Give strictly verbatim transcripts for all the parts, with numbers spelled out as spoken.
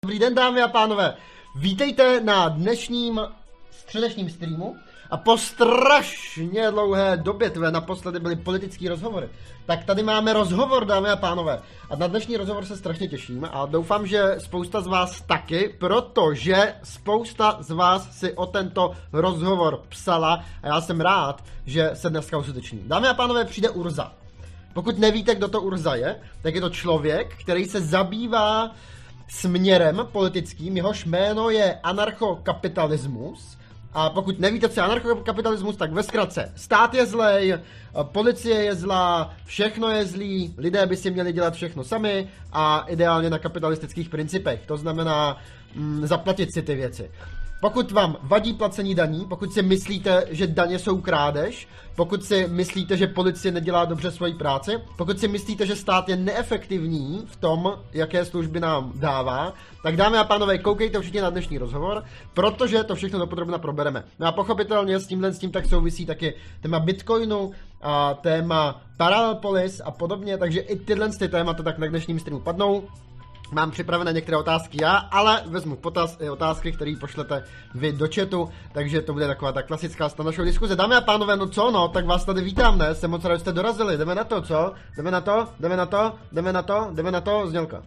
Dobrý den, dámy a pánové, vítejte na dnešním středečním streamu a po strašně dlouhé době, tvé naposledy byly politický rozhovory, tak tady máme rozhovor, dámy a pánové, a na dnešní rozhovor se strašně těším a doufám, že spousta z vás taky, protože spousta z vás si o tento rozhovor psala a já jsem rád, že se dneska uskuteční. Dámy a pánové, přijde Urza. Pokud nevíte, kdo to Urza je, tak je to člověk, který se zabývá směrem politickým, jehož jméno je anarchokapitalismus. A pokud nevíte, co je anarchokapitalismus, tak ve zkratce, stát je zlej, policie je zlá, všechno je zlý, lidé by si měli dělat všechno sami a ideálně na kapitalistických principech. To znamená mm, zaplatit si ty věci. Pokud vám vadí placení daní, pokud si myslíte, že daně jsou krádež, pokud si myslíte, že policie nedělá dobře svoji práci, pokud si myslíte, že stát je neefektivní v tom, jaké služby nám dává, tak dámy a pánové, koukejte určitě na dnešní rozhovor, protože to všechno dopodrobna probereme. No a pochopitelně s tímhle s tím tak souvisí taky téma Bitcoinu a téma Parallelpolis a podobně, takže i tyhle ty témata tak na dnešním streamu padnou. Mám připravené některé otázky já, ale vezmu v potaz i otázky, které pošlete vy do chatu, takže to bude taková ta klasická standardní diskuze. Dámy a pánové, no co no, tak vás tady vítám, ne? Jsem moc rád, že jste dorazili, jdeme na to, co? Jdeme na to, jdeme na to, jdeme na to, jdeme na to, znělka.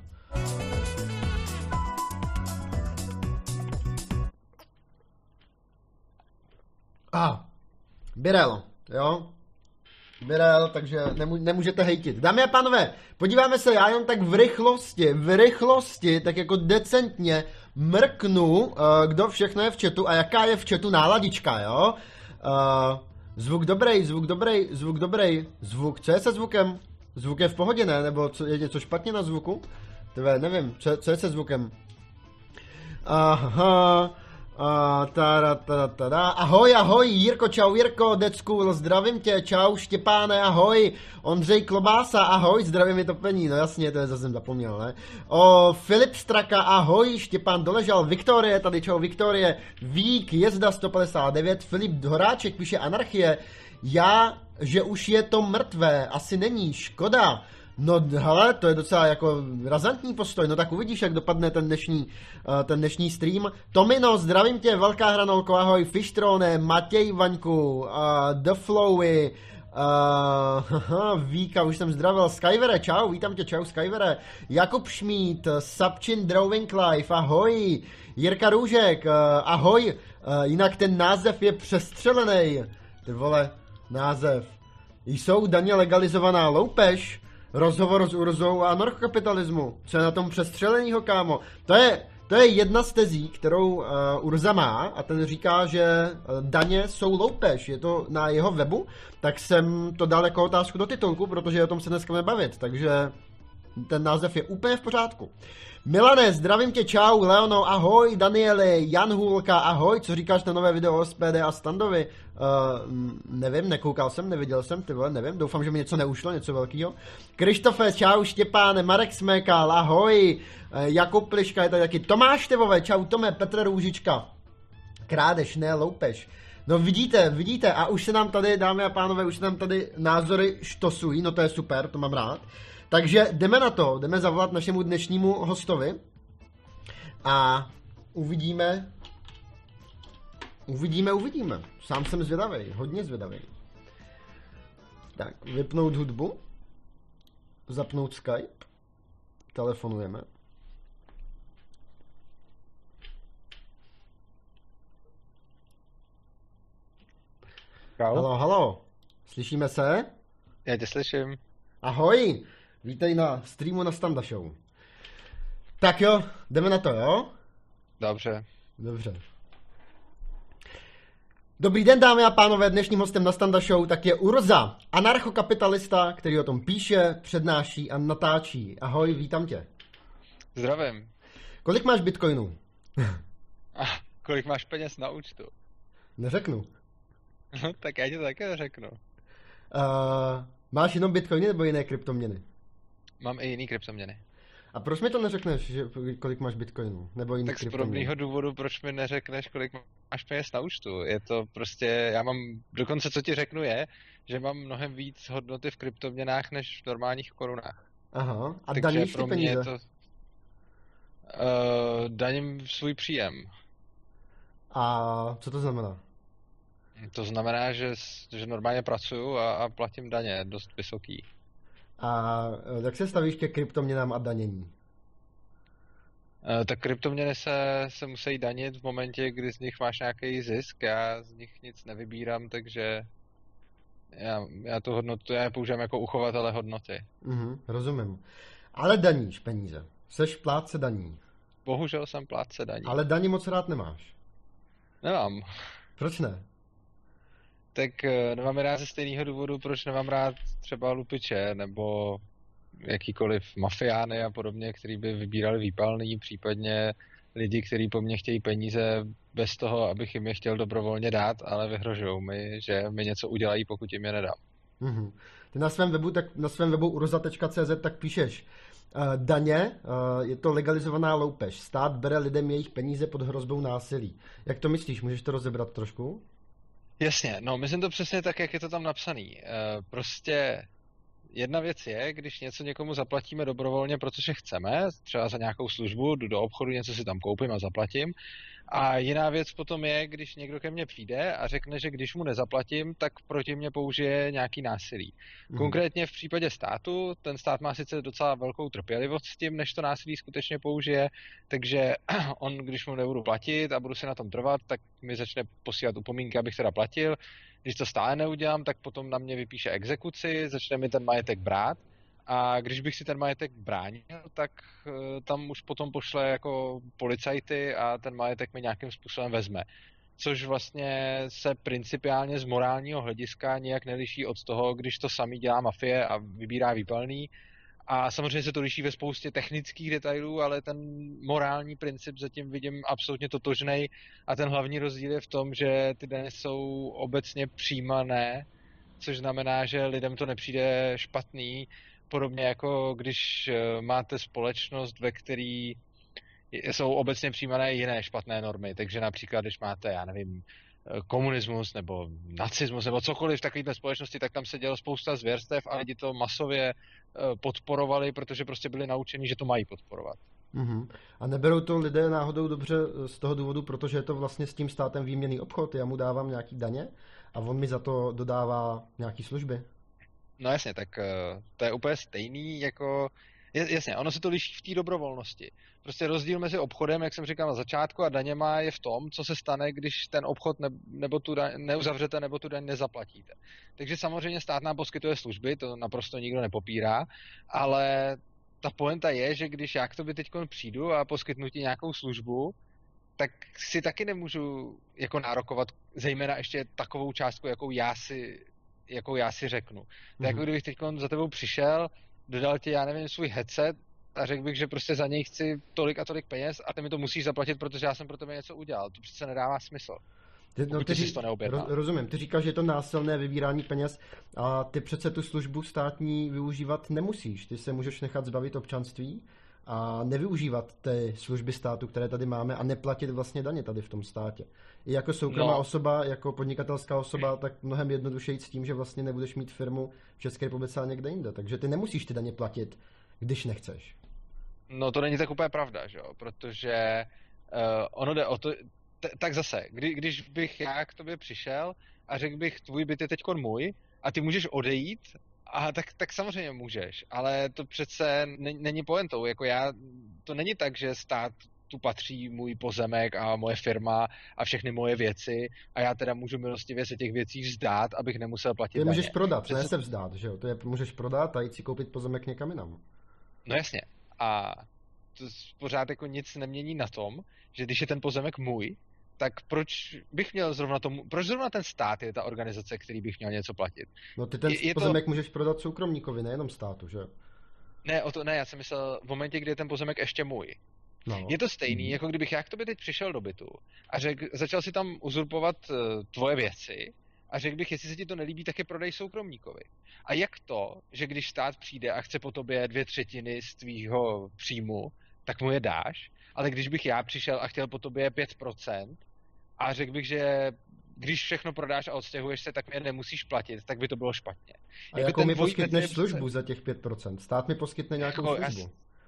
Aha, Birel, jo? Birel, takže nemů- nemůžete hejtit. Dámy a pánové, podíváme se, já jen tak v rychlosti, v rychlosti, tak jako decentně mrknu, uh, kdo všechno je v chatu a jaká je v chatu náladička, jo? Uh, zvuk dobrý, zvuk dobrý, zvuk dobrý, zvuk, co je se zvukem? Zvuk je v pohodě, ne? Nebo co, je něco špatně na zvuku? Tvé, nevím, co, co je se zvukem? Aha... Uh, tada, tada, tada. Ahoj, ahoj, Jirko, čau, Jirko, Decku, zdravím tě, čau, Štěpáne, ahoj, Ondřej Klobása, ahoj, zdravím je topení, no jasně, to je zase jsem zapomněl, ne? O, Filip Straka, ahoj, Štěpán Doležal, Viktorie, tady čau, Viktorie, Vík, Jezda sto padesát devět, Filip Horáček píše Anarchie, já, že už je to mrtvé, asi není, škoda. No hele, to je docela jako razantní postoj, no tak uvidíš, jak dopadne ten dnešní, uh, ten dnešní stream. Tomino, zdravím tě, velká hranolko, ahoj, Fishtrone, Matěj Vaňku, uh, The Flowy, uh, Víka, už jsem zdravil, Skyvere, čau, vítám tě, čau, Skyvere, Jakub Šmíd, Sapchin Drawing Life, ahoj, Jirka Růžek, uh, ahoj, uh, jinak ten název je přestřelený, ty vole, název, jsou daně legalizovaná, loupež? Rozhovor s Urzou a anarchokapitalismu. Co je na tom přestřelenýho, kámo? To je, to je jedna z tezí, kterou uh, Urza má a ten říká, že uh, daně jsou loupež. Je to na jeho webu, tak jsem to dal jako otázku do titulku, protože o tom se dneska budeme bavit, takže ten název je úplně v pořádku. Milane, zdravím tě, čau, Leono, ahoj, Danieli, Jan Hůlka, ahoj, co říkáš na nové video o S P D a Standovi? Uh, nevím, nekoukal jsem, neviděl jsem, ty vole, nevím, doufám, že mi něco neušlo, něco velkýho. Krištofe, čau, Štěpáne, Marek Smekal, ahoj, uh, Jakub Pliška, je tady taky Tomáš Tevové, čau, Tome, Petr Růžička, krádež, ne loupež. No vidíte, vidíte, a už se nám tady, dámy a pánové, už se nám tady názory štosují, no to je super, to mám rád. Takže jdeme na to, jdeme zavolat našemu dnešnímu hostovi a uvidíme, uvidíme, uvidíme. Sám jsem zvědavý, hodně zvědavý. Tak, vypnout hudbu, zapnout Skype, telefonujeme. Čau. Halo, halo, slyšíme se? Já tě slyším. Ahoj, vítej na streamu na Standa Show. Tak jo, jdeme na to, jo? Dobře. Dobře. Dobrý den, dámy a pánové, dnešním hostem na Standa Show tak je Urza, anarchokapitalista, který o tom píše, přednáší a natáčí. Ahoj, vítám tě. Zdravím. Kolik máš bitcoinů? A kolik máš peněz na účtu? Neřeknu. No, tak já ti to také řeknu. Uh, máš jenom bitcoiny nebo jiné kryptoměny? Mám i jiný kryptoměny. A proč mi to neřekneš, že kolik máš bitcoinů? Nebo jiných Tak z kryptoměn? podobného důvodu, proč mi neřekneš, kolik máš peněz na účtu. Je to prostě, já mám, dokonce co ti řeknu je, že mám mnohem víc hodnoty v kryptoměnách než v normálních korunách. Aha, a Takže daníš ty pro mě peníze? je to... Uh, daním svůj příjem. A co to znamená? To znamená, že, že normálně pracuju a, a platím daně dost vysoký. A jak se stavíš ke kryptoměnám a danění? Uh, tak kryptoměny se, se musí danit v momentě, kdy z nich máš nějaký zisk. Já z nich nic nevybírám, takže já, já tu hodnotu já je používám jako uchovatele hodnoty. Mhm, rozumím. Ale daníš peníze. Seš plátce daní. Bohužel jsem plátce daní. Ale daní moc rád nemáš. Nemám. Proč ne? Tak nemám rád ze stejného důvodu, proč nemám rád třeba lupiče, nebo jakýkoliv mafiány a podobně, který by vybírali výpalný, případně lidi, kteří po mně chtějí peníze bez toho, abych jim je chtěl dobrovolně dát, ale vyhrožují mi, že mi něco udělají, pokud jim je nedám. Mm-hmm. Ty na svém webu, tak na svém webu uroza tečka cé zet tak píšeš, uh, daně, uh, je to legalizovaná loupež. Stát bere lidem jejich peníze pod hrozbou násilí. Jak to myslíš? Můžeš to rozebrat trošku? Jasně, no myslím to přesně tak, jak je to tam napsaný. Uh, prostě jedna věc je, když něco někomu zaplatíme dobrovolně, protože chceme, třeba za nějakou službu, jdu do obchodu, něco si tam koupím a zaplatím. A jiná věc potom je, když někdo ke mně přijde a řekne, že když mu nezaplatím, tak proti mě použije nějaký násilí. Mm. Konkrétně v případě státu, ten stát má sice docela velkou trpělivost s tím, než to násilí skutečně použije, takže on, když mu nebudu platit a budu si na tom trvat, tak mi začne posílat upomínky, abych teda platil. Když to stále neudělám, tak potom na mě vypíše exekuci, začne mi ten majetek brát. A když bych si ten majetek bránil, tak uh, tam už potom pošle jako policajty a ten majetek mi nějakým způsobem vezme. Což vlastně se principiálně z morálního hlediska nijak neliší od toho, když to samý dělá mafie a vybírá výpalný. A samozřejmě se to liší ve spoustě technických detailů, ale ten morální princip zatím vidím absolutně totožnej a ten hlavní rozdíl je v tom, že ty daně jsou obecně přijímané, což znamená, že lidem to nepřijde špatný. Podobně jako když máte společnost, ve který jsou obecně přijímané jiné špatné normy. Takže například, když máte, já nevím, komunismus nebo nacismus nebo cokoliv v takovéhle společnosti, tak tam se dělo spousta zvěrstev a lidi to masově podporovali, protože prostě byli naučeni, že to mají podporovat. Uhum. A neberou to lidé náhodou dobře z toho důvodu, protože je to vlastně s tím státem výměnný obchod, já mu dávám nějaký daně a on mi za to dodává nějaký služby? No jasně, tak to je úplně stejný jako... Jasně, ono se to liší v té dobrovolnosti. Prostě rozdíl mezi obchodem, jak jsem říkal na začátku, a daněma je v tom, co se stane, když ten obchod ne, nebo tu daň neuzavřete, nebo tu daň nezaplatíte. Takže samozřejmě stát nám poskytuje služby, to naprosto nikdo nepopírá, ale ta pointa je, že když já k tobě teď přijdu a poskytnu ti nějakou službu, tak si taky nemůžu jako nárokovat zejména ještě takovou částku, jakou já si, jakou já si řeknu. Mm-hmm. Tak jako kdybych teď za tebou přišel, dodal ti, já nevím, svůj headset a řekl bych, že prostě za něj chci tolik a tolik peněz a ty mi to musíš zaplatit, protože já jsem pro tebe něco udělal. To přece nedává smysl. Ty, no, ty, ty to neobjednal. Rozumím, ty říkáš, že je to násilné vybírání peněz a ty přece tu službu státní využívat nemusíš. Ty se můžeš nechat zbavit občanství a nevyužívat ty služby státu, které tady máme a neplatit vlastně daně tady v tom státě. I jako soukromá no. osoba, jako podnikatelská osoba, tak mnohem jednodušeji s tím, že vlastně nebudeš mít firmu v České republice a někde jinde. Takže ty nemusíš ty daně platit, když nechceš. No to není tak úplně pravda, že jo? Protože uh, ono jde o to, t- tak zase, kdy, když bych já k tobě přišel a řekl bych, tvůj byt je teďkon můj a ty můžeš odejít, a tak, tak samozřejmě můžeš, ale to přece není pointou, jako já, to není tak, že stát tu patří můj pozemek a moje firma a všechny moje věci a já teda můžu milostivě se těch věcí vzdát, abych nemusel platit daně. Ty můžeš prodat, přece... ne se vzdát, že jo, to je, můžeš prodat a jít si koupit pozemek někam jinam. No jasně, a to pořád jako nic nemění na tom, že když je ten pozemek můj, tak proč bych měl zrovna tomu, proč zrovna ten stát je ta organizace, který bych měl něco platit? No ty ten je, je pozemek to... můžeš prodat soukromníkovi, nejenom státu, že? Ne, o to ne, já jsem myslel v momentě, kdy je ten pozemek ještě můj. No. Je to stejný, mm. jako kdybych já k tobě teď přišel do bytu a řek, začal si tam uzurpovat uh, tvoje věci a řekl bych, jestli se ti to nelíbí, tak je prodej soukromníkovi. A jak to, že když stát přijde a chce po tobě dvě třetiny z tvýho příjmu, tak mu je dáš, ale když bych já přišel a chtěl po tobě pět procent a řekl bych, že když všechno prodáš a odstěhuješ se, tak mě nemusíš platit, tak by to bylo špatně. A jako jakou mi poskytneš službu za těch pět procent? Stát mi poskytne nějakou jako, službu.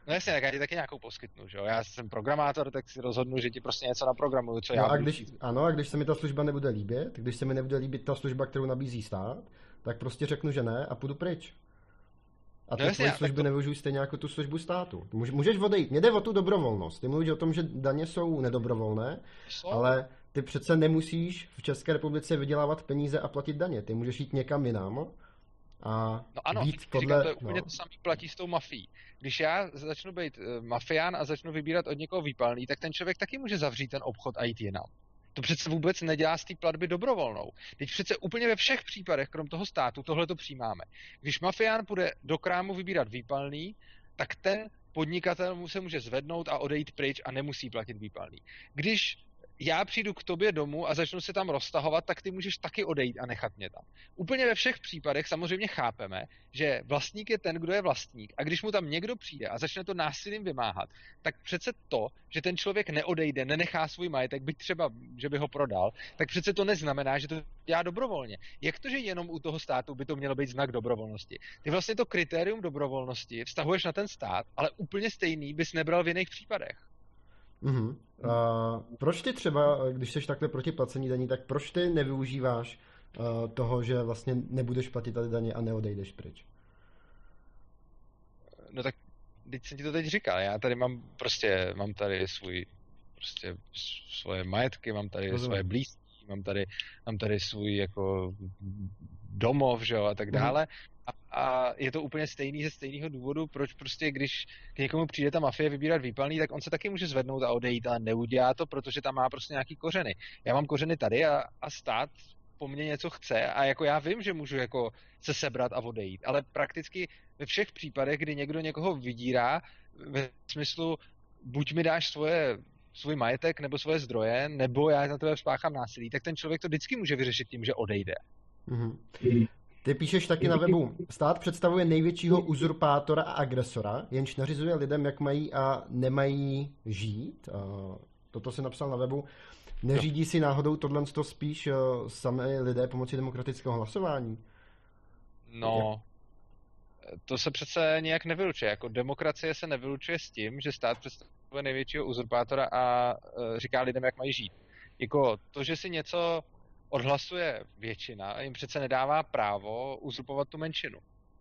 No jasně, tak já ti taky nějakou poskytnu, že jo? Já jsem programátor, tak si rozhodnu, že ti prostě něco naprogramuju, co no já a budu když, chtít. ano, a když se mi ta služba nebude líbit, když se mi nebude líbit ta služba, kterou nabízí stát, tak prostě řeknu, že ne a půjdu pryč. A ty No jasně, svoji tak služby to- nevyužiju stejně jako tu službu státu. Můž- Můžeš odejít. Mně jde o tu dobrovolnost. Ty mluvíš o tom, že daně jsou nedobrovolné, Jsou. ale ty přece nemusíš v České republice vydělávat peníze a platit daně. Ty můžeš jít někam jinam a No ano, být říkám, podle... to je úplně no. to samé platí s tou mafií. Když já začnu být uh, mafián a začnu vybírat od někoho výpalný, tak ten člověk taky může zavřít ten obchod a jít jinam. To přece vůbec nedělá z té platby dobrovolnou. Teď přece úplně ve všech případech, krom toho státu, tohle to přijímáme. Když mafián půjde do krámu vybírat výpalný, tak ten podnikatel mu se může zvednout a odejít pryč a nemusí platit výpalný. Když já přijdu k tobě domů a začnu se tam roztahovat, tak ty můžeš taky odejít a nechat mě tam. Úplně ve všech případech samozřejmě chápeme, že vlastník je ten, kdo je vlastník. A když mu tam někdo přijde a začne to násilím vymáhat, tak přece to, že ten člověk neodejde, nenechá svůj majetek, byť třeba, že by ho prodal, tak přece to neznamená, že to dělá dobrovolně. Jak to, že jenom u toho státu by to mělo být znak dobrovolnosti? Ty vlastně to kritérium dobrovolnosti vztahuješ na ten stát, ale úplně stejný bys nebral v jiných případech. Mhm. A proč ty třeba, když jsi takhle proti placení daní, tak proč ty nevyužíváš uh, toho, že vlastně nebudeš platit tady daně a neodejdeš pryč? No tak teď jsem ti to teď říkal, já tady mám prostě, mám tady svůj, prostě svoje majetky, mám tady Rozumím. svoje blízké, mám tady, mám tady svůj jako domov, že jo, a tak dále. A, a je to úplně stejný ze stejného důvodu, proč prostě, když k někomu přijde ta mafie vybírat výpalný, tak on se taky může zvednout a odejít, ale neudělá to, protože tam má prostě nějaký kořeny. Já mám kořeny tady a, a stát po mně něco chce a jako já vím, že můžu jako se sebrat a odejít, ale prakticky ve všech případech, kdy někdo někoho vydírá, ve smyslu buď mi dáš svoje, svůj majetek nebo svoje zdroje, nebo já na tebe spáchám násilí, tak ten člověk to vždycky může vyřešit tím, že odejde. Mhm. Ty píšeš taky na webu, stát představuje největšího uzurpátora a agresora, jenž nařizuje lidem, jak mají a nemají žít. A toto si napsal na webu. Neřídí si náhodou tohle spíš sami lidé pomocí demokratického hlasování? No, to se přece nějak nevylučuje. Jako demokracie se nevylučuje s tím, že stát představuje největšího uzurpátora a e, říká lidem, jak mají žít. Jako to, že si něco odhlasuje většina, jim přece nedává právo uzurpovat tu menšinu.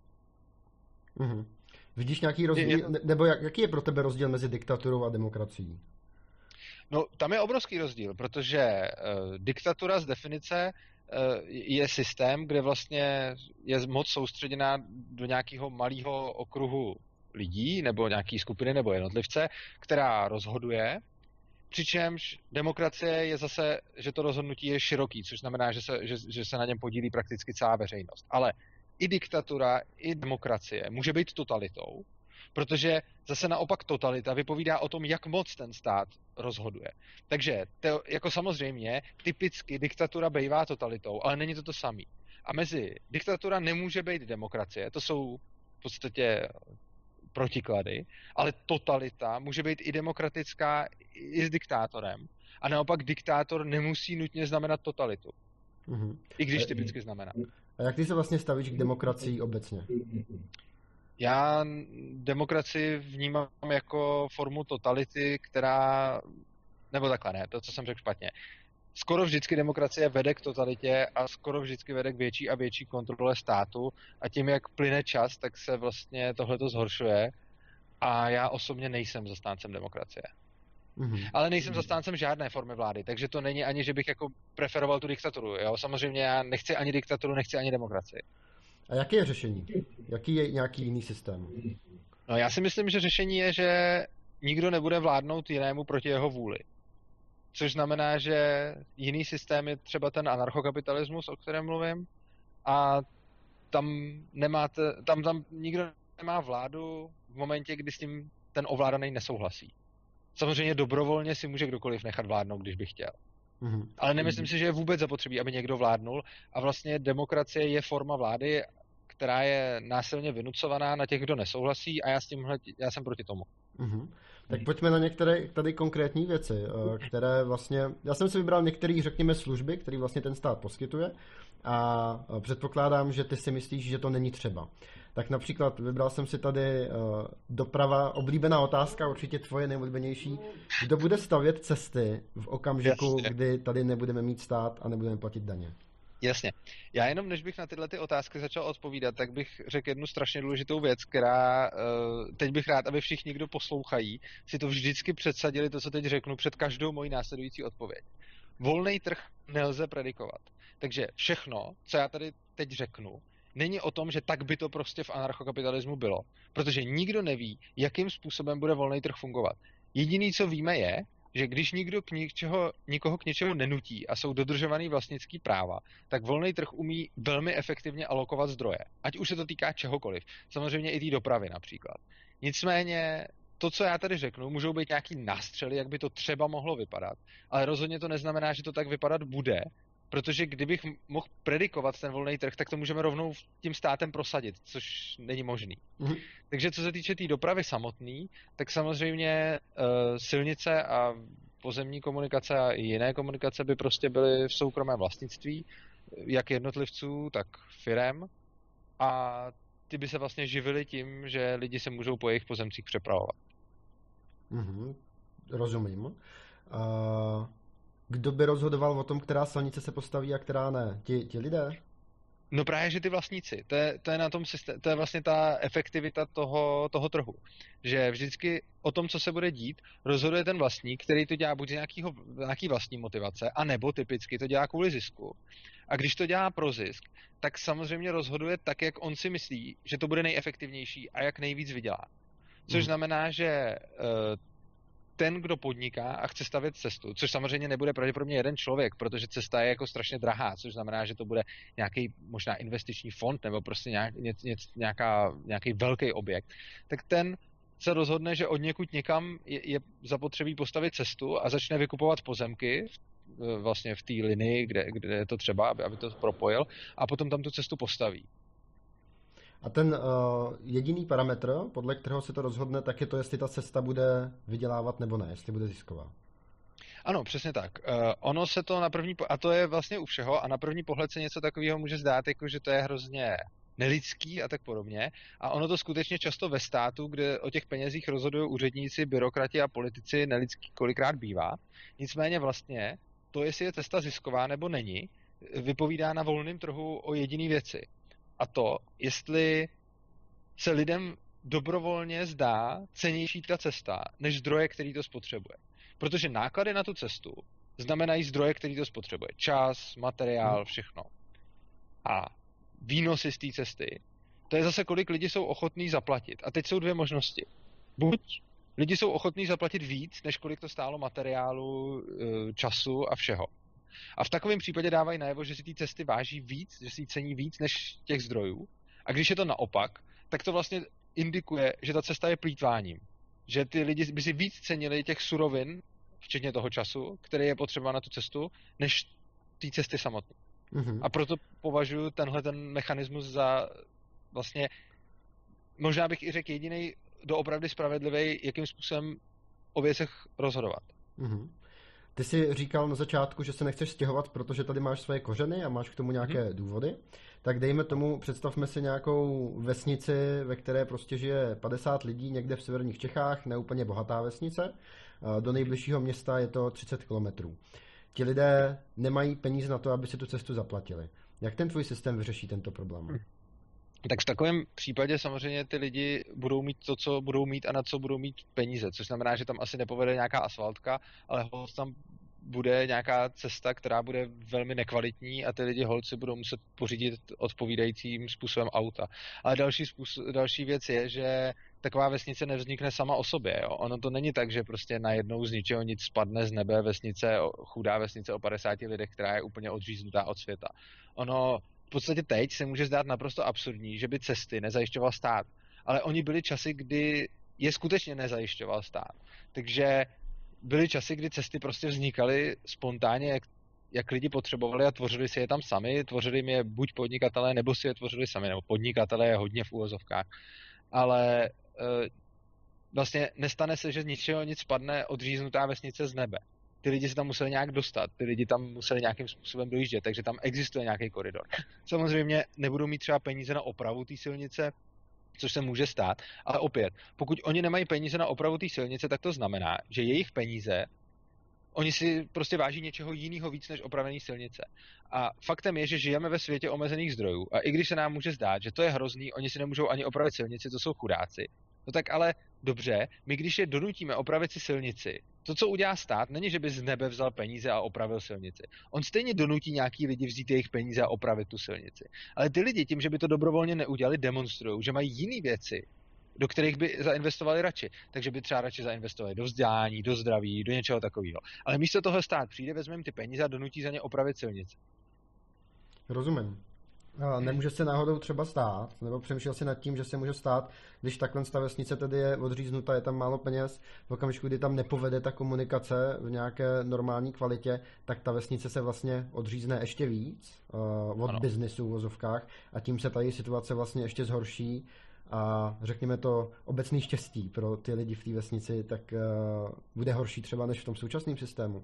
Mhm. Vidíš nějaký rozdíl, Je, je to... nebo jak, jaký je pro tebe rozdíl mezi diktaturou a demokracií? No, tam je obrovský rozdíl, protože uh, diktatura z definice uh, je systém, kde vlastně je moc soustředěná do nějakého malého okruhu lidí, nebo nějaký skupiny, nebo jednotlivce, která rozhoduje, přičemž demokracie je zase, že to rozhodnutí je široký, což znamená, že se, že, že se na něm podílí prakticky celá veřejnost. Ale i diktatura, i demokracie může být totalitou, protože zase naopak totalita vypovídá o tom, jak moc ten stát rozhoduje. Takže to, jako samozřejmě, typicky diktatura bývá totalitou, ale není to to samý. A mezi diktatura nemůže být demokracie, to jsou v podstatě protiklady, ale totalita může být i demokratická, i s diktátorem. A naopak diktátor nemusí nutně znamenat totalitu. Mhm. I když typicky znamená. A jak ty se vlastně stavíš k demokracii obecně? Já demokracii vnímám jako formu totality, která... Nebo takhle, ne, to, co jsem řekl špatně. Skoro vždycky demokracie vede k totalitě a skoro vždycky vede k větší a větší kontrole státu a tím, jak plyne čas, tak se vlastně tohleto zhoršuje a já osobně nejsem zastáncem demokracie. Mm-hmm. Ale nejsem zastáncem žádné formy vlády, takže to není ani, že bych jako preferoval tu diktaturu. Jo? Samozřejmě já nechci ani diktaturu, nechci ani demokracii. A jaké je řešení? Jaký je nějaký jiný systém? No, já si myslím, že řešení je, že nikdo nebude vládnout jinému proti jeho vůli. Což znamená, že jiný systém je třeba ten anarchokapitalismus, o kterém mluvím, a tam nemáte, tam, tam nikdo nemá vládu v momentě, kdy s tím ten ovládaný nesouhlasí. Samozřejmě dobrovolně si může kdokoliv nechat vládnout, když by chtěl. Mm-hmm. Ale nemyslím si, že je vůbec zapotřebí, aby někdo vládnul a vlastně demokracie je forma vlády, která je násilně vynucovaná na těch, kdo nesouhlasí a já s tímhle, já jsem proti tomu. Mm-hmm. Tak pojďme na některé tady konkrétní věci, které vlastně, já jsem si vybral některé, řekněme, služby, které vlastně ten stát poskytuje a předpokládám, že ty si myslíš, že to není třeba. Tak například vybral jsem si tady uh, doprava, oblíbená otázka, určitě tvoje nejoblíbenější. Kdo bude stavět cesty v okamžiku, Jasně. kdy tady nebudeme mít stát a nebudeme platit daně? Jasně. Já jenom, než bych na tyhle ty otázky začal odpovídat, tak bych řekl jednu strašně důležitou věc, která uh, teď bych rád, aby všichni, kdo poslouchají, si to vždycky předsadili, to, co teď řeknu, před každou mojí následující odpověď. Volný trh nelze predikovat. Takže všechno, co já tady teď řeknu, není o tom, že tak by to prostě v anarchokapitalismu bylo. Protože nikdo neví, jakým způsobem bude volný trh fungovat. Jediný, co víme, je, že když nikdo k ničeho, nikoho k něčemu nenutí a jsou dodržovaný vlastnický práva, tak volný trh umí velmi efektivně alokovat zdroje. Ať už se to týká čehokoliv. Samozřejmě i té dopravy například. Nicméně to, co já tady řeknu, můžou být nějaký nástřely, jak by to třeba mohlo vypadat, ale rozhodně to neznamená, že to tak vypadat bude, protože kdybych mohl predikovat ten volný trh, tak to můžeme rovnou tím státem prosadit, což není možný. Mm-hmm. Takže co se týče té tý dopravy samotný, tak samozřejmě uh, silnice a pozemní komunikace a i jiné komunikace by prostě byly v soukromém vlastnictví, jak jednotlivců, tak firem, a ty by se vlastně živily tím, že lidi se můžou po jejich pozemcích přepravovat. Mm-hmm. Rozumím. Uh... Kdo by rozhodoval o tom, která silnice se postaví a která ne? Ti, ti lidé? No právě, že ty vlastníci. To je, to je na tom systém, to je vlastně ta efektivita toho, toho trhu. Že vždycky o tom, co se bude dít, rozhoduje ten vlastník, který to dělá buď z nějakýho, nějaký vlastní motivace, anebo typicky to dělá kvůli zisku. A když to dělá pro zisk, tak samozřejmě rozhoduje tak, jak on si myslí, že to bude nejefektivnější a jak nejvíc vydělá. Což hmm. znamená, že uh, ten, kdo podniká a chce stavět cestu, což samozřejmě nebude pravděpodobně jeden člověk, protože cesta je jako strašně drahá, což znamená, že to bude nějaký možná investiční fond nebo prostě nějak, ně, ně, nějaká, nějaký velký objekt, tak ten se rozhodne, že od někud někam je, je zapotřebí postavit cestu a začne vykupovat pozemky vlastně v té linii, kde, kde je to třeba, aby, aby to propojil, a potom tam tu cestu postaví. A ten uh, jediný parametr, podle kterého se to rozhodne, tak je to, jestli ta cesta bude vydělávat nebo ne, jestli bude zisková. Ano, přesně tak. Uh, ono se to na první, po- a to je vlastně u všeho, a na první pohled se něco takového může zdát, jako že to je hrozně nelidský a tak podobně. A ono to skutečně často ve státu, kde o těch penězích rozhodují úředníci, byrokrati a politici, nelidský kolikrát bývá. Nicméně vlastně to, jestli je cesta zisková nebo není, vypovídá na volném trhu o jediné věci. A to, jestli se lidem dobrovolně zdá cennější ta cesta, než zdroje, který to spotřebuje. Protože náklady na tu cestu znamenají zdroje, který to spotřebuje. Čas, materiál, všechno. A výnosy z té cesty, to je zase, kolik lidi jsou ochotní zaplatit. A teď jsou dvě možnosti. Buď lidi jsou ochotní zaplatit víc, než kolik to stálo materiálu, času a všeho. A v takovém případě dávají najevo, že si ty cesty váží víc, že si ji cení víc než těch zdrojů. A když je to naopak, tak to vlastně indikuje, že ta cesta je plýtváním. Že ty lidi by si víc cenili těch surovin, včetně toho času, který je potřeba na tu cestu, než ty cesty samotné. Mm-hmm. A proto považuji tenhle ten mechanismus za vlastně, možná bych i řekl, jedinej doopravdy spravedlivý, jakým způsobem o věcech rozhodovat. Mm-hmm. Ty jsi říkal na začátku, že se nechceš stěhovat, protože tady máš své kořeny a máš k tomu nějaké hmm. důvody. Tak dejme tomu, představme si nějakou vesnici, ve které prostě žije padesát lidí někde v severních Čechách, neúplně bohatá vesnice. Do nejbližšího města je to třicet kilometrů. Ti lidé nemají peníze na to, aby si tu cestu zaplatili. Jak ten tvůj systém vyřeší tento problém? Hmm. Tak v takovém případě samozřejmě ty lidi budou mít to, co budou mít a na co budou mít peníze, což znamená, že tam asi nepovede nějaká asfaltka, ale tam bude nějaká cesta, která bude velmi nekvalitní a ty lidi holci budou muset pořídit odpovídajícím způsobem auta. Ale další, způsob, další věc je, že taková vesnice nevznikne sama o sobě. Jo? Ono to není tak, že prostě najednou z ničeho nic spadne z nebe vesnice, chudá vesnice o padesáti lidech, která je úplně odříznutá od světa. Ono v podstatě teď se může zdát naprosto absurdní, že by cesty nezajišťoval stát. Ale oni byli časy, kdy je skutečně nezajišťoval stát. Takže byly časy, kdy cesty prostě vznikaly spontánně, jak, jak lidi potřebovali a tvořili si je tam sami. Tvořili je buď podnikatelé, nebo si je tvořili sami. Nebo podnikatelé je hodně v úvozovkách. Ale e, vlastně nestane se, že z ničeho nic spadne odříznutá vesnice z nebe. Ty lidi se tam museli nějak dostat, ty lidi tam museli nějakým způsobem dojíždět, takže tam existuje nějaký koridor. Samozřejmě nebudou mít třeba peníze na opravu té silnice, což se může stát, ale opět, pokud oni nemají peníze na opravu té silnice, tak to znamená, že jejich peníze, oni si prostě váží něčeho jiného víc než opravený silnice. A faktem je, že žijeme ve světě omezených zdrojů a i když se nám může zdát, že to je hrozný, oni si nemůžou ani opravit silnici, to jsou chudáci. No tak ale dobře, my když je donutíme opravit si silnici, to, co udělá stát, není, že by z nebe vzal peníze a opravil silnici. On stejně donutí nějaký lidi vzít jejich peníze a opravit tu silnici. Ale ty lidi tím, že by to dobrovolně neudělali, demonstrují, že mají jiné věci, do kterých by zainvestovali radši. Takže by třeba radši zainvestovali do vzdělání, do zdraví, do něčeho takového. Ale místo toho stát přijde, vezmeme ty peníze a donutí za ně opravit silnici. Rozumím. A nemůže se náhodou třeba stát, nebo přemýšlel si nad tím, že se může stát, když takhle ta vesnice tedy je odříznutá, je tam málo peněz, v okamžiku, kdy tam nepovede ta komunikace v nějaké normální kvalitě, tak ta vesnice se vlastně odřízne ještě víc uh, od ano. biznisu v vozovkách a tím se tady situace vlastně ještě zhorší a řekněme to obecný štěstí pro ty lidi v té vesnici, tak uh, bude horší třeba než v tom současném systému.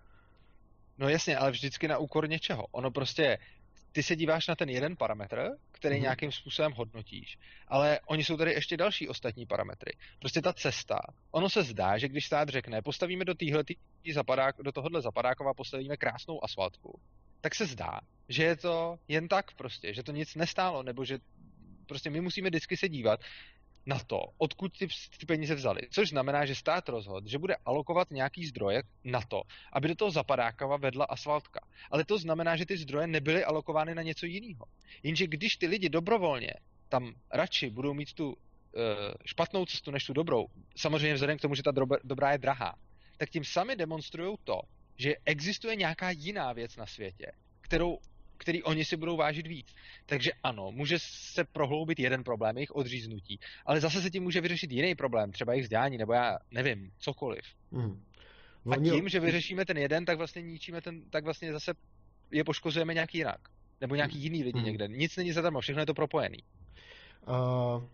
No jasně, ale vždycky na úkor něčeho. Ono prostě ty se díváš na ten jeden parametr, který hmm. nějakým způsobem hodnotíš, ale oni jsou tady ještě další ostatní parametry. Prostě ta cesta, ono se zdá, že když stát řekne, postavíme do, týhletý zapadák, do tohohle zapadákova postavíme krásnou asfaltku, tak se zdá, že je to jen tak prostě, že to nic nestálo, nebo že prostě my musíme vždycky se dívat na to, odkud ty, ty peníze vzali. Což znamená, že stát rozhodl, že bude alokovat nějaký zdroje na to, aby do toho zapadákova vedla asfaltka. Ale to znamená, že ty zdroje nebyly alokovány na něco jiného. Jenže když ty lidi dobrovolně tam radši budou mít tu uh, špatnou cestu než tu dobrou, samozřejmě vzhledem k tomu, že ta drob- dobrá je drahá, tak tím sami demonstrují to, že existuje nějaká jiná věc na světě, kterou který oni si budou vážit víc. Takže ano, může se prohloubit jeden problém, jejich odříznutí, ale zase se tím může vyřešit jiný problém, třeba jejich vzdělání, nebo já nevím, cokoliv. Mm. A tím, že vyřešíme ten jeden, tak vlastně ničíme ten, tak vlastně zase je poškozujeme nějak jinak. Nebo nějaký jiný lidi mm. někde. Nic není zadarmo, všechno je to propojený. Uh...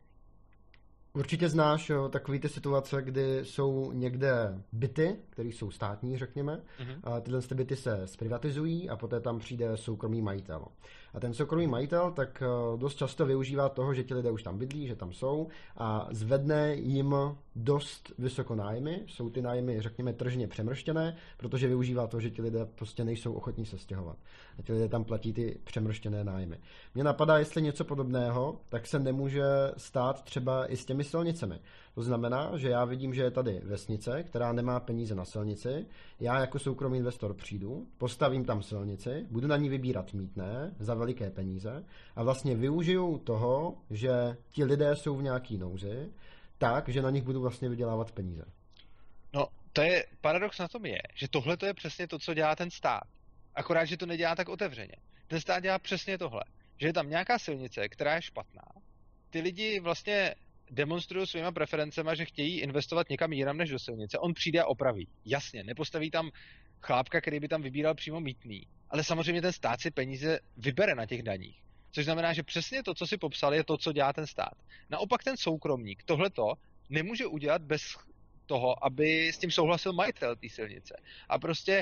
Určitě znáš jo, takový ty situace, kdy jsou někde byty, které jsou státní, řekněme, mm-hmm. a tyhle ty byty se zprivatizují a poté tam přijde soukromý majitel. A ten soukromý majitel tak dost často využívá toho, že ti lidé už tam bydlí, že tam jsou a zvedne jim dost vysoko nájmy. Jsou ty nájmy, řekněme, tržně přemrštěné, protože využívá to, že ti lidé prostě nejsou ochotní se stěhovat. A ti lidé tam platí ty přemrštěné nájmy. Mně napadá, jestli něco podobného, tak se nemůže stát třeba i s těmi silnicemi. To znamená, že já vidím, že je tady vesnice, která nemá peníze na silnici. Já jako soukromý investor přijdu, postavím tam silnici, budu na ní vybírat mýtné za veliké peníze a vlastně využiju toho, že ti lidé jsou v nějaký nouzi, tak, že na nich budu vlastně vydělávat peníze. No, to je paradox na tom je, že tohle to je přesně to, co dělá ten stát. Akorát, že to nedělá tak otevřeně. Ten stát dělá přesně tohle. Že je tam nějaká silnice, která je špatná. Ty lidi vlastně demonstrují svýma preferencema, že chtějí investovat někam jinam než do silnice. On přijde a opraví. Jasně, nepostaví tam chlápka, který by tam vybíral přímo mýtný. Ale samozřejmě ten stát si peníze vybere na těch daních. Což znamená, že přesně to, co si popsal, je to, co dělá ten stát. Naopak ten soukromník tohleto nemůže udělat bez toho, aby s tím souhlasil majitel té silnice. A prostě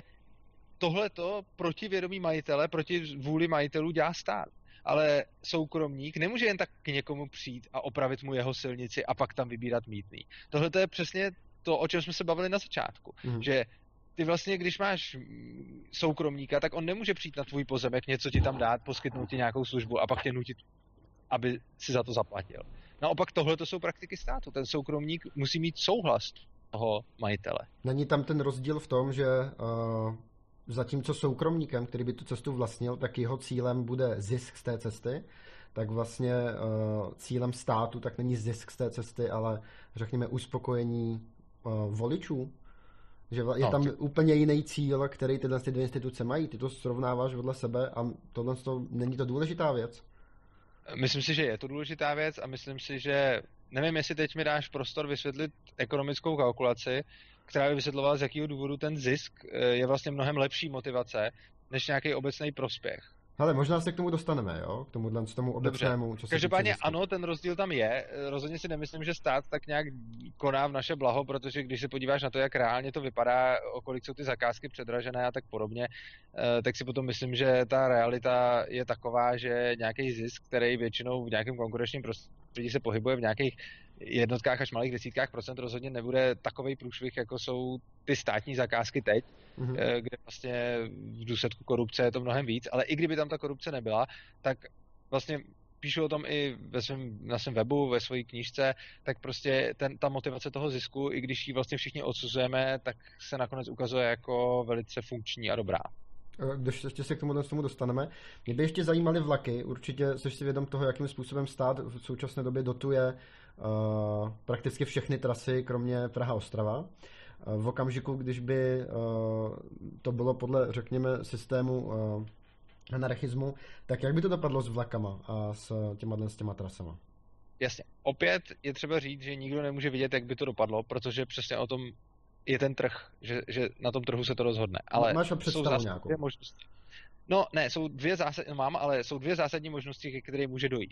tohleto proti vědomí majitele, proti vůli majitelů dělá stát. Ale soukromník nemůže jen tak k někomu přijít a opravit mu jeho silnici a pak tam vybírat mýtný. Tohle je přesně to, o čem jsme se bavili na začátku. Mm. Že ty vlastně, když máš soukromníka, tak on nemůže přijít na tvůj pozemek, něco ti tam dát, poskytnout ti nějakou službu a pak tě nutit, aby si za to zaplatil. Naopak tohle to jsou praktiky státu. Ten soukromník musí mít souhlas toho majitele. Není tam ten rozdíl v tom, že uh, zatímco soukromníkem, který by tu cestu vlastnil, tak jeho cílem bude zisk z té cesty, tak vlastně uh, cílem státu tak není zisk z té cesty, ale řekněme uspokojení uh, voličů. Že je no, tam ty... úplně jiný cíl, který tyhle ty dvě instituce mají. Ty to srovnáváš vedle sebe a tohle to, není to důležitá věc? Myslím si, že je to důležitá věc a myslím si, že nevím, jestli teď mi dáš prostor vysvětlit ekonomickou kalkulaci, která by vysvětlovala, z jakého důvodu ten zisk je vlastně mnohem lepší motivace než nějaký obecný prospěch. Hele, možná se k tomu dostaneme, jo? K tomu, k tomu obecnému. Každopádně ano, ten rozdíl tam je. Rozhodně si nemyslím, že stát tak nějak koná v naše blaho, protože když se podíváš na to, jak reálně to vypadá, o kolik jsou ty zakázky předražené a tak podobně, tak si potom myslím, že ta realita je taková, že nějaký zisk, který většinou v nějakém konkurenčním prostředí lidí se pohybuje v nějakých jednotkách až malých desítkách procent, rozhodně nebude takovej průšvih, jako jsou ty státní zakázky teď, mm-hmm. kde vlastně v důsledku korupce je to mnohem víc, ale i kdyby tam ta korupce nebyla, tak vlastně píšu o tom i ve svém, na svém webu, ve své knížce, tak prostě ten, ta motivace toho zisku, i když ji vlastně všichni odsuzujeme, tak se nakonec ukazuje jako velice funkční a dobrá. Když ještě se k tomu, tomu dostaneme. Mě by ještě zajímaly vlaky. Určitě jsi si vědom toho, jakým způsobem stát v současné době dotuje uh, prakticky všechny trasy, kromě Praha-Ostrava. Uh, v okamžiku, když by uh, to bylo podle, řekněme, systému uh, anarchismu, tak jak by to dopadlo s vlakama a s těma, s těma trasama? Jasně. Opět je třeba říct, že nikdo nemůže vidět, jak by to dopadlo, protože přesně o tom je ten trh, že, že na tom trhu se to rozhodne. Ale máš ho představu nějakou? Možnosti. No ne, jsou dvě zásadní, mám, ale jsou dvě zásadní možnosti, ke které může dojít.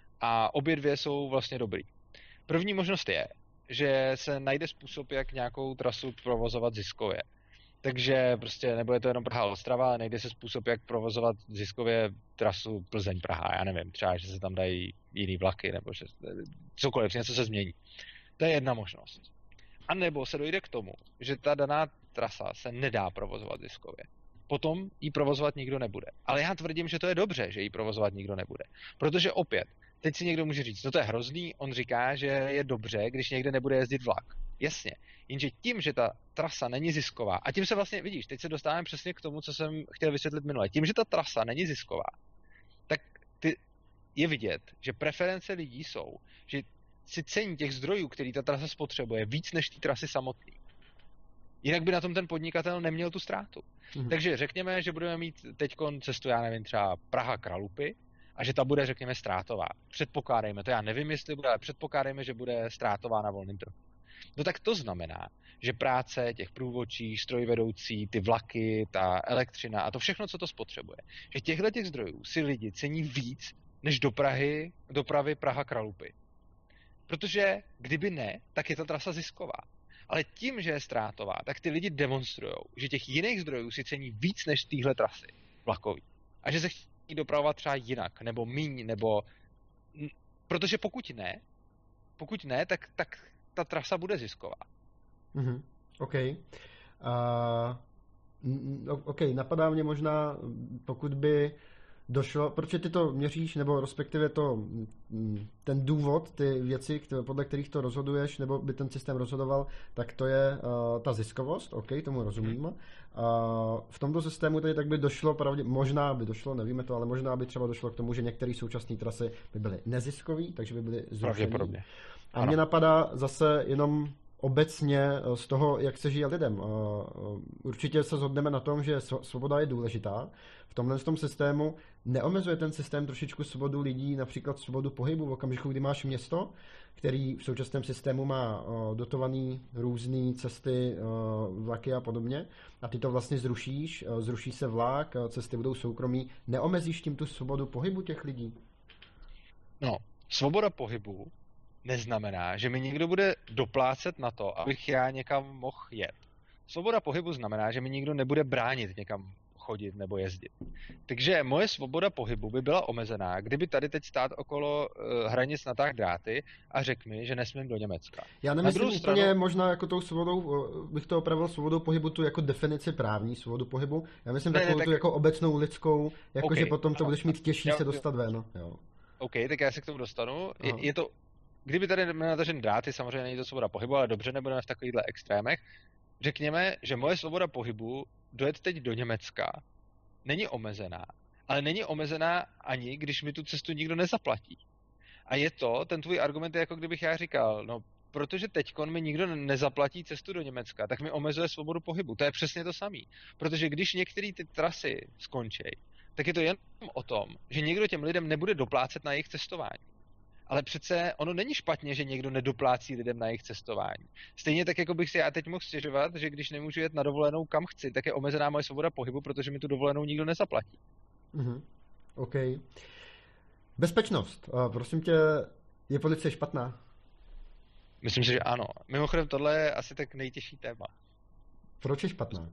A obě dvě jsou vlastně dobrý. První možnost je, že se najde způsob, jak nějakou trasu provozovat ziskově. Takže prostě nebude to jenom Praha-Ostrava, ale najde se způsob, jak provozovat ziskově trasu Plzeň-Praha. Já nevím, třeba, že se tam dají jiný vlaky, nebo že cokoliv, něco se změní. To je jedna možnost. A nebo se dojde k tomu, že ta daná trasa se nedá provozovat ziskově. Potom ji provozovat nikdo nebude. Ale já tvrdím, že to je dobře, že ji provozovat nikdo nebude. Protože opět, teď si někdo může říct, no to je hrozný, on říká, že je dobře, když někde nebude jezdit vlak. Jasně, jenže tím, že ta trasa není zisková, a tím se vlastně, vidíš, teď se dostáváme přesně k tomu, co jsem chtěl vysvětlit minule, tím, že ta trasa není zisková, tak ty, je vidět, že preference lidí jsou, že si cení těch zdrojů, který ta trasa spotřebuje, víc než ty trasy samotný. Jinak by na tom ten podnikatel neměl tu ztrátu. Mhm. Takže řekněme, že budeme mít teďkon cestu, já nevím, třeba Praha-Kralupy a že ta bude, řekněme, ztrátová. Předpokládejme, to já nevím, jestli bude, ale předpokládejme, že bude ztrátová na volném trhu. No tak to znamená, že práce těch průvodčích, strojvedoucí, ty vlaky, ta elektřina a to všechno, co to spotřebuje, že těchto těch zdrojů si lidi cení víc než do Prahy, dopravy Praha-Kralupy. Protože kdyby ne, tak je ta trasa zisková. Ale tím, že je ztrátová, tak ty lidi demonstrujou, že těch jiných zdrojů si cení víc než téhle trasy vlakový. A že se chtějí dopravovat třeba jinak, nebo míň, nebo... Protože pokud ne, pokud ne, tak, tak ta trasa bude zisková. Mhm, OK. Uh, OK, napadá mě možná, pokud by došlo, protože ty to měříš, nebo respektive to, ten důvod, ty věci, podle kterých to rozhoduješ, nebo by ten systém rozhodoval, tak to je uh, ta ziskovost, OK, tomu rozumím. Uh, v tomto systému tedy tak by došlo, pravdě, možná by došlo, nevíme to, ale možná by třeba došlo k tomu, že některé současné trasy by byly neziskový, takže by byly zrušený. A ano. Mě napadá zase jenom obecně z toho, jak se žije lidem. Určitě se shodneme na tom, že svoboda je důležitá. V tomhle tom systému neomezuje ten systém trošičku svobodu lidí, například svobodu pohybu v okamžiku, kdy máš město, který v současném systému má dotovaný různé cesty, vlaky a podobně, a ty to vlastně zrušíš, zruší se vlak, cesty budou soukromí. Neomezíš tím tu svobodu pohybu těch lidí? No, svoboda pohybu neznamená, že mi někdo bude doplácet na to, abych já někam mohl jet. Svoboda pohybu znamená, že mi nikdo nebude bránit někam chodit nebo jezdit. Takže moje svoboda pohybu by byla omezená, kdyby tady teď stát okolo uh, hranic natáhl dráty a řekl mi, že nesmím do Německa. Já nemyslím úplně stranu... možná jako tou svobodou, bych to opravil svobodou pohybu tu jako definici právní svobodu pohybu. Já myslím ne, takovou ne, tak... tu jako obecnou lidskou, jako okay, že potom to budeš mít těžší jo, se dostat ven. Jo. OK, tak já se k tomu dostanu. Je, je to Kdyby tady nebyly natažen dráty, samozřejmě není to svoboda pohybu, ale dobře, nebudeme v takovýchhle extrémech. Řekněme, že moje svoboda pohybu dojet teď do Německa není omezená, ale není omezená ani, když mi tu cestu nikdo nezaplatí. A je to, ten tvůj argument je jako kdybych já říkal, no protože teďkon mi nikdo nezaplatí cestu do Německa, tak mi omezuje svobodu pohybu. To je přesně to samé. Protože když některé ty trasy skončí, tak je to jen o tom, že někdo těm lidem nebude doplácet na jejich cestování. Ale přece ono není špatně, že někdo nedoplácí lidem na jejich cestování. Stejně tak, jako bych si já teď mohl stěžovat, že když nemůžu jet na dovolenou kam chci, tak je omezená moje svoboda pohybu, protože mi tu dovolenou nikdo nezaplatí. Mhm. OK. Bezpečnost. Uh, prosím tě, je policie špatná? Myslím si, že ano. Mimochodem, tohle je asi tak nejtěžší téma. Proč je špatná?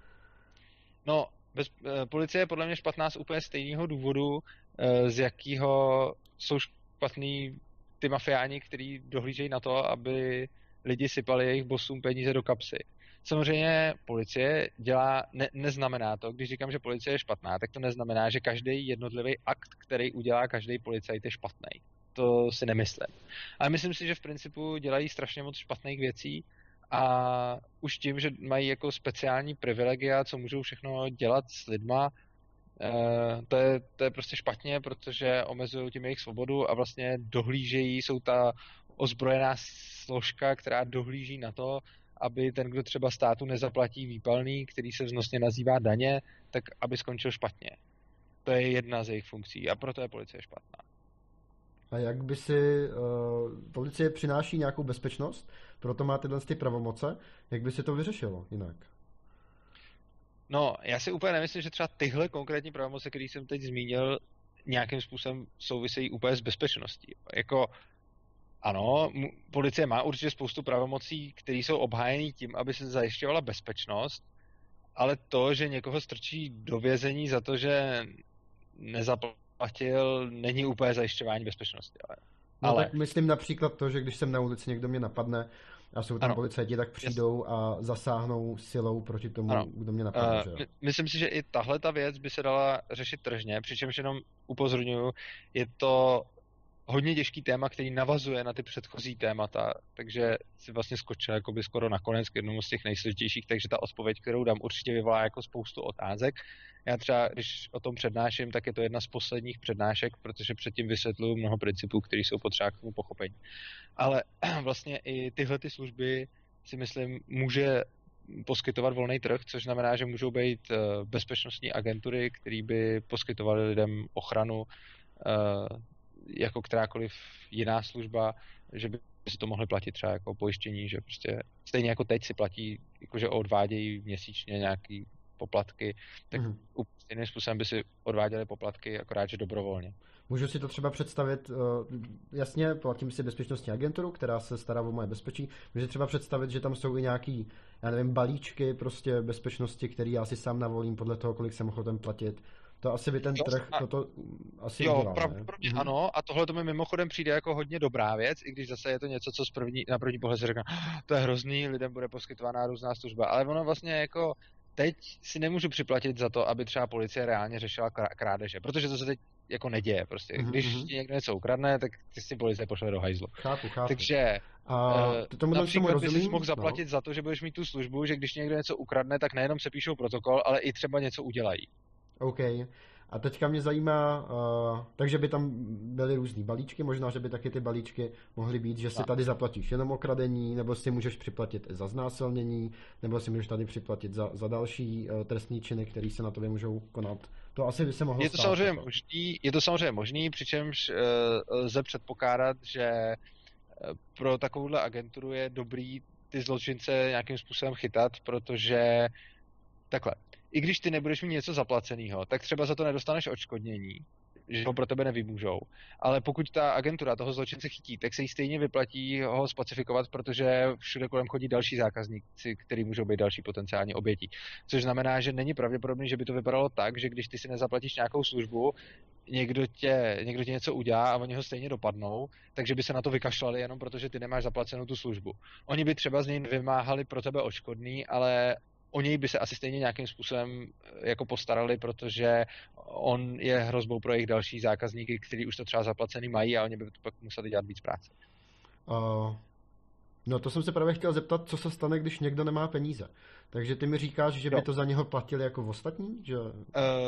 No, bez, eh, policie je podle mě špatná z úplně stejného důvodu, eh, z jakého jsou špatný ty mafiáni, kteří dohlížejí na to, aby lidi sypali jejich bossům peníze do kapsy. Samozřejmě policie dělá, ne, neznamená to, když říkám, že policie je špatná, tak to neznamená, že každý jednotlivý akt, který udělá každý policajt, je špatný. To si nemyslím. Ale myslím si, že v principu dělají strašně moc špatných věcí a už tím, že mají jako speciální privilegia, co můžou všechno dělat s lidma, Uh, to, je, to je prostě špatně, protože omezují tím jejich svobodu a vlastně dohlížejí, jsou ta ozbrojená složka, která dohlíží na to, aby ten, kdo třeba státu nezaplatí výpalný, který se vznosně nazývá daně, tak aby skončil špatně. To je jedna z jejich funkcí a proto je policie špatná. A jak by si uh, policie přináší nějakou bezpečnost, proto má tyhle ty pravomoce, jak by si to vyřešilo jinak? No, já si úplně nemyslím, že třeba tyhle konkrétní pravomoce, které jsem teď zmínil, nějakým způsobem souvisejí úplně s bezpečností. Jako, ano, policie má určitě spoustu pravomocí, které jsou obhájené tím, aby se zajišťovala bezpečnost, ale to, že někoho strčí do vězení za to, že nezaplatil, není úplně zajišťování bezpečnosti. Ale... No ale... tak myslím například to, že když jsem na ulici někdo mě napadne a jsou tam ano. policajti, tak přijdou a zasáhnou silou proti tomu, ano. kdo mě napadne. Uh, že? Myslím si, že i tahle ta věc by se dala řešit tržně, přičemž jenom upozorňuji, je to hodně těžký téma, který navazuje na ty předchozí témata, takže si vlastně skočil jakoby skoro nakonec k jednomu z těch nejsložitějších, takže ta odpověď, kterou dám, určitě vyvolá jako spoustu otázek. Já třeba, když o tom přednáším, tak je to jedna z posledních přednášek, protože předtím vysvětluju mnoho principů, které jsou potřeba k tomu pochopení. Ale vlastně i tyhle ty služby si myslím může poskytovat volný trh, což znamená, že můžou být bezpečnostní agentury, které by poskytovaly lidem ochranu jako kterákoliv jiná služba, že by si to mohli platit třeba jako pojištění, že prostě stejně jako teď si platí, jakože odvádějí měsíčně nějaký poplatky, tak mm. stejným způsobem by si odváděli poplatky, akorát, že dobrovolně. Můžu si to třeba představit, jasně, platím si bezpečnostní agenturu, která se stará o moje bezpečí. Můžu si třeba představit, že tam jsou i nějaký, já nevím, balíčky prostě bezpečnosti, který já si sám navolím podle toho, kolik jsem ochoten platit. To asi by ten jo, trh a... toto asi jo, udělal, pravděpodobně ne? ano, a tohle to mi mimochodem přijde jako hodně dobrá věc, i když zase je to něco, co z první, na první pohled se říká, to je hrozný, lidem bude poskytovaná různá služba, ale ono vlastně jako teď si nemůžu připlatit za to, aby třeba policie reálně řešila krádeže, protože to se teď jako neděje prostě. Mm-hmm. Když ti někdo něco ukradne, tak ty si policie pošle do hajzlu. Chápu, chápu. Takže a uh, například by si mohl zaplatit no. za to, že budeš mít tu službu, že když někdo něco ukradne, tak nejenom se píšou protokol, ale i třeba něco udělají. OK. A teďka mě zajímá, uh, takže by tam byly různý balíčky, možná, že by taky ty balíčky mohly být, že si no. tady zaplatíš jenom okradení, nebo si můžeš připlatit za znásilnění, nebo si můžeš tady připlatit za, za další uh, trestní činy, které se na tobě můžou konat. To asi by se mohlo je to stát. Samozřejmě možný, je to samozřejmě možný, přičemž uh, lze předpokládat, že pro takovouhle agenturu je dobrý ty zločince nějakým způsobem chytat, protože takhle. I když ty nebudeš mít něco zaplaceného, tak třeba za to nedostaneš odškodnění, že ho pro tebe nevymůžou. Ale pokud ta agentura toho zločince chytí, tak se jí stejně vyplatí ho spacifikovat, protože všude kolem chodí další zákazníci, kteří můžou být další potenciální obětí. Což znamená, že není pravděpodobné, že by to vypadalo tak, že když ty si nezaplatíš nějakou službu, někdo tě, někdo tě něco udělá a oni ho stejně dopadnou, takže by se na to vykašlali jenom protože ty nemáš zaplacenou tu službu. Oni by třeba z něj vymáhali pro tebe odškodný, ale o něj by se asi stejně nějakým způsobem jako postarali, protože on je hrozbou pro jejich další zákazníky, kteří už to třeba zaplacený mají a oni by to pak museli dělat víc práce. Uh, no to jsem se právě chtěl zeptat, co se stane, když někdo nemá peníze. Takže ty mi říkáš, že by jo. to za něho platili jako v ostatní? Že... Uh,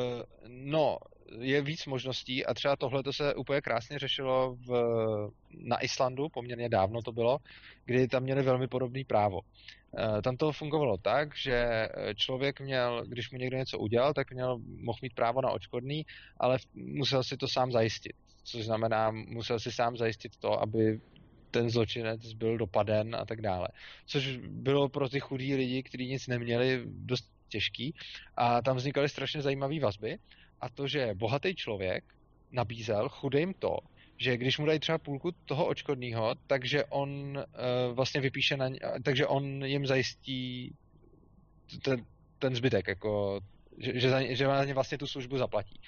no, je víc možností a třeba tohle to se úplně krásně řešilo v, na Islandu, poměrně dávno to bylo, kdy tam měli velmi podobné právo. Tam to fungovalo tak, že člověk měl, když mu někdo něco udělal, tak měl, mohl mít právo na odškodný, ale musel si to sám zajistit. Což znamená, musel si sám zajistit to, aby ten zločinec byl dopaden a tak dále. Což bylo pro ty chudí lidi, kteří nic neměli, dost těžký. A tam vznikaly strašně zajímavé vazby. A to, že bohatý člověk nabízel chudým to, že když mu dají třeba půlku toho odškodného, takže on uh, vlastně vypíše na ně, takže on jim zajistí ten, ten zbytek, jako, že, že, za, že na ně vlastně tu službu zaplatí.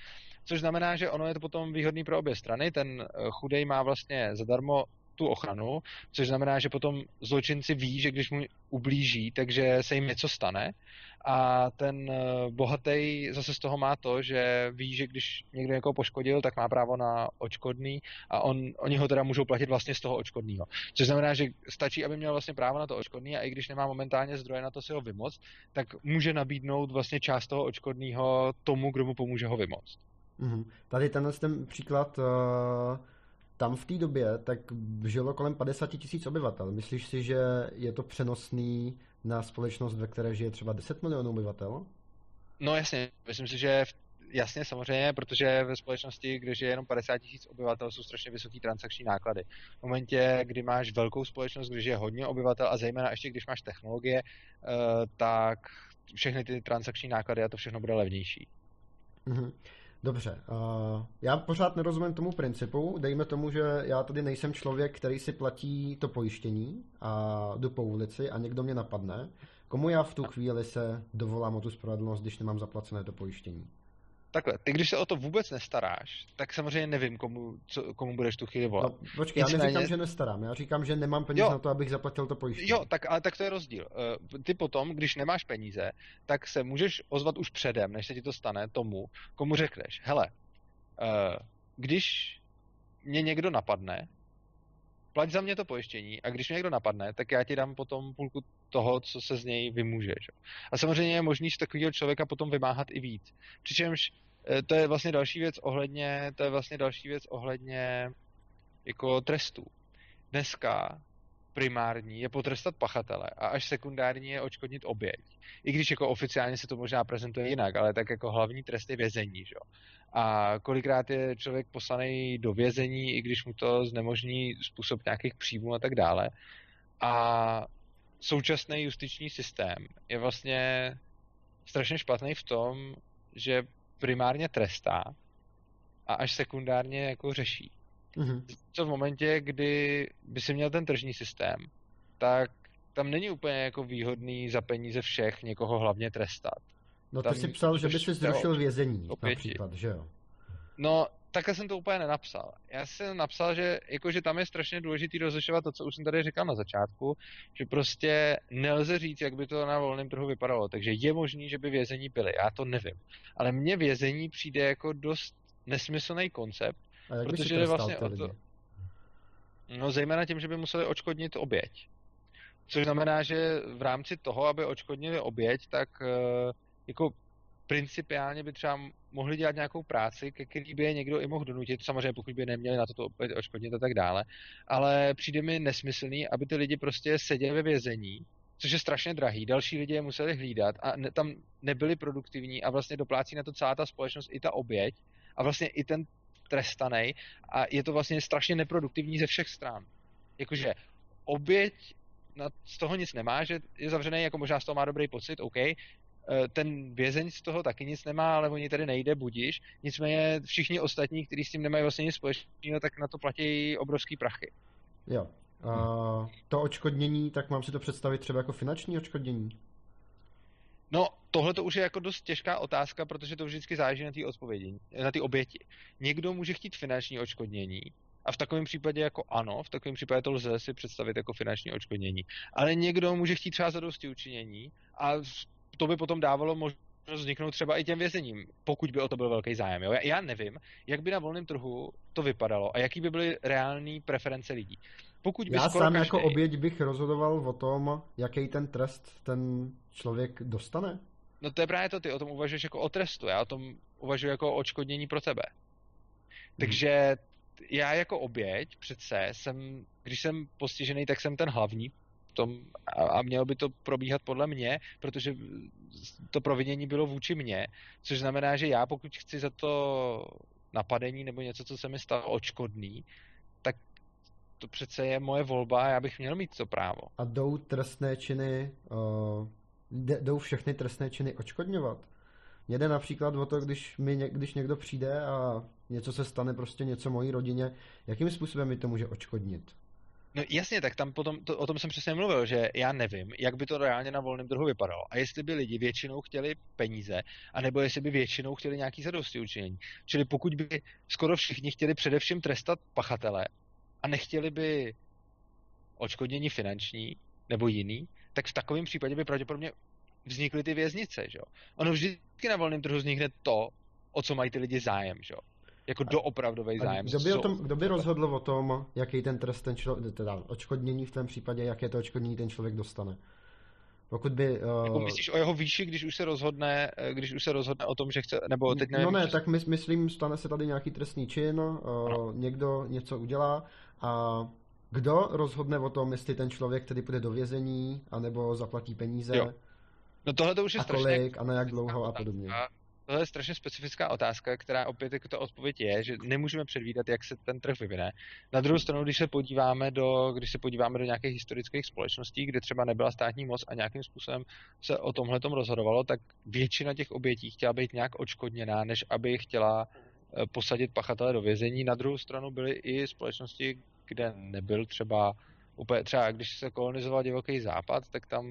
Což znamená, že ono je to potom výhodný pro obě strany, ten chudej má vlastně zadarmo tu ochranu, což znamená, že potom zločinci ví, že když mu ublíží, takže se jim něco stane a ten bohatý zase z toho má to, že ví, že když někdo někoho poškodil, tak má právo na odškodný a on, oni ho teda můžou platit vlastně z toho odškodného. Což znamená, že stačí, aby měl vlastně právo na to odškodný a i když nemá momentálně zdroje na to si ho vymoct, tak může nabídnout vlastně část toho odškodného tomu, kdo mu pomůže ho vymoct. Mm-hmm. Tady tenhle ten příklad... Uh... Tam v té době tak žilo kolem padesát tisíc obyvatel. Myslíš si, že je to přenosný na společnost, ve které žije třeba deset milionů obyvatel? No jasně, myslím si, že jasně samozřejmě, protože ve společnosti, kde žije jenom padesát tisíc obyvatel, jsou strašně vysoké transakční náklady. V momentě, kdy máš velkou společnost, kde žije hodně obyvatel a zejména ještě když máš technologie, tak všechny ty transakční náklady a to všechno bude levnější. Mhm. Dobře, uh, já pořád nerozumím tomu principu, dejme tomu, že já tady nejsem člověk, který si platí to pojištění a jdu po ulici a někdo mě napadne. Komu já v tu chvíli se dovolám o tu spravedlnost, když nemám zaplacené to pojištění? Takhle, ty když se o to vůbec nestaráš, tak samozřejmě nevím, komu, co, komu budeš tu chvíli volat. No, počkej, já neříkám, že nestarám, já říkám, že nemám peníze jo. na to, abych zaplatil to pojištění. Jo, tak, ale tak to je rozdíl. Ty potom, když nemáš peníze, tak se můžeš ozvat už předem, než se ti to stane, tomu, komu řekneš, hele, když mě někdo napadne, plať za mě to pojištění a když mě někdo napadne, tak já ti dám potom půlku toho, co se z něj vymůže. Že? A samozřejmě je možný z takového člověka potom vymáhat i víc. Přičemž to je vlastně další věc ohledně, to je vlastně další věc ohledně jako trestů. Dneska primární je potrestat pachatele a až sekundární je odškodnit oběť. I když jako oficiálně se to možná prezentuje jinak, ale tak jako hlavní trest je vězení. Že? A kolikrát je člověk poslaný do vězení, i když mu to znemožní způsob nějakých příjmů a tak dále. A současný justiční systém je vlastně strašně špatný v tom, že primárně trestá a až sekundárně jako řeší. Mm-hmm. Co v momentě, kdy by si měl ten tržní systém, tak tam není úplně jako výhodný za peníze všech někoho hlavně trestat. No ty jsi psal, že by si zrušil vězení například, že jo? No, takhle jsem to úplně nenapsal. Já jsem napsal, že, jako, že tam je strašně důležitý rozlišovat to, co už jsem tady říkal na začátku, že prostě nelze říct, jak by to na volném trhu vypadalo. Takže je možný, že by vězení byly. Já to nevím. Ale mně vězení přijde jako dost nesmyslný koncept, protože jde vlastně o to... No zejména tím, že by museli odškodnit oběť. Což znamená, že v rámci toho, aby odškodnili oběť, tak jako principiálně by třeba mohli dělat nějakou práci, ke který by je někdo i mohl donutit, samozřejmě pokud by neměli na to, to opět odškodnit a tak dále, ale přijde mi nesmyslný, aby ty lidi prostě seděli ve vězení, což je strašně drahý, další lidi je museli hlídat a ne, tam nebyli produktivní a vlastně doplácí na to celá ta společnost i ta oběť a vlastně i ten trestanej a je to vlastně strašně neproduktivní ze všech stran. Jakože oběť na, z toho nic nemá, že je zavřený, jako možná z toho má dobrý pocit, OK, ten vězeň z toho taky nic nemá, ale oni tady nejde, budíš. Nicméně všichni ostatní, kteří s tím nemají vlastně nic společného, tak na to platí obrovský prachy. Jo. A to odškodnění, tak mám si to představit třeba jako finanční odškodnění? No, tohle to už je jako dost těžká otázka, protože to vždycky záleží na té odpovědi, na ty oběti. Někdo může chtít finanční odškodnění a v takovém případě jako ano, v takovém případě to lze si představit jako finanční odškodnění. Ale někdo může chtít třeba zadosti učinění a to by potom dávalo možnost vzniknout třeba i těm vězením, pokud by o to byl velký zájem. Jo? Já, já nevím, jak by na volném trhu to vypadalo a jaký by byly reální preference lidí. Pokud by já sám každý... jako oběť bych rozhodoval o tom, jaký ten trest ten člověk dostane. No to je právě to, ty o tom uvažuješ jako o trestu, já o tom uvažuji jako o odškodnění pro tebe. Takže já jako oběť přece jsem, když jsem postižený, tak jsem ten hlavní tom, a mělo by to probíhat podle mě, protože to provinění bylo vůči mně, což znamená, že já pokud chci za to napadení nebo něco, co se mi stalo odškodný, tak to přece je moje volba a já bych měl mít to právo. A jdou trestné činy, uh, jdou všechny trestné činy odškodňovat? Mně jde například o to, když, mi, když někdo přijde a něco se stane, prostě něco mojí rodině, jakým způsobem mi to může odškodnit? No jasně, tak tam potom, to, o tom jsem přesně mluvil, že já nevím, jak by to reálně na volném trhu vypadalo. A jestli by lidi většinou chtěli peníze, anebo jestli by většinou chtěli nějaký zadostiučinění. Čili pokud by skoro všichni chtěli především trestat pachatele a nechtěli by odškodnění finanční nebo jiný, tak v takovém případě by pravděpodobně vznikly ty věznice, že jo. Ono vždycky na volném trhu vznikne to, o co mají ty lidi zájem, že jo. Jako doopravdový zájem. Kdo by, o tom, kdo by rozhodl o tom, jaký ten trest ten člověk, teda odškodnění v tom případě, jaké to odškodnění ten člověk dostane? Pokud by... Uh... Jako myslíš o jeho výši, když už se rozhodne, když už se rozhodne o tom, že chce, nebo teď nevím... No ne, tak my, myslím, stane se tady nějaký trestný čin, uh, no. Někdo něco udělá a kdo rozhodne o tom, jestli ten člověk tedy půjde do vězení, anebo zaplatí peníze? Jo. No tohle to už je a strašně... kolik, a na jak dlouho a podobně. Tohle je strašně specifická otázka, která opět jako ta odpověď je, že nemůžeme předvídat, jak se ten trh vyvine. Na druhou stranu, když se podíváme do, když se podíváme do nějakých historických společností, kde třeba nebyla státní moc a nějakým způsobem se o tomhletom rozhodovalo, tak většina těch obětí chtěla být nějak odškodněná, než aby chtěla posadit pachatele do vězení. Na druhou stranu byly i společnosti, kde nebyl třeba úplně, třeba když se kolonizoval divoký západ, tak tam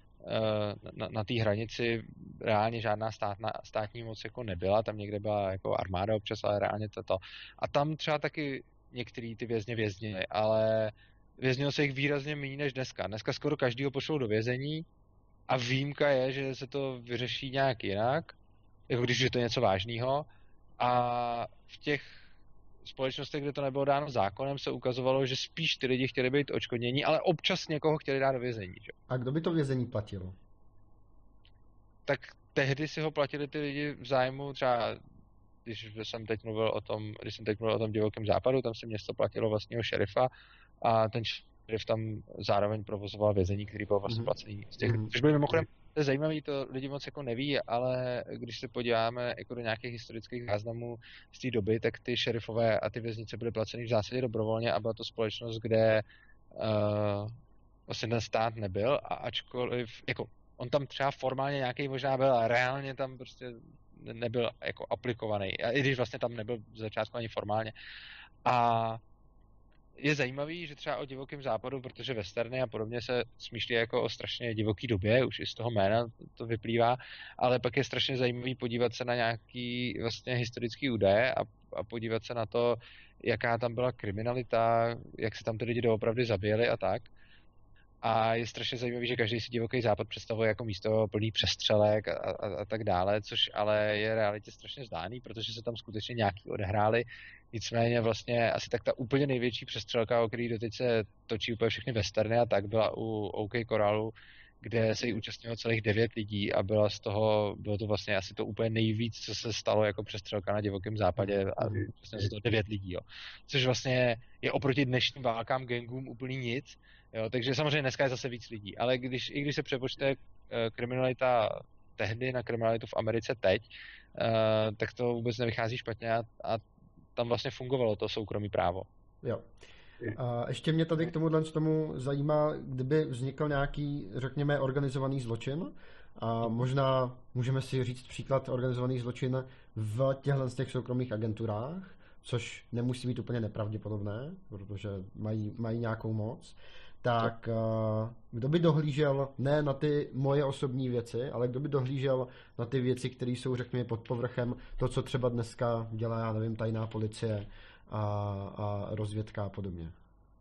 na, na té hranici reálně žádná státna, státní moc jako nebyla, tam někde byla jako armáda občas, ale reálně toto. A tam třeba taky některý ty vězně věznili, ale věznilo se jich výrazně méně než dneska. Dneska skoro každýho pošlou do vězení a výjimka je, že se to vyřeší nějak jinak, jako když je to něco vážného. A v těch společnostech, kde to nebylo dáno zákonem, se ukazovalo, že spíš ty lidi chtěli být odškodnění, ale občas někoho chtěli dát do vězení. Že? A kdo by to vězení platilo? Tak tehdy si ho platili ty lidi v zájmu, třeba když jsem teď mluvil o tom, když jsem teď mluvil o tom divokém západu, tam si město platilo vlastního šerifa a ten šerif tam zároveň provozoval vězení, který byl vlastně mm-hmm. placený z těch, což byly mimochodem, to je zajímavý, to lidi moc jako neví, ale když se podíváme jako do nějakých historických záznamů z té doby, tak ty šerifové a ty věznice byly placeny v zásadě dobrovolně a byla to společnost, kde uh, vlastně ten stát nebyl a ačkoliv, jako on tam třeba formálně nějaký možná byl, ale reálně tam prostě nebyl jako aplikovaný, a i když vlastně tam nebyl z začátku ani formálně. A je zajímavý, že třeba o divokém západu, protože westerny a podobně se smýšlí jako o strašně divoký době, už i z toho jména to vyplývá, ale pak je strašně zajímavý podívat se na nějaký vlastně historický údaje a, a podívat se na to, jaká tam byla kriminalita, jak se tam ty lidi doopravdy zabíjeli a tak. A je strašně zajímavý, že každý si divoký západ představuje jako místo plný přestřelek a, a, a tak dále, což ale je realitě strašně zdání, protože se tam skutečně nějaký odehráli. Nicméně vlastně asi tak ta úplně největší přestřelka, o který doteď se točí úplně všechny westerny a tak, byla u OK Coralu, kde se jí účastnilo celých devět lidí a byla z toho, bylo to vlastně asi to úplně nejvíc, co se stalo jako přestřelka na divokém západě a vlastně z toho devět lidí, jo. Což vlastně je oproti dnešním válkám, gangům úplně nic, jo. Takže samozřejmě dneska je zase víc lidí, ale když, i když se přepočte kriminalita tehdy na kriminalitu v Americe teď, tak to vůbec nevychází špatně a, a tam vlastně fungovalo to soukromý právo. Jo. A ještě mě tady k tomuhle tomu zajímá, kdyby vznikl nějaký, řekněme, organizovaný zločin a možná můžeme si říct příklad organizovaný zločin v těchto z těch soukromých agenturách, což nemusí být úplně nepravděpodobné, protože mají, mají nějakou moc, tak kdo by dohlížel ne na ty moje osobní věci, ale kdo by dohlížel na ty věci, které jsou, řekněme, pod povrchem, to, co třeba dneska dělá, já nevím, tajná policie a, a rozvědka a podobně.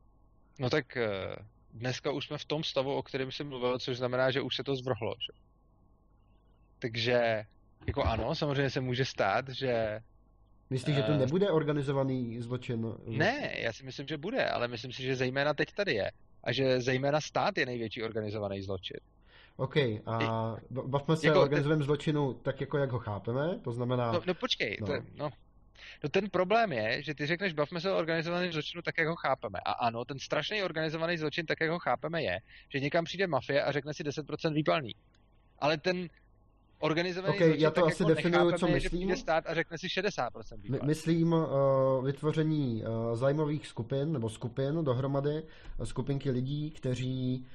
No tak dneska už jsme v tom stavu, o kterém jsem mluvil, což znamená, že už se to zvrhlo. Že? Takže jako ano, samozřejmě se může stát, že... Myslíš, že to nebude organizovaný zločin? Ne, já si myslím, že bude, ale myslím si, že zejména teď tady je. A že zejména stát je největší organizovaný zločin. OK, a bavme se jako o organizovaném ten... zločinu tak, jako jak ho chápeme, to znamená... No, no počkej, no. To, no. No ten problém je, že ty řekneš, bavme se o organizovaném zločinu tak, jak ho chápeme. A ano, ten strašný organizovaný zločin tak, jak ho chápeme, je, že někam přijde mafie a řekne si deset procent výpalný. Ale ten organizovaný okay, zločin já to tak, asi jako definuju, co je, myslím. že přijde stát a řekne si šedesát procent výpalný. My, myslím uh, vytvoření uh, zájmových skupin, nebo skupin dohromady, uh, skupinky lidí, kteří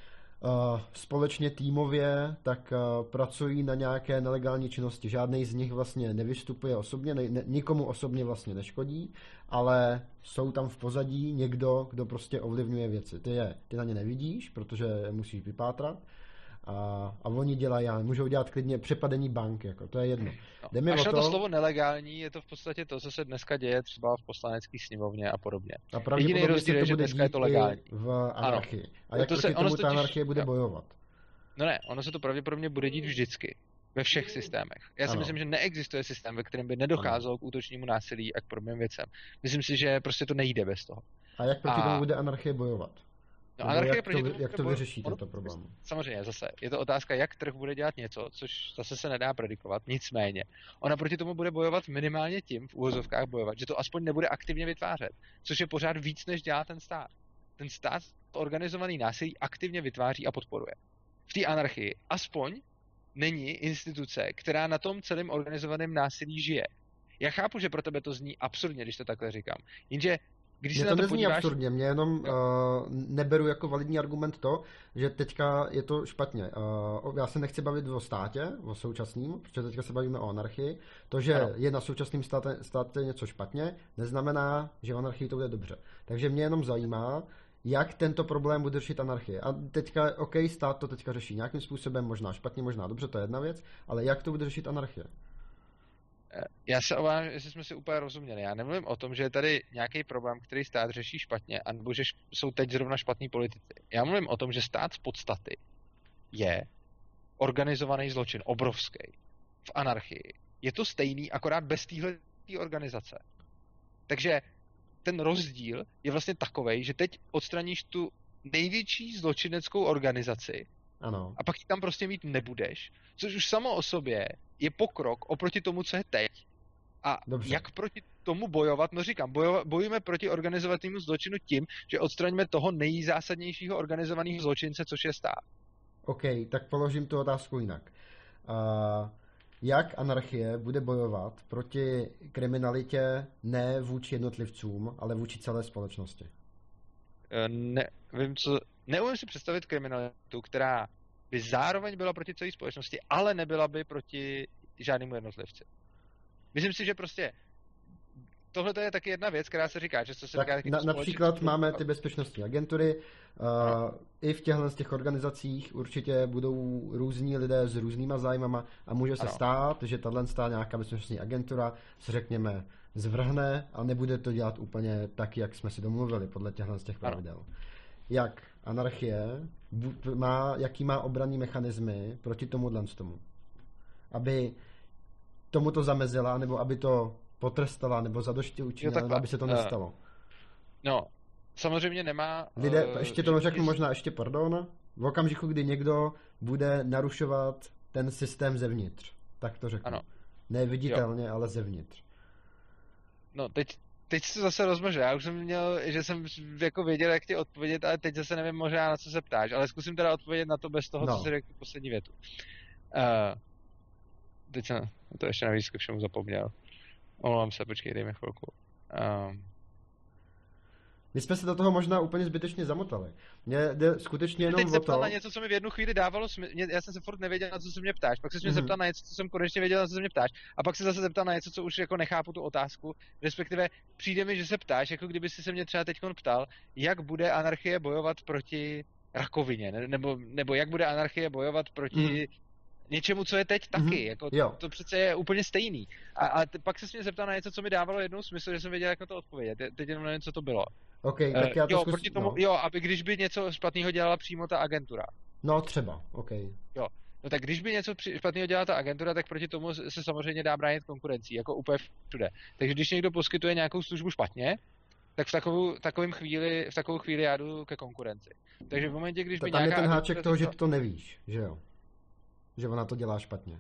uh, společně týmově, tak uh, pracují na nějaké nelegální činnosti. Žádný z nich vlastně nevystupuje osobně, ne, ne, nikomu osobně vlastně neškodí, ale jsou tam v pozadí někdo, kdo prostě ovlivňuje věci. Ty, je, ty na ně nevidíš, protože je musíš vypátrat. A, a oni dělají, můžou dělat klidně přepadení bank, jako, to je jedno. No, až na to... to slovo nelegální, je to v podstatě to, co se dneska děje třeba v poslanecké sněmovně a podobně. A jediný rozdíl je, že dneska je to legální. V anarchii. Ano. A jak to proti se, tomu ta anarchie bude no. bojovat? No ne, ono se to pravděpodobně bude dít vždycky. Ve všech systémech. Já si ano. myslím, že neexistuje systém, ve kterém by nedocházelo ano. k útočnímu násilí a k podobným věcem. Myslím si, že prostě to nejde bez toho. A jak proti a... tomu bude anarchie bojovat? No, anarchie jak, to, tomu, jak to vyřeší tento problém? Samozřejmě, zase. Je to otázka, jak trh bude dělat něco, což zase se nedá predikovat, nicméně. Ona proti tomu bude bojovat minimálně tím, v úvozovkách bojovat, že to aspoň nebude aktivně vytvářet, což je pořád víc, než dělá ten stát. Ten stát organizovaný násilí aktivně vytváří a podporuje. V té anarchii aspoň není instituce, která na tom celém organizovaném násilí žije. Já chápu, že pro tebe to zní absurdně, když to takhle říkám. Jenže když mě se to, na to nezní podíváš... absurdně, mě jenom uh, neberu jako validní argument to, že teďka je to špatně. Uh, já se nechci bavit o státě, o současným, protože teďka se bavíme o anarchii. To, že ano. je na současným státě, státě něco špatně, neznamená, že v anarchii to bude dobře. Takže mě jenom zajímá, jak tento problém bude řešit anarchie. A teďka, OK, stát to teďka řeší nějakým způsobem, možná špatně, možná dobře, to je jedna věc, ale jak to bude řešit anarchie? Já se obávám, jestli jsme si úplně rozuměli. Já nemluvím o tom, že je tady nějaký problém, který stát řeší špatně, anebo že jsou teď zrovna špatní politici. Já mluvím o tom, že stát z podstaty je organizovaný zločin, obrovský, v anarchii. Je to stejný, akorát bez téhle organizace. Takže ten rozdíl je vlastně takovej, že teď odstraníš tu největší zločineckou organizaci, ano. A pak ji tam prostě mít nebudeš, což už samo o sobě je pokrok oproti tomu, co je teď. A Dobře. jak proti tomu bojovat? No říkám, bojo, bojujeme proti organizovanému zločinu tím, že odstraníme toho nejzásadnějšího organizovaného zločince, což je stát. OK, tak položím tu otázku jinak. Uh, jak anarchie bude bojovat proti kriminalitě ne vůči jednotlivcům, ale vůči celé společnosti? Ne, vím, co... Neumím si představit kriminalitu, která by zároveň byla proti celé společnosti, ale nebyla by proti žádnému jednotlivci. Myslím si, že prostě tohle je taky jedna věc, která se říká, že co se tak říká taky na, například máme ty bezpečnostní agentury, uh, i v těchto z těch organizacích určitě budou různí lidé s různýma zájmama a může se ano. stát, že tahle nějaká bezpečnostní agentura se řekněme zvrhne a nebude to dělat úplně tak, jak jsme si domluvili podle těchto z těch pravidel. Ano. Jak anarchie má, jaký má obranný mechanismy proti tomuhle tomu. Aby tomu to zamezila, nebo aby to potrestala, nebo zadosti učinila, nebo aby se to nestalo. Uh, no, samozřejmě nemá... Lidé, uh, ještě to řeknu možná ještě, pardon, v okamžiku, kdy někdo bude narušovat ten systém zevnitř, tak to řeknu. Ano. Neviditelně, jo. ale zevnitř. No, teď Teď se zase rozmlžil. Já už jsem měl, že jsem jako věděl, jak ti odpovědět, ale teď zase nevím možná, na co se ptáš. Ale zkusím teda odpovědět na to bez toho, no. co si řekl poslední větu. Uh, teď jsem to ještě navíc ke všemu zapomněl. Omlouvám se, počkej, dej mi chvilku. Um, My jsme se do toho možná úplně zbytečně zamotali. Mně jde skutečně jenom teď o to... na něco, co mi v jednu chvíli dávalo smysl. Já jsem se furt nevěděl, na co se mě ptáš. Pak se mě mm-hmm. zeptal na něco, co jsem konečně věděl, na co se mě ptáš. A pak se zase zeptal na něco, co už jako nechápu tu otázku. Respektive přijde mi, že se ptáš, jako kdyby si se mě třeba teďkon ptal, jak bude anarchie bojovat proti rakovině, nebo, nebo jak bude anarchie bojovat proti mm-hmm. něčemu, co je teď taky. Mm-hmm. Jako to, to přece je úplně stejný. A, a t- pak se mě zeptal na něco, co mi dávalo jednou smysl, že jsem věděl, jak na to odpovědět. Teď jenom nevím, co to bylo. Okay, tak já to jo, zkus... proti tomu, no. jo, aby když by něco špatného dělala přímo ta agentura. No třeba, OK. Jo, no tak když by něco špatného dělala ta agentura, tak proti tomu se samozřejmě dá bránit konkurencí, jako úplně všude. Takže když někdo poskytuje nějakou službu špatně, tak v takovou, takovým chvíli, v takovou chvíli já jdu ke konkurenci. Takže v momentě, když by tam nějaká... Tam je ten háček toho, že ty to nevíš, že jo? Že ona to dělá špatně.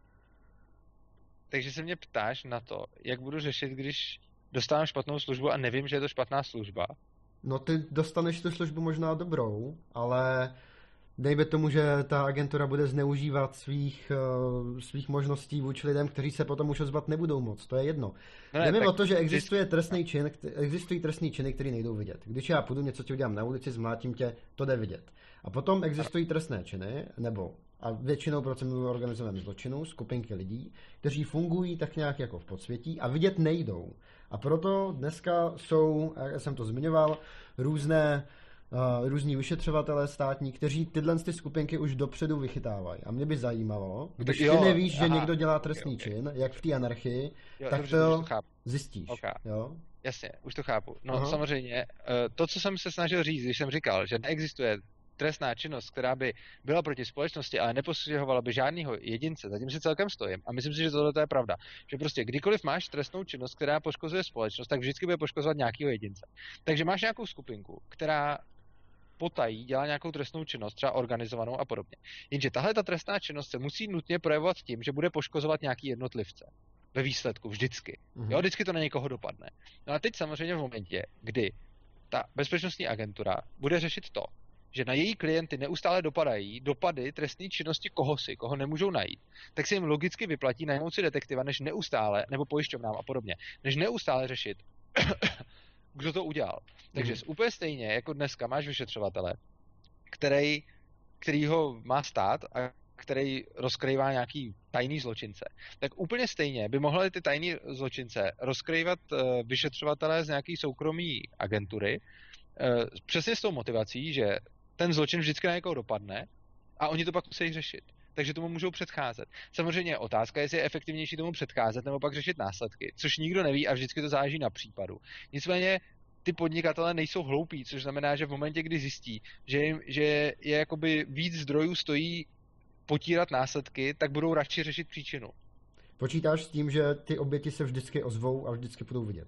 Takže se mě ptáš na to, jak budu řešit, když dostávám špatnou službu a nevím, že je to špatná služba. No ty dostaneš tu službu možná dobrou, ale dejme tomu, že ta agentura bude zneužívat svých, uh, svých možností vůči lidem, kteří se potom už ozvat nebudou moc. To je jedno. No ne, Jde o to, že existuje trestný čin, existují trestný činy, které nejdou vidět. Když já půjdu, něco ti udělám na ulici, zmlátím tě, to jde vidět. A potom existují trestné činy, nebo a většinou procentů organizovaných zločinů, skupinky lidí, kteří fungují tak nějak jako v podsvětí a vidět nejdou. A proto dneska jsou, jak jsem to zmiňoval, různé Uh, různí vyšetřovatelé státní, kteří tyhle ty skupinky už dopředu vychytávají. A mě by zajímalo, když jo, ty nevíš, aha, že někdo dělá trestný okay, čin, jak v té anarchii, jo, tak dobře, to, to zjistíš. Okay. Jo? Jasně, už to chápu. No Aha. samozřejmě, to, co jsem se snažil říct, když jsem říkal, že neexistuje trestná činnost, která by byla proti společnosti, ale nepostihovala by žádného jedince, zatím si celkem stojím. A myslím si, že tohle je pravda. Že prostě kdykoliv máš trestnou činnost, která poškozuje společnost, tak vždycky bude poškozovat nějakého jedince. Takže máš nějakou skupinku, která potají, dělá nějakou trestnou činnost, třeba organizovanou a podobně. Jenže tahle ta trestná činnost se musí nutně projevovat tím, že bude poškozovat nějaký jednotlivce. Ve výsledku, vždycky. Mm-hmm. Jo, vždycky to na někoho dopadne. No a teď samozřejmě v momentě, kdy ta bezpečnostní agentura bude řešit to, že na její klienty neustále dopadají dopady trestné činnosti koho si, koho nemůžou najít, tak se jim logicky vyplatí najmout si detektiva, než neustále, nebo pojišťovnám a podobně, než neustále řešit, kdo to udělal. Takže mm. úplně stejně, jako dneska máš vyšetřovatele, který, který ho má stát a který rozkrývá nějaký tajný zločince, tak úplně stejně by mohly ty tajný zločince rozkrývat uh, vyšetřovatelé z nějaký soukromý agentury, uh, přesně s tou motivací, že ten zločin vždycky na někoho dopadne a oni to pak musí řešit. Takže tomu můžou předcházet. Samozřejmě je otázka, jestli je efektivnější tomu předcházet nebo pak řešit následky, což nikdo neví a vždycky to záleží na případu. Nicméně ty podnikatelé nejsou hloupí, což znamená, že v momentě, kdy zjistí, že, jim, že je jakoby víc zdrojů stojí potírat následky, tak budou radši řešit příčinu. Počítáš s tím, že ty oběti se vždycky ozvou a vždycky budou vidět?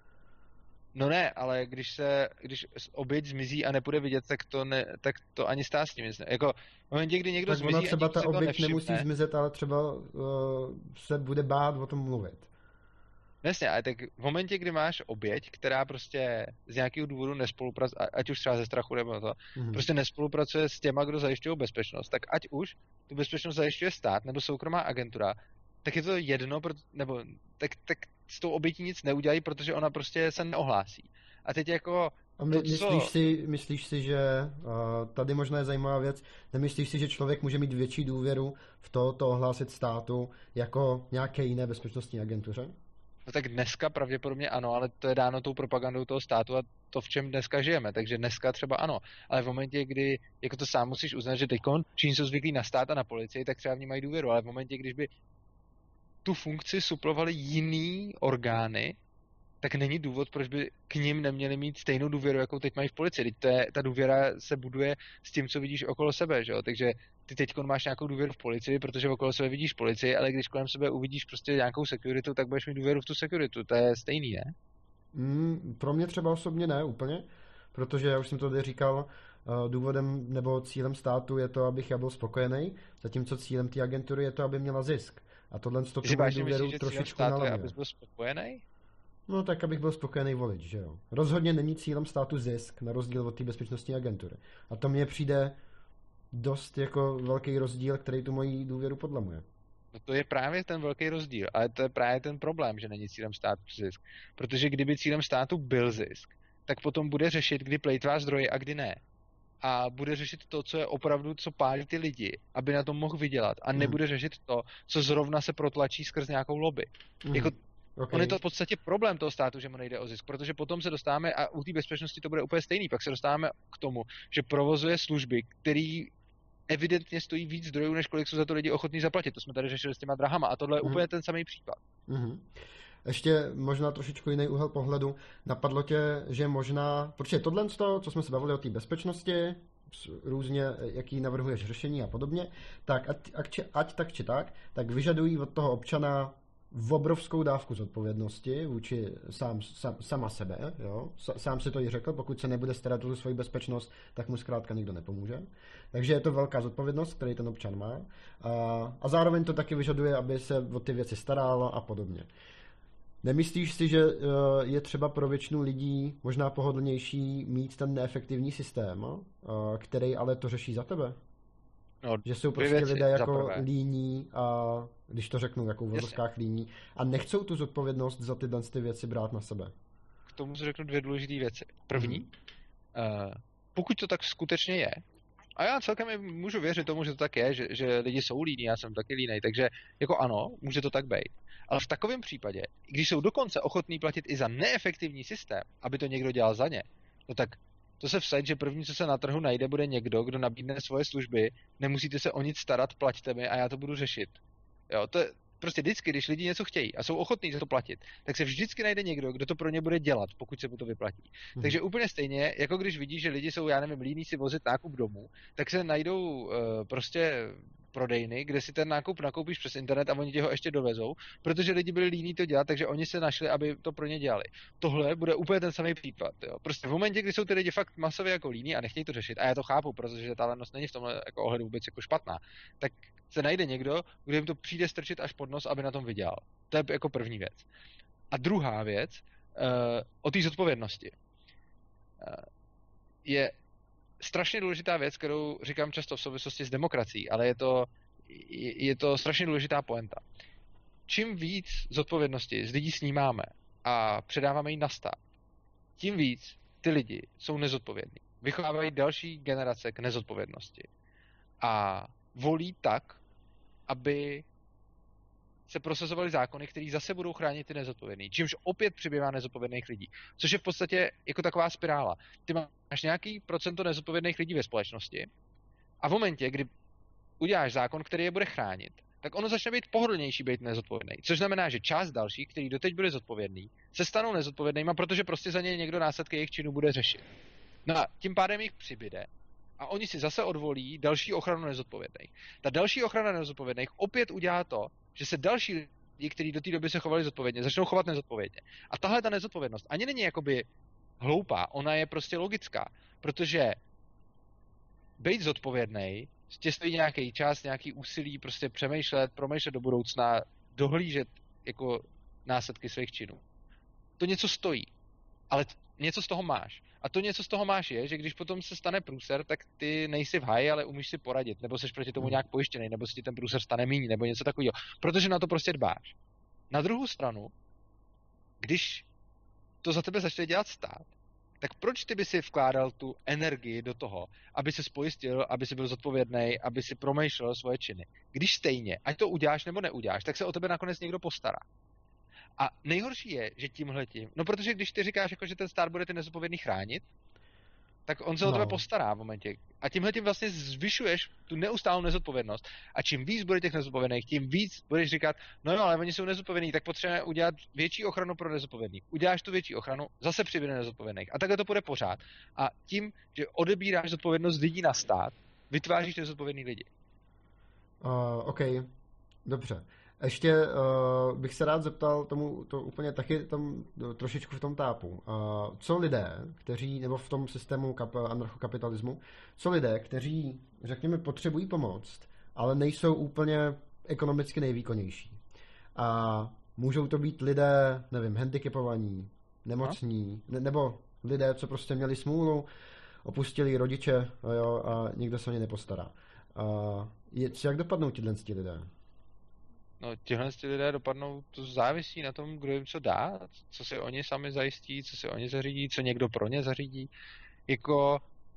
No ne, ale když se, když oběť zmizí a nepůjde vidět, tak to, ne, tak to ani stát s tím nic ne. Jako v momentě, kdy někdo tak zmizí ona třeba a ta oběť nemusí zmizet, ale třeba uh, se bude bát o tom mluvit. Jasně, ale tak v momentě, kdy máš oběť, která prostě z nějakého důvodu nespolupracuje, ať už třeba ze strachu nebo to, mm-hmm. prostě nespolupracuje s těma, kdo zajišťují bezpečnost, tak ať už tu bezpečnost zajišťuje stát nebo soukromá agentura, tak je to jedno, nebo tak, tak s tou obětí nic neudělají, protože ona prostě se neohlásí. A teď jako... A my, to, myslíš, co... si, myslíš si, že uh, tady možná je zajímavá věc, nemyslíš si, že člověk může mít větší důvěru v to, to ohlásit státu jako nějaké jiné bezpečnostní agentuře? No tak dneska pravděpodobně ano, ale to je dáno tou propagandou toho státu a to, v čem dneska žijeme. Takže dneska třeba ano. Ale v momentě, kdy jako to sám musíš uznat, že teďkon všichni jsou zvyklí na stát a na policii, tak třeba v ní mají důvěru. Ale v momentě, když by tu funkci suplovaly jiný orgány, tak není důvod, proč by k nim neměli mít stejnou důvěru, jakou teď mají v policii. Teď to je, ta důvěra se buduje s tím, co vidíš okolo sebe, že jo? Takže ty teď máš nějakou důvěru v policii, protože okolo sebe vidíš policii, ale když kolem sebe uvidíš prostě nějakou sekuritu, tak budeš mít důvěru v tu sekuritu. To je stejný, ne? Mm, pro mě třeba osobně ne úplně, protože já už jsem to tady říkal, důvodem nebo cílem státu je to, abych já byl spokojený, zatímco cílem té agentury je to, aby měla zisk. A tohle z toho důvěru myslí, trošičku nalamuje. Abys byl spokojený? No tak, abych byl spokojený volič, že jo. Rozhodně není cílem státu zisk, na rozdíl od té bezpečnostní agentury. A to mně přijde dost jako velký rozdíl, který tu moji důvěru podlamuje. No to je právě ten velký rozdíl, ale to je právě ten problém, že není cílem státu zisk. Protože kdyby cílem státu byl zisk, tak potom bude řešit, kdy plejtvá zdroje a kdy ne. A bude řešit to, co je opravdu, co pálí ty lidi, aby na tom mohl vydělat. A nebude řešit to, co zrovna se protlačí skrz nějakou lobby. Mm. Jako Okay. On je to v podstatě problém toho státu, že mu nejde o zisk, protože potom se dostáváme, a u té bezpečnosti to bude úplně stejný, pak se dostáváme k tomu, že provozuje služby, který evidentně stojí víc zdrojů, než kolik jsou za to lidi ochotní zaplatit. To jsme tady řešili s těma drahama a tohle je mm. úplně ten samý případ. Mm-hmm. Ještě možná trošičku jiný úhel pohledu. Napadlo tě, že možná, protože tohle, co jsme se bavili o té bezpečnosti, různě, jaký navrhuješ řešení a podobně, tak ať, ať, ať tak či tak, tak vyžadují od toho občana v obrovskou dávku zodpovědnosti vůči sám, sám, sama sebe, jo? Sám si to i řekl, pokud se nebude starat o svoji bezpečnost, tak mu zkrátka nikdo nepomůže. Takže je to velká zodpovědnost, který ten občan má. A, a zároveň to taky vyžaduje, aby se o ty věci staral a podobně. Nemyslíš si, že je třeba pro většinu lidí možná pohodlnější mít ten neefektivní systém, který ale to řeší za tebe? No, že jsou prostě věci, lidé jako líní a když to řeknu, jako v vozovkách líní a nechcou tu zodpovědnost za tyhle ty věci brát na sebe. K tomu řeknu dvě důležité věci. První, mm. uh, pokud to tak skutečně je, A já celkem můžu věřit tomu, že to tak je, že, že lidi jsou líní, já jsem taky línej, takže jako ano, může to tak být. Ale v takovém případě, když jsou dokonce ochotní platit i za neefektivní systém, aby to někdo dělal za ně, no tak to se vsaď, že první, co se na trhu najde, bude někdo, kdo nabídne svoje služby, nemusíte se o nic starat, plaťte mi a já to budu řešit. Jo, to je prostě vždycky, když lidi něco chtějí a jsou ochotní za to platit, tak se vždycky najde někdo, kdo to pro ně bude dělat, pokud se mu to vyplatí. Hmm. Takže úplně stejně, jako když vidí, že lidi jsou, já nevím, líní si vozit nákup domů, tak se najdou uh, prostě prodejny, kde si ten nákup nakoupíš přes internet a oni ti ho ještě dovezou, protože lidi byli líní to dělat, takže oni se našli, aby to pro ně dělali. Tohle bude úplně ten samý případ. Jo. Prostě v momentě, kdy jsou ty lidi fakt masově jako líní a nechtějí to řešit, a já to chápu, protože ta lenost není v tomhle jako ohledu vůbec jako špatná, tak se najde někdo, kdo jim to přijde strčit až pod nos, aby na tom vydělal. To je jako první věc. A druhá věc, uh, o té zodpovědnosti. Uh, je strašně důležitá věc, kterou říkám často v souvislosti s demokracií, ale je to, je, je to strašně důležitá poenta. Čím víc zodpovědnosti z lidí snímáme a předáváme ji na stát, tím víc ty lidi jsou nezodpovědní. Vychovávají další generace k nezodpovědnosti. A volí tak, aby se prosazovaly zákony, které zase budou chránit ty nezodpovědný. Čímž opět přibývá nezodpovědných lidí. Což je v podstatě jako taková spirála. Ty máš nějaký procento nezodpovědných lidí ve společnosti a v momentě, kdy uděláš zákon, který je bude chránit, tak ono začne být pohodlnější být nezodpovědný. Což znamená, že část dalších, který doteď byli zodpovědní, se stanou nezodpovědnými, protože prostě za ně někdo následky jejich činů bude řešit. No a tím pádem jich přibyde a oni si zase odvolí další ochranu nezodpovědných. Ta další ochrana nezodpovědných opět udělá to, že se další lidi, kteří do té doby se chovali zodpovědně, začnou chovat nezodpovědně. A tahle ta nezodpovědnost ani není jakoby hloupá, ona je prostě logická, protože být zodpovědnej tě stojí nějaký čas, nějaký úsilí, prostě přemýšlet, promýšlet do budoucna, dohlížet jako následky svých činů. To něco stojí, ale něco z toho máš. A to něco z toho máš je, že když potom se stane průser, tak ty nejsi v háji, ale umíš si poradit, nebo seš proti tomu nějak pojištěný, nebo si ti ten průser stane míň, nebo něco takového. Protože na to prostě dbáš. Na druhou stranu, když to za tebe začne dělat stát, tak proč ty by si vkládal tu energii do toho, aby se spojistil, aby si byl zodpovědný, aby si promýšlel svoje činy? Když stejně, ať to uděláš nebo neuděláš, tak se o tebe nakonec někdo postará. A nejhorší je, že tímhletím, no protože když ty říkáš, jako, že ten stát bude ty nezodpovědný chránit, tak on se no. o tebe postará v momentě. A tímhletím vlastně zvyšuješ tu neustálou nezodpovědnost. A čím víc bude těch nezodpovědných, tím víc budeš říkat, no jo, ale oni jsou nezodpovědní, tak potřebujeme udělat větší ochranu pro nezodpovědný. Uděláš tu větší ochranu, zase přibude nezodpovědných. A takhle to půjde pořád. A tím, že odebíráš zodpovědnost lidí na stát, vytváříš nezodpovědný lidi. Uh, OK, dobře. Ještě uh, bych se rád zeptal tomu, to úplně taky tam trošičku v tom tápu. Uh, co lidé, kteří, nebo v tom systému kap, anarchokapitalismu, co lidé, kteří, řekněme, potřebují pomoc, ale nejsou úplně ekonomicky nejvýkonnější. A můžou to být lidé, nevím, handicapovaní, nemocní, ne, nebo lidé, co prostě měli smůlu, opustili rodiče, jo, a nikdo se o ně nepostará. Uh, je, jak dopadnou tyhle lidé? No, tihle lidé dopadnou, to závisí na tom, kdo jim co dá, co si oni sami zajistí, co si oni zařídí, co někdo pro ně zařídí. Jako,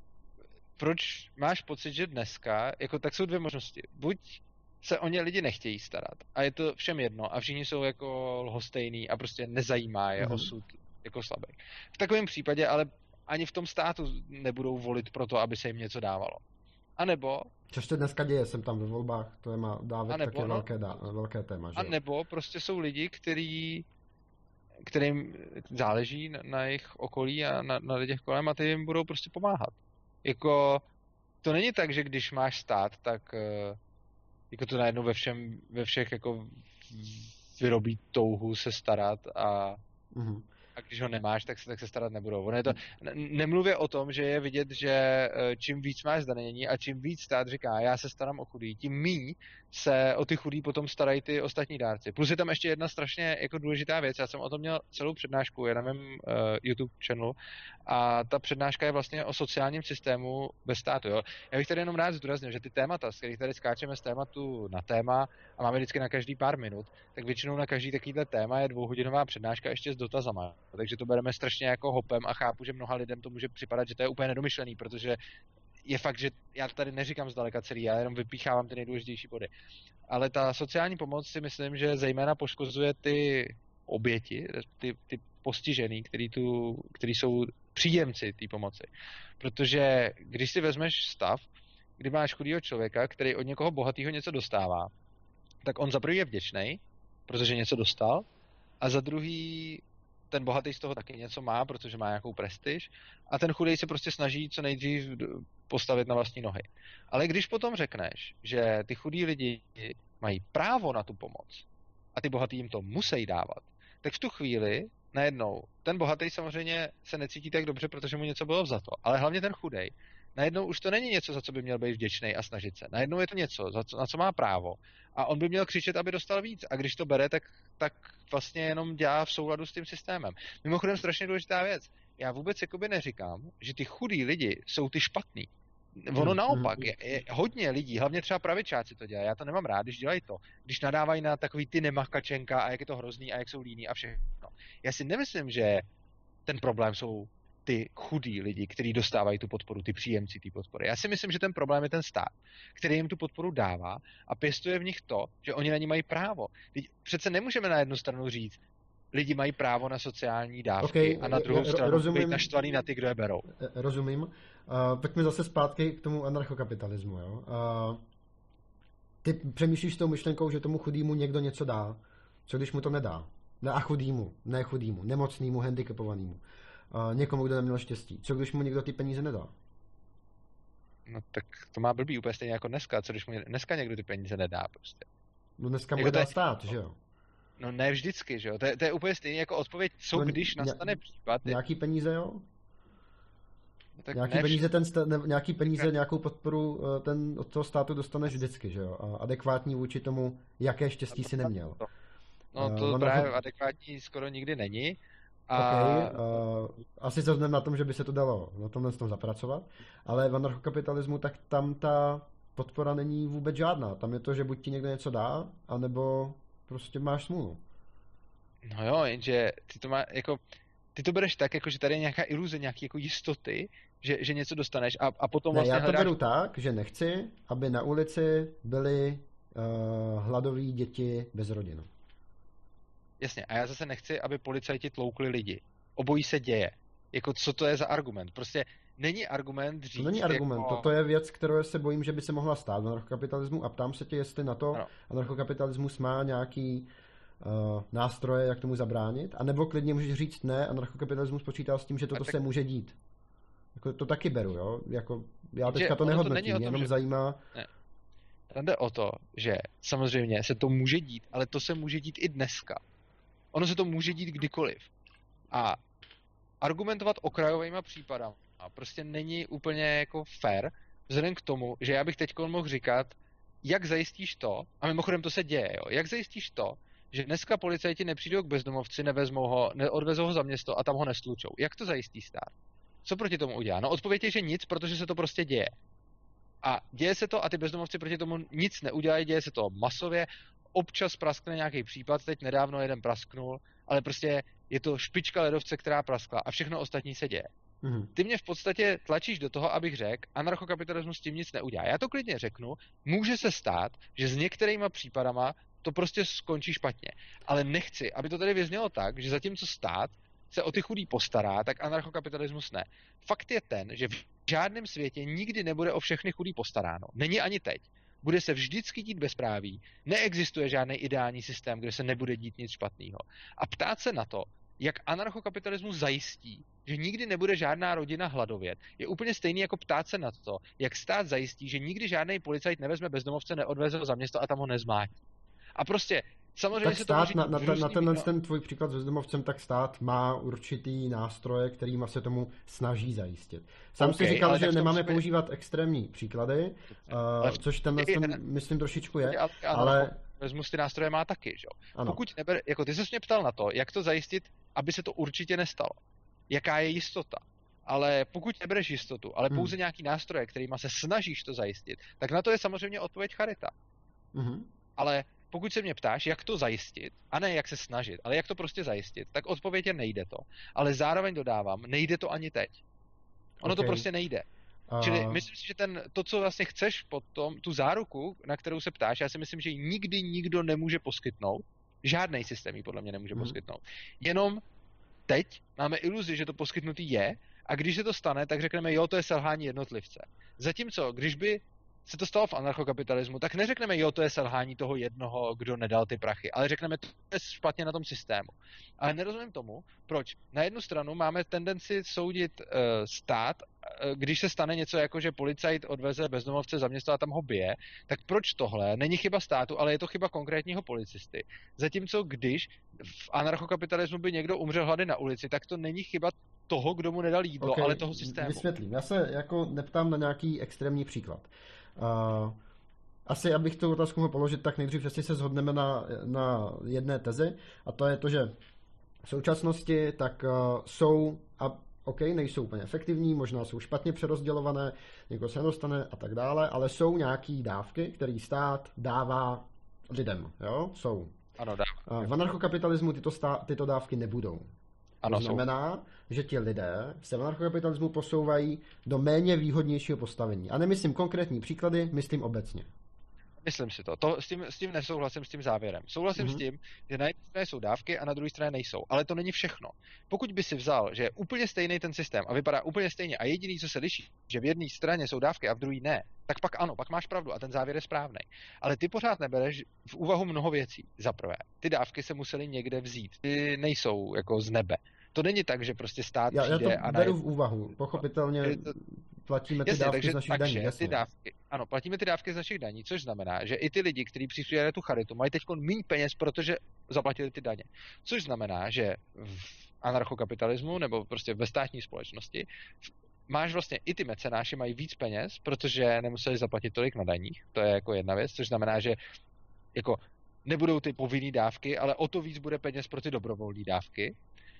proč máš pocit, že dneska, jako tak jsou dvě možnosti. Buď se o ně lidi nechtějí starat a je to všem jedno a všichni jsou jako lhostejný a prostě nezajímá je mm. osud jako slabý. V takovém případě ale ani v tom státu nebudou volit pro to, aby se jim něco dávalo. A nebo... Což se dneska děje, jsem tam ve volbách, to je má dávek taky no, velké, dá, velké téma. Že? A nebo prostě jsou lidi, který, kterým záleží na, na jejich okolí a na, na lidech kolem a ty jim budou prostě pomáhat. Jako, to není tak, že když máš stát, tak jako to najednou ve všem, ve všech jako vyrobí touhu se starat a mm-hmm. a když ho nemáš, tak se, tak se starat nebudou. Ono je to, nemluvě o tom, že je vidět, že čím víc máš zdanění a čím víc stát říká, já se starám o chudý, tím míň se o ty chudý potom starají ty ostatní dárci. Plus je tam ještě jedna strašně jako důležitá věc. Já jsem o tom měl celou přednášku je na mém uh, YouTube channelu a ta přednáška je vlastně o sociálním systému bez státu. Jo? Já bych tady jenom rád zdůraznil, že ty témata, z kterých tady skáčeme z tématu na téma a máme vždycky na každý pár minut, tak většinou na každý takovýhle téma je dvouhodinová přednáška ještě s dotazama. Takže to bereme strašně jako hopem a chápu, že mnoha lidem to může připadat, že to je úplně nedomyšlený, protože je fakt, že já tady neříkám zdaleka celý, já jenom vypíchávám ty nejdůležitější body. Ale ta sociální pomoc si myslím, že zejména poškozuje ty oběti, ty, ty postižený, který, tu, který jsou příjemci té pomoci. Protože když si vezmeš stav, kdy máš chudýho člověka, který od někoho bohatého něco dostává, tak on za prvý je vděčnej, protože něco dostal, a za druhý ten bohatý z toho taky něco má, protože má nějakou prestiž, a ten chudej se prostě snaží co nejdřív postavit na vlastní nohy. Ale když potom řekneš, že ty chudí lidi mají právo na tu pomoc a ty bohatý jim to musí dávat, tak v tu chvíli najednou ten bohatý samozřejmě se necítí tak dobře, protože mu něco bylo vzato, ale hlavně ten chudej. Najednou už to není něco, za co by měl být vděčný a snažit se. Najednou je to něco, za co, na co má právo. A on by měl křičet, aby dostal víc. A když to bere, tak, tak vlastně jenom dělá v souladu s tím systémem. Mimochodem strašně důležitá věc. Já vůbec jakoby neříkám, že ty chudí lidi jsou ty špatný. Ono naopak, je, je hodně lidí, hlavně třeba pravičáci to dělají, já to nemám rád, když dělají to, když nadávají na takový ty nemakačenka a jak je to hrozný a jak jsou líní a všechno. Já si nemyslím, že ten problém jsou ty chudí lidi, kteří dostávají tu podporu, ty příjemci té podpory. Já si myslím, že ten problém je ten stát, který jim tu podporu dává a pěstuje v nich to, že oni na ní mají právo. Teď přece nemůžeme na jednu stranu říct, lidi mají právo na sociální dávky okay, a na druhou ro- stranu rozumím, být naštvaný na ty, kdo je berou. Rozumím. Uh, pojďme zase zpátky k tomu anarchokapitalismu. Jo? Uh, ty přemýšlíš s tou myšlenkou, že tomu chudýmu někdo něco dá. Co když mu to nedá? Ne a chudýmu, ne chudýmu, nemocnýmu, handicapovanému. Uh, někomu, kdo neměl štěstí. Co když mu někdo ty peníze nedá? No tak to má blbý úplně stejně jako dneska. Co když mu dneska někdo ty peníze nedá prostě? No dneska mu dá stát, že jo? No ne vždycky, že jo? To je, to je úplně stejně jako odpověď, co no, když nastane případ. Nějaký peníze, jo? No, tak nějaký, peníze, ten sta, ne, nějaký peníze, nějakou podporu ten od toho státu dostaneš vždycky, že jo? A adekvátní vůči tomu, jaké štěstí si neměl. No to uh, právě to... adekvátní skoro nikdy není. A... Okay, uh, asi se shodneme na tom, že by se to dalo na tomhle tom zapracovat, ale v anarchokapitalismu tak tam ta podpora není vůbec žádná. Tam je to, že buď ti někdo něco dá, anebo prostě máš smůlu. No jo, jenže ty to má, jako, ty to bereš tak, jako, že tady je nějaká iluze, nějaký jako jistoty, že, že něco dostaneš a, a potom ne, vlastně já to hledáš... beru tak, že nechci, aby na ulici byly uh, hladoví děti bez rodiny. Jasně, a já zase nechci, aby policajti tloukli lidi. Obojí se děje. Jako, co to je za argument? Prostě není argument říct... To není argument, jako... toto je věc, kterou se bojím, že by se mohla stát v anarchokapitalismu a ptám se tě, jestli na to ano. Anarchokapitalismus má nějaký uh, nástroje, jak tomu zabránit, anebo klidně můžeš říct ne, anarchokapitalismus počítá s tím, že toto tak... se může dít. Jako, to taky beru, jo? Jako, já teďka to nehodnotím, mě jenom že... zajímá... Ne. Tam jde o to, že samozřejmě se to může dít, ale to se může dít i dneska. Ono se to může dít kdykoliv. A argumentovat okrajovými případami prostě není úplně jako fair, vzhledem k tomu, že já bych teď mohl říkat, jak zajistíš to, a mimochodem to se děje, jo, jak zajistíš to, že dneska policajti nepřijdou k bezdomovci, nevezmou ho, neodvezou ho za město a tam ho nestlučou. Jak to zajistí stát? Co proti tomu udělá? No odpověď je, že nic, protože se to prostě děje. A děje se to a ty bezdomovci proti tomu nic neudělají, děje se to masově, občas praskne nějaký případ, teď nedávno jeden prasknul, ale prostě je to špička ledovce, která praskla a všechno ostatní se děje. Mm-hmm. Ty mě v podstatě tlačíš do toho, abych řekl, anarchokapitalismus s tím nic neudělá. Já to klidně řeknu, může se stát, že s některýma případama to prostě skončí špatně. Ale nechci, aby to tady vyznělo tak, že zatímco stát se o ty chudý postará, tak anarchokapitalismus ne. Fakt je ten, že v žádném světě nikdy nebude o všechny chudý postaráno. Není ani teď. Bude se vždycky dít bezpráví, neexistuje žádný ideální systém, kde se nebude dít nic špatného. A ptát se na to, jak anarchokapitalismus zajistí, že nikdy nebude žádná rodina hladovět, je úplně stejný jako ptát se na to, jak stát zajistí, že nikdy žádný policajt nevezme bezdomovce, neodveze ho za město a tam ho nezmátí. A prostě samozřejmě tak se stát to na, na, ten, na tenhle ten tvůj příklad s bezdomovcem, tak stát má určitý nástroje, kterýma se tomu snaží zajistit. Sám okay, si říkal, že nemáme musíme... používat extrémní příklady, uh, což tenhle ten, myslím, trošičku je, ale... ale... Vezmus ty nástroje má taky, že jo. Pokud neber, jako ty jsi mě ptal na to, jak to zajistit, aby se to určitě nestalo. Jaká je jistota. Ale pokud nebereš jistotu, ale hmm. pouze nějaký nástroje, kterýma se snažíš to zajistit, tak na to je samozřejmě odpověď charita. Hmm. Ale pokud se mě ptáš, jak to zajistit, a ne jak se snažit, ale jak to prostě zajistit, tak odpověď je nejde to. Ale zároveň dodávám, nejde to ani teď. Ono okay. to prostě nejde. Čili myslím si, že ten, to, co vlastně chceš potom, tu záruku, na kterou se ptáš, já si myslím, že ji nikdy nikdo nemůže poskytnout. Žádný systém ji podle mě nemůže mm. poskytnout. Jenom teď máme iluzi, že to poskytnutý je, a když se to stane, tak řekneme, jo, to je selhání jednotlivce. Zatímco, když by se to stalo v anarchokapitalismu, tak neřekneme, jo, to je selhání toho jednoho, kdo nedal ty prachy, ale řekneme, to je špatně na tom systému. Ale nerozumím tomu, proč na jednu stranu máme tendenci soudit uh, stát, uh, když se stane něco jako, že policajt odveze bezdomovce za město a tam ho bije, tak proč tohle? Není chyba státu, ale je to chyba konkrétního policisty. Zatímco když v anarchokapitalismu by někdo umřel hlady na ulici, tak to není chyba toho, kdo mu nedal jídlo, okay, ale toho systému. Vysvětlím. Já se jako neptám na nějaký extrémní příklad. Uh, asi, abych tu otázku mohl položit, tak nejdřív přesně se shodneme na, na jedné tezi, a to je to, že v současnosti tak uh, jsou, a OK, nejsou úplně efektivní, možná jsou špatně přerozdělované, někoho se nedostane a tak dále, ale jsou nějaký dávky, které stát dává lidem, jo? Jsou. Ano, dává. Uh, v anarchokapitalismu tyto, stá, tyto dávky nebudou. Ano, to znamená, jsou. že ti lidé se v anarchokapitalismu posouvají do méně výhodnějšího postavení. A nemyslím konkrétní příklady, myslím obecně. Myslím si to. to s, tím, s tím nesouhlasím, s tím závěrem. Souhlasím mm-hmm. s tím, že na jedné straně jsou dávky a na druhé straně nejsou. Ale to není všechno. Pokud by si vzal, že je úplně stejný ten systém a vypadá úplně stejně a jediný, co se liší, že v jedné straně jsou dávky a v druhé ne, tak pak ano, pak máš pravdu a ten závěr je správný. Ale ty pořád nebereš v úvahu mnoho věcí. Za prvé, ty dávky se musely někde vzít. Ty nejsou jako z nebe. To není tak, že prostě stát já, přijde já to a beru v úvahu. Pochopitelně platíme ty jasně, dávky takže, z našich takže daní. Ty dávky, ano, platíme ty dávky z našich daní, což znamená, že i ty lidi, kteří přispívají na tu charitu, mají teď méně peněz, protože zaplatili ty daně. Což znamená, že v anarchokapitalismu nebo prostě ve státní společnosti máš vlastně i ty mecenáši mají víc peněz, protože nemuseli zaplatit tolik na daních. To je jako jedna věc, což znamená, že jako nebudou ty povinné dávky, ale o to víc bude peněz pro ty dobrovolné dávky.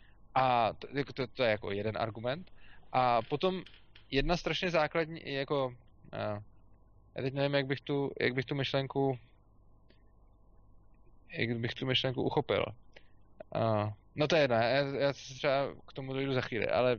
A to, to, to je jako jeden argument. A potom jedna strašně základní, jako, já teď nevím, jak bych tu, jak bych tu myšlenku, jak bych tu myšlenku uchopil. No to je jedno, já, já třeba k tomu dojdu za chvíli, ale...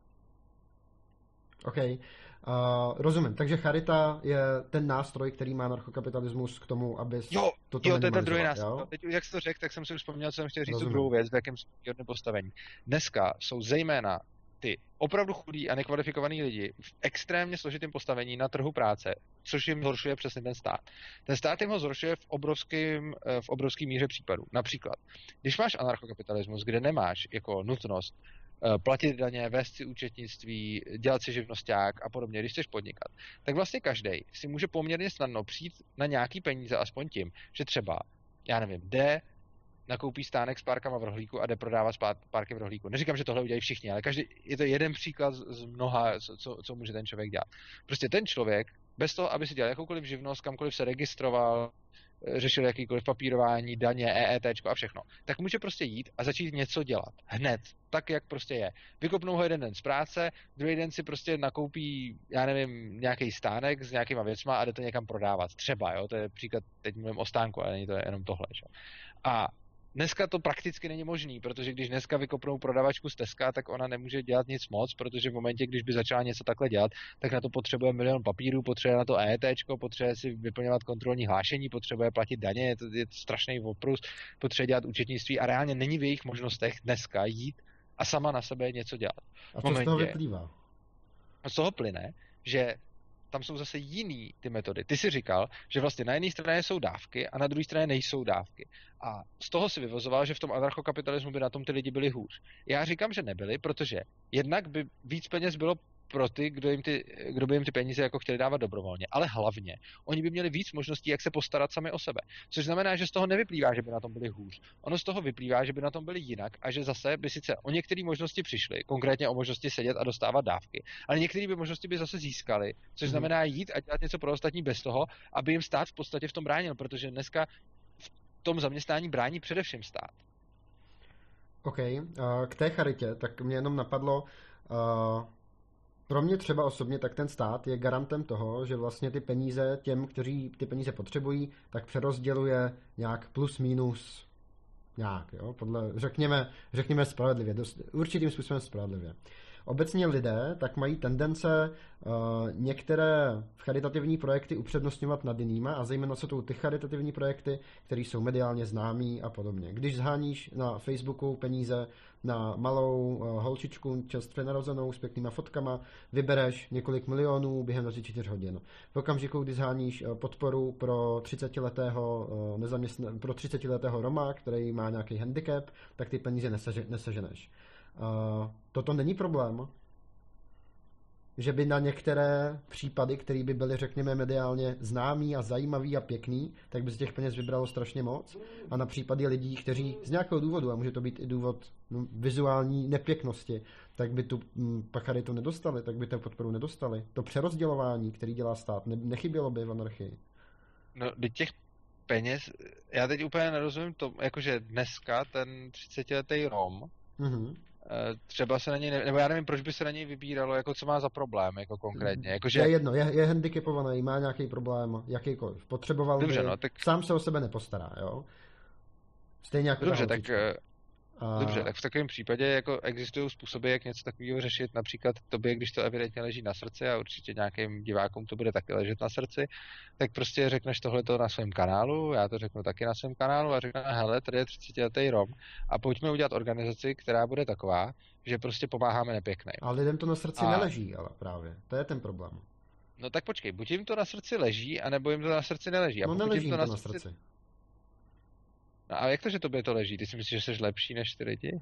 OK, uh, rozumím. Takže charita je ten nástroj, který má anarchokapitalismus k tomu, aby jo, toto jo, to je ten druhý nástroj. nástroj. Teď, jak jsi to řekl, tak jsem si už vzpomněl, co jsem chtěl říct rozumím. tu druhou věc, v jakém jsou postavení. Dneska jsou zejména ty opravdu chudí a nekvalifikovaní lidi v extrémně složitém postavení na trhu práce, což jim zhoršuje přesně ten stát. Ten stát jim ho zhoršuje v obrovském, v obrovském míře případů. Například, když máš anarchokapitalismus, kde nemáš jako nutnost platit daně, vést si účetnictví, dělat si živnosťák a podobně, když chceš podnikat, tak vlastně každý si může poměrně snadno přijít na nějaký peníze, aspoň tím, že třeba, já nevím, jde, nakoupí stánek s párkama v rohlíku a jde prodávat párky v rohlíku. Neříkám, že tohle udělají všichni, ale každý, je to jeden příklad z mnoha, co, co může ten člověk dělat. Prostě ten člověk, bez toho, aby si dělal jakoukoliv živnost, kamkoliv se registroval, řešil jakýkoliv papírování, daně, EETčko a všechno, tak může prostě jít a začít něco dělat. Hned. Tak, jak prostě je. Vykopnou ho jeden den z práce, druhý den si prostě nakoupí, já nevím, nějaký stánek s nějakýma věcma a jde to někam prodávat. Třeba, jo, to je příklad, teď mluvím o stánku, ale není to jenom tohle, jo. A dneska to prakticky není možný, protože když dneska vykopnou prodavačku z Teska, tak ona nemůže dělat nic moc, protože v momentě, když by začala něco takhle dělat, tak na to potřebuje milion papírů, potřebuje na to EETčko, potřebuje si vyplňovat kontrolní hlášení, potřebuje platit daně, je to, je to strašný oprus, potřebuje dělat účetnictví a reálně není v jejich možnostech dneska jít a sama na sebe něco dělat. A co momentě, z toho vyplývá? Z toho plyne, že tam jsou zase jiný ty metody. Ty jsi říkal, že vlastně na jedné straně jsou dávky a na druhé straně nejsou dávky. A z toho si vyvozoval, že v tom anarchokapitalismu by na tom ty lidi byli hůř. Já říkám, že nebyli, protože jednak by víc peněz bylo pro ty, kdo, jim ty, kdo by jim ty peníze jako chtěli dávat dobrovolně. Ale hlavně, oni by měli víc možností, jak se postarat sami o sebe. Což znamená, že z toho nevyplývá, že by na tom byli hůř. Ono z toho vyplývá, že by na tom byli jinak a že zase by sice o některé možnosti přišli, konkrétně o možnosti sedět a dostávat dávky, ale některé by možnosti by zase získali, což znamená jít a dělat něco pro ostatní bez toho, aby jim stát v podstatě v tom bránil, protože dneska v tom zaměstnání brání především stát. OK, k té charitě, tak mě jenom napadlo, uh... pro mě třeba osobně, tak ten stát je garantem toho, že vlastně ty peníze těm, kteří ty peníze potřebují, tak přerozděluje nějak plus minus nějak, jo, podle, řekněme, řekněme spravedlivě, dost, určitým způsobem spravedlivě. obecně lidé tak mají tendence uh, některé charitativní projekty upřednostňovat nad jinýma a zejména jsou to ty charitativní projekty, které jsou mediálně známý a podobně. Když zháníš na Facebooku peníze na malou uh, holčičku čerstvě narozenou s pěknýma fotkama, vybereš několik milionů během dvaceti čtyř hodin. V okamžiku, kdy zháníš uh, podporu pro třicetiletého uh, nezaměstna- pro třicetiletého Roma, který má nějaký handicap, tak ty peníze neseže- neseženeš. Uh, toto není problém, že by na některé případy, které by byly, řekněme, mediálně známý a zajímavý a pěkný, tak by z těch peněz vybralo strašně moc. A na případy lidí, kteří z nějakého důvodu, a může to být i důvod no, vizuální nepěknosti, tak by tu hm, pacharitu nedostali, tak by tu podporu nedostali. To přerozdělování, který dělá stát, ne- nechybělo by v anarchii. No, do těch peněz, já teď úplně nerozumím to, jakože dneska ten třicetiletý Rom, Mhm. třeba se na něj, ne, nebo já nevím, proč by se na něj vybíralo, jako co má za problém, jako konkrétně. Jako, že... Je jedno, je, je handicapovaný, má nějaký problém, jakýkoliv. Potřeboval Dobře, by, no, tak... sám se o sebe nepostará, jo? Stejně jako Dobře, tak, a... dobře, tak v takovém případě jako existují způsoby, jak něco takového řešit, například tobě, když to evidentně leží na srdci a určitě nějakým divákům to bude taky ležet na srdci, tak prostě řekneš tohleto na svém kanálu, já to řeknu taky na svém kanálu a řeknu, hele, tady je třicetiletý Rom a pojďme udělat organizaci, která bude taková, že prostě pomáháme nepěkným. A lidem to na srdci a... neleží, ale právě, to je ten problém. No tak počkej, buď jim to na srdci leží, anebo jim to na srdci neleží. A no neleží jim to na, na srdci. srdci. No a jak to, že tobě to leží? Ty si myslíš, že jsi lepší než ty lidi?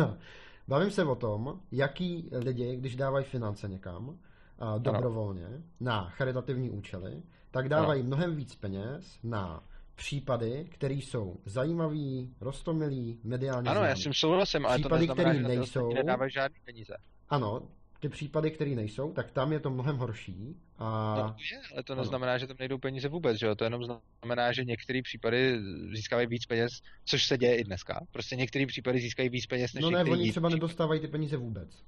Bavím se o tom, jaký lidi, když dávají finance někam a dobrovolně ano. na charitativní účely, tak dávají ano. mnohem víc peněz na případy, které jsou zajímavý, roztomilý, mediálně Ano, známý. já s tím souhlasím, ale případy, to neznamená, které že nejsou, nedávají žádný peníze. Ano, ty případy, které nejsou, tak tam je to mnohem horší. A... No to je, ale to neznamená, ano. že tam nejdou peníze vůbec, že jo? To jenom znamená, že některé případy získávají víc peněz, což se děje i dneska. Prostě některé případy získají víc peněz než No ne, oni třeba případy. nedostávají ty peníze vůbec.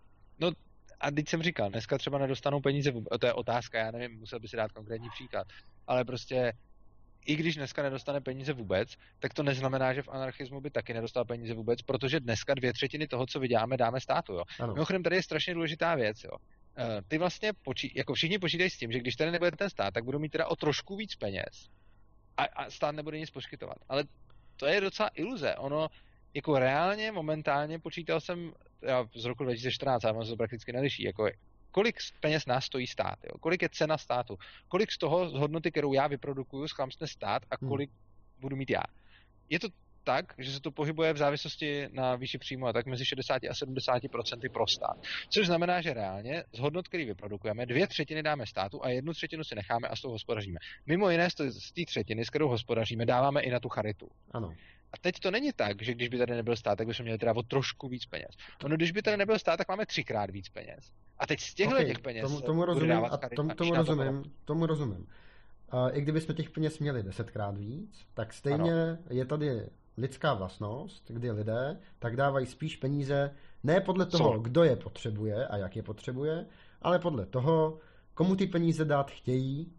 No a teď jsem říkal, dneska třeba nedostanou peníze vůbec, to je otázka, já nevím, musel by si dát konkrétní příklad, ale prostě i když dneska nedostane peníze vůbec, tak to neznamená, že v anarchismu by taky nedostal peníze vůbec, protože dneska dvě třetiny toho, co vyděláme, dáme státu. Jo. Mimochodem, tady je strašně důležitá věc. Jo. Ty vlastně, počí, jako všichni počítají s tím, že když tady nebude ten stát, tak budou mít teda o trošku víc peněz a, a stát nebude nic poskytovat. Ale to je docela iluze. Ono, jako reálně, momentálně, počítal jsem, já z roku dva tisíce čtrnáct, a ono se to prakticky neliší, jako kolik peněz nás stojí stát, jo? Kolik je cena státu, kolik z toho z hodnoty, kterou já vyprodukuju, schlámsne stát a kolik hmm. budu mít já. Je to tak, že se to pohybuje v závislosti na výši příjmu a tak mezi šedesát a sedmdesát procent pro stát. Což znamená, že reálně z hodnot, který vyprodukujeme, dvě třetiny dáme státu a jednu třetinu si necháme a z toho hospodaříme. Mimo jiné z té třetiny, s kterou hospodaříme, dáváme i na tu charitu. Ano. A teď to není tak, že když by tady nebyl stát, tak bychom měli teda o trošku víc peněz. Ono, když by tady nebyl stát, tak máme třikrát víc peněz. A teď z těchto okay, těch peněz tomu, tomu rozumím, a tomu, tomu rozumím, tomu rozumím. Uh, I kdybychom těch peněz měli desetkrát víc, tak stejně ano. je tady lidská vlastnost, kdy lidé tak dávají spíš peníze ne podle toho, Co? kdo je potřebuje a jak je potřebuje, ale podle toho, komu ty peníze dát chtějí.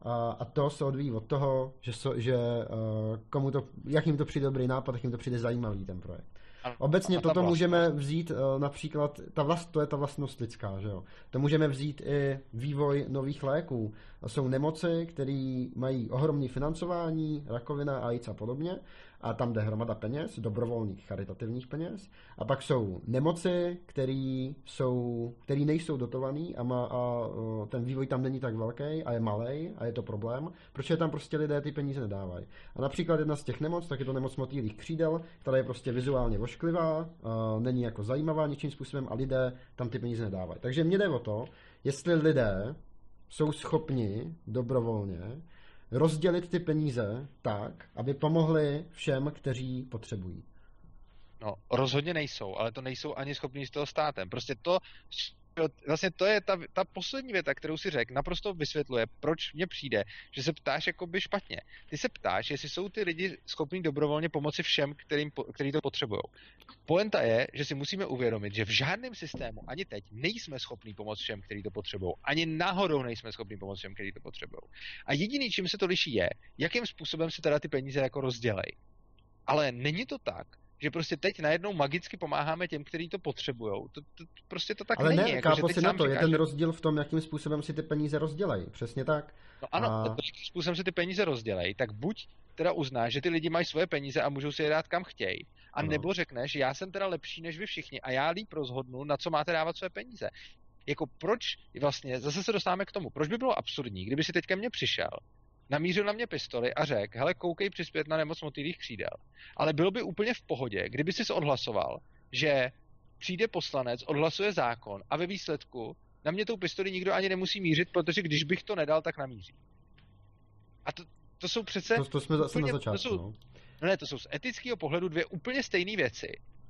A to se odvíjí od toho, že, so, že uh, komu to, jak jim to přijde dobrý nápad, jak jim to přijde zajímavý ten projekt. Obecně toto můžeme vzít uh, například, ta vlast, to je ta vlastnost lidská, že jo. To můžeme vzít i vývoj nových léků. Jsou nemoci, které mají ohromné financování, rakovina, AIDS a podobně, a tam jde hromada peněz, dobrovolných charitativních peněz. A pak jsou nemoci, které jsou, který nejsou dotovaný a, má, a uh, ten vývoj tam není tak velký a je malej a je to problém, protože tam prostě lidé ty peníze nedávají. A například jedna z těch nemoc, tak je to nemoc motýlých křídel, která je prostě vizuálně ošklivá, uh, není jako zajímavá ničím způsobem a lidé tam ty peníze nedávají. Takže mě jde o to, jestli lidé jsou schopni dobrovolně rozdělit ty peníze tak, aby pomohli všem, kteří potřebují. No, rozhodně nejsou, ale to nejsou ani schopní z toho státem. Prostě to, vlastně to je ta, ta poslední věta, kterou si řekl, naprosto vysvětluje, proč mně přijde, že se ptáš jakoby špatně. Ty se ptáš, jestli jsou ty lidi schopní dobrovolně pomoci všem, kterým, který to potřebují. Poenta je, že si musíme uvědomit, že v žádném systému ani teď nejsme schopní pomoct všem, kteří to potřebují. Ani náhodou nejsme schopní pomoct všem, kteří to potřebují. A jediný, čím se to liší, je, jakým způsobem se teda ty peníze jako rozdělej. Ale není to tak, že prostě teď najednou magicky pomáháme těm, kteří to potřebujou. To, to, prostě to tak Ale není. ne, Jako, kápo si na to, říkáš, je ten že... rozdíl v tom, jakým způsobem si ty peníze rozdělají. Přesně tak. No ano, a... jakým způsobem si ty peníze rozdělají, tak buď teda uznáš, že ty lidi mají svoje peníze a můžou si je dát kam chtějí, a ano. nebo řekneš, já jsem teda lepší než vy všichni a já líp rozhodnu, na co máte dávat své peníze. Jako proč vlastně, zase se dostáváme k tomu, proč by bylo absurdní, kdyby si teď ke mně přišel, namířil na mě pistoli a řekl, hele, koukej přispět na nemoc motýlých křídel. Ale bylo by úplně v pohodě, kdyby jsi odhlasoval, že přijde poslanec, odhlasuje zákon a ve výsledku na mě tou pistoli nikdo ani nemusí mířit, protože když bych to nedal, tak namíří. A to, to jsou přece... To, to jsme zase úplně, na začátku, to jsou, no. No ne, to jsou z etického pohledu dvě úplně stejné věci.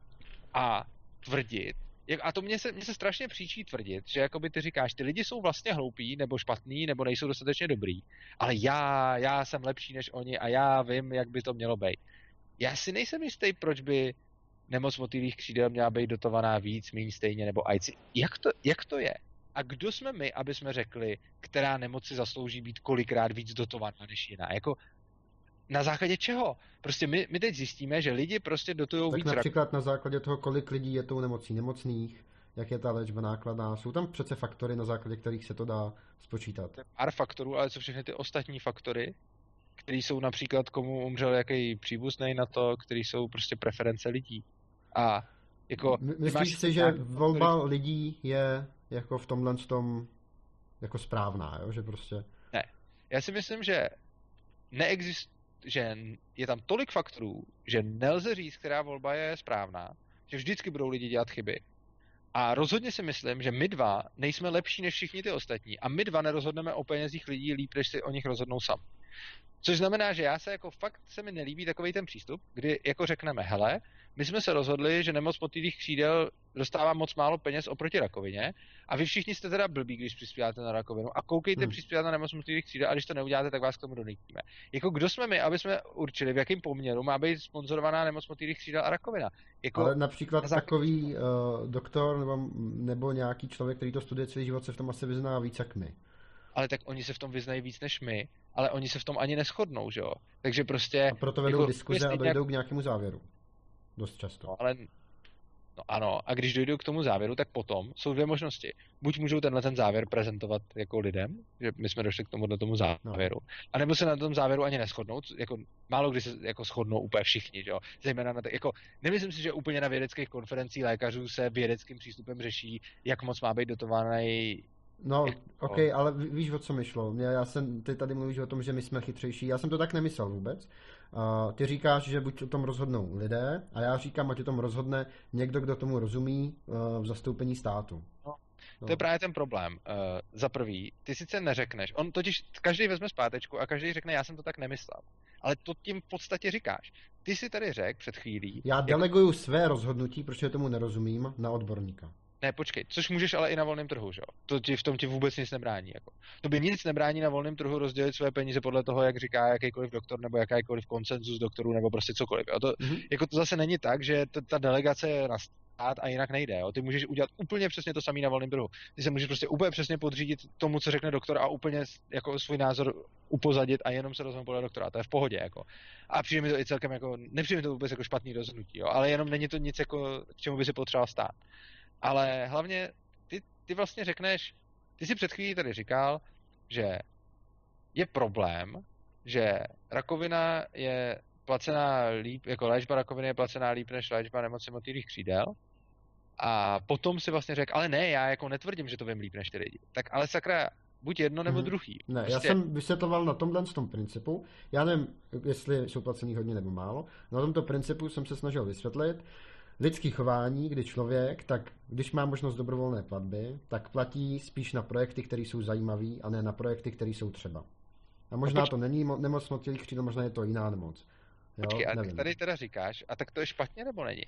A tvrdit, jak, a to mně se, mně se strašně příčí tvrdit, že jakoby ty říkáš, ty lidi jsou vlastně hloupí, nebo špatný, nebo nejsou dostatečně dobrý, ale já, já jsem lepší než oni a já vím, jak by to mělo být. Já si nejsem jistý, proč by nemoc motýlých křídel měla být dotovaná víc, méně stejně, nebo ajci. Jak to, jak to je? A kdo jsme my, aby jsme řekli, která nemoc si zaslouží být kolikrát víc dotovaná než jiná? Jako na základě čeho? Prostě my, my teď zjistíme, že lidi prostě dotujou tak víc... Tak například na základě toho, kolik lidí je tou nemocí nemocných, jak je ta léčba nákladná. Jsou tam přece faktory, na základě kterých se to dá spočítat. Pár faktorů, ale co všechny ty ostatní faktory, které jsou například, komu umřel jaký příbuznej na to, který jsou prostě preference lidí. A jako... My, myslíš si, že volba faktory... lidí je jako v tomhle tom jako správná, jo? Že prostě... Ne. Já si myslím, že neexistuje, že je tam tolik faktorů, že nelze říct, která volba je správná, že vždycky budou lidi dělat chyby. A rozhodně si myslím, že my dva nejsme lepší než všichni ty ostatní a my dva nerozhodneme o penězích lidí líp, než si o nich rozhodnou sami. Což znamená, že já se jako fakt se mi nelíbí takový ten přístup, kdy jako řekneme, hele, my jsme se rozhodli, že nemoc motýlých křídel dostává moc málo peněz oproti rakovině a vy všichni jste teda blbí, když přispíváte na rakovinu a koukejte hmm. přispívat na nemoc motýlých křídel a když to neuděláte, tak vás k tomu donutíme. Jako kdo jsme my, aby jsme určili, v jakém poměru má být sponzorovaná nemoc motýlých křídel a rakovina? Jako ale například na takový uh, doktor nebo, nebo nějaký člověk, který to studuje celý život, se v tom asi vyzná víc jak my. Ale tak oni se v tom vyznají víc než my, ale oni se v tom ani neshodnou, že jo? Takže prostě... A proto vedou jako, diskuze a dojdou nějak... k nějakému závěru. Dost často. No, ale... No ano, a když dojdou k tomu závěru, tak potom jsou dvě možnosti. Buď můžou tenhle ten závěr prezentovat jako lidem, že my jsme došli k tomu do tomu závěru, no. A nebo se na tom závěru ani neshodnou, jako málo kdy se jako shodnou úplně všichni, že jo? Zejména na tak, jako nemyslím si, že úplně na vědeckých konferencích lékařů se vědeckým přístupem řeší, jak moc má být dotovaný. No, ok, ale víš, o co mi šlo. Mě, já jsem, ty tady mluvíš o tom, že my jsme chytřejší, já jsem to tak nemyslel vůbec. Uh, ty říkáš, že buď o tom rozhodnou lidé, a já říkám, ať o tom rozhodne někdo, kdo tomu rozumí uh, v zastoupení státu. No, to je právě ten problém. Uh, za prvý, ty sice neřekneš, on totiž, každý vezme zpátečku a každý řekne, já jsem to tak nemyslel. Ale to tím v podstatě říkáš. Ty si tady řekl před chvílí... Já jako... deleguju své rozhodnutí, protože tomu nerozumím, na odborníka. Ne, počkej, což můžeš ale i na volném trhu, že jo? To ti v tom ti vůbec nic nebrání, jako. To by nic nebrání na volném trhu rozdělit své peníze podle toho, jak říká jakýkoliv doktor nebo jakýkoliv konsenzus doktorů nebo prostě cokoliv. Jo? To, mm-hmm. Jako to zase není tak, že t- ta delegace je na stát a jinak nejde, jo? Ty můžeš udělat úplně přesně to samé na volném trhu. Ty se můžeš prostě úplně přesně podřídit tomu, co řekne doktor a úplně jako svůj názor upozadit a jenom se rozhodnout podle doktora. To je v pohodě, jako. A přijde mi to i celkem jako, nepřijde mi to vůbec jako špatný rozhodnutí, jo? Ale jenom není to nic jako, k čemu by si potřeboval stát. Ale hlavně ty, ty vlastně řekneš, ty si před chvílí tady říkal, že je problém, že rakovina je placená líp, jako léčba rakoviny je placená líp než léčba nemoci motýlých křídel. A potom si vlastně řekl, ale ne, já jako netvrdím, že to vím líp než ty lidi. Tak ale sakra, buď jedno nebo mm-hmm. druhý. Ne, prostě... já jsem vysvětloval na tomhle tom principu, já nevím, jestli jsou placený hodně nebo málo, na tomto principu jsem se snažil vysvětlit, lidský chování, kdy člověk, tak když má možnost dobrovolné platby, tak platí spíš na projekty, které jsou zajímavé, a ne na projekty, které jsou třeba. A možná no, to není mo- nemoc motýlých křídel, možná je to jiná nemoc. Jo, počkej, a tak tady teda říkáš, a tak to je špatně nebo není?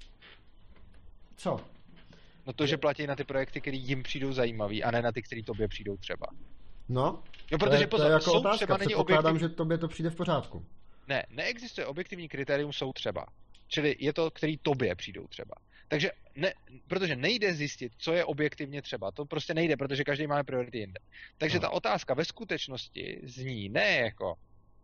Co? No to, že platí na ty projekty, které jim přijdou zajímavý, a ne na ty, které tobě přijdou třeba. No, no protože to je, pozor, to je jako jsou otázka, třeba není předpokládám, objektiv... že tobě to přijde v pořádku. Ne, neexistuje objektivní kritérium, jsou třeba. Čili je to, který tobě přijdou třeba. Takže, ne, protože nejde zjistit, co je objektivně třeba. To prostě nejde, protože každý má priority jinde. Takže no. Ta otázka ve skutečnosti zní ne jako,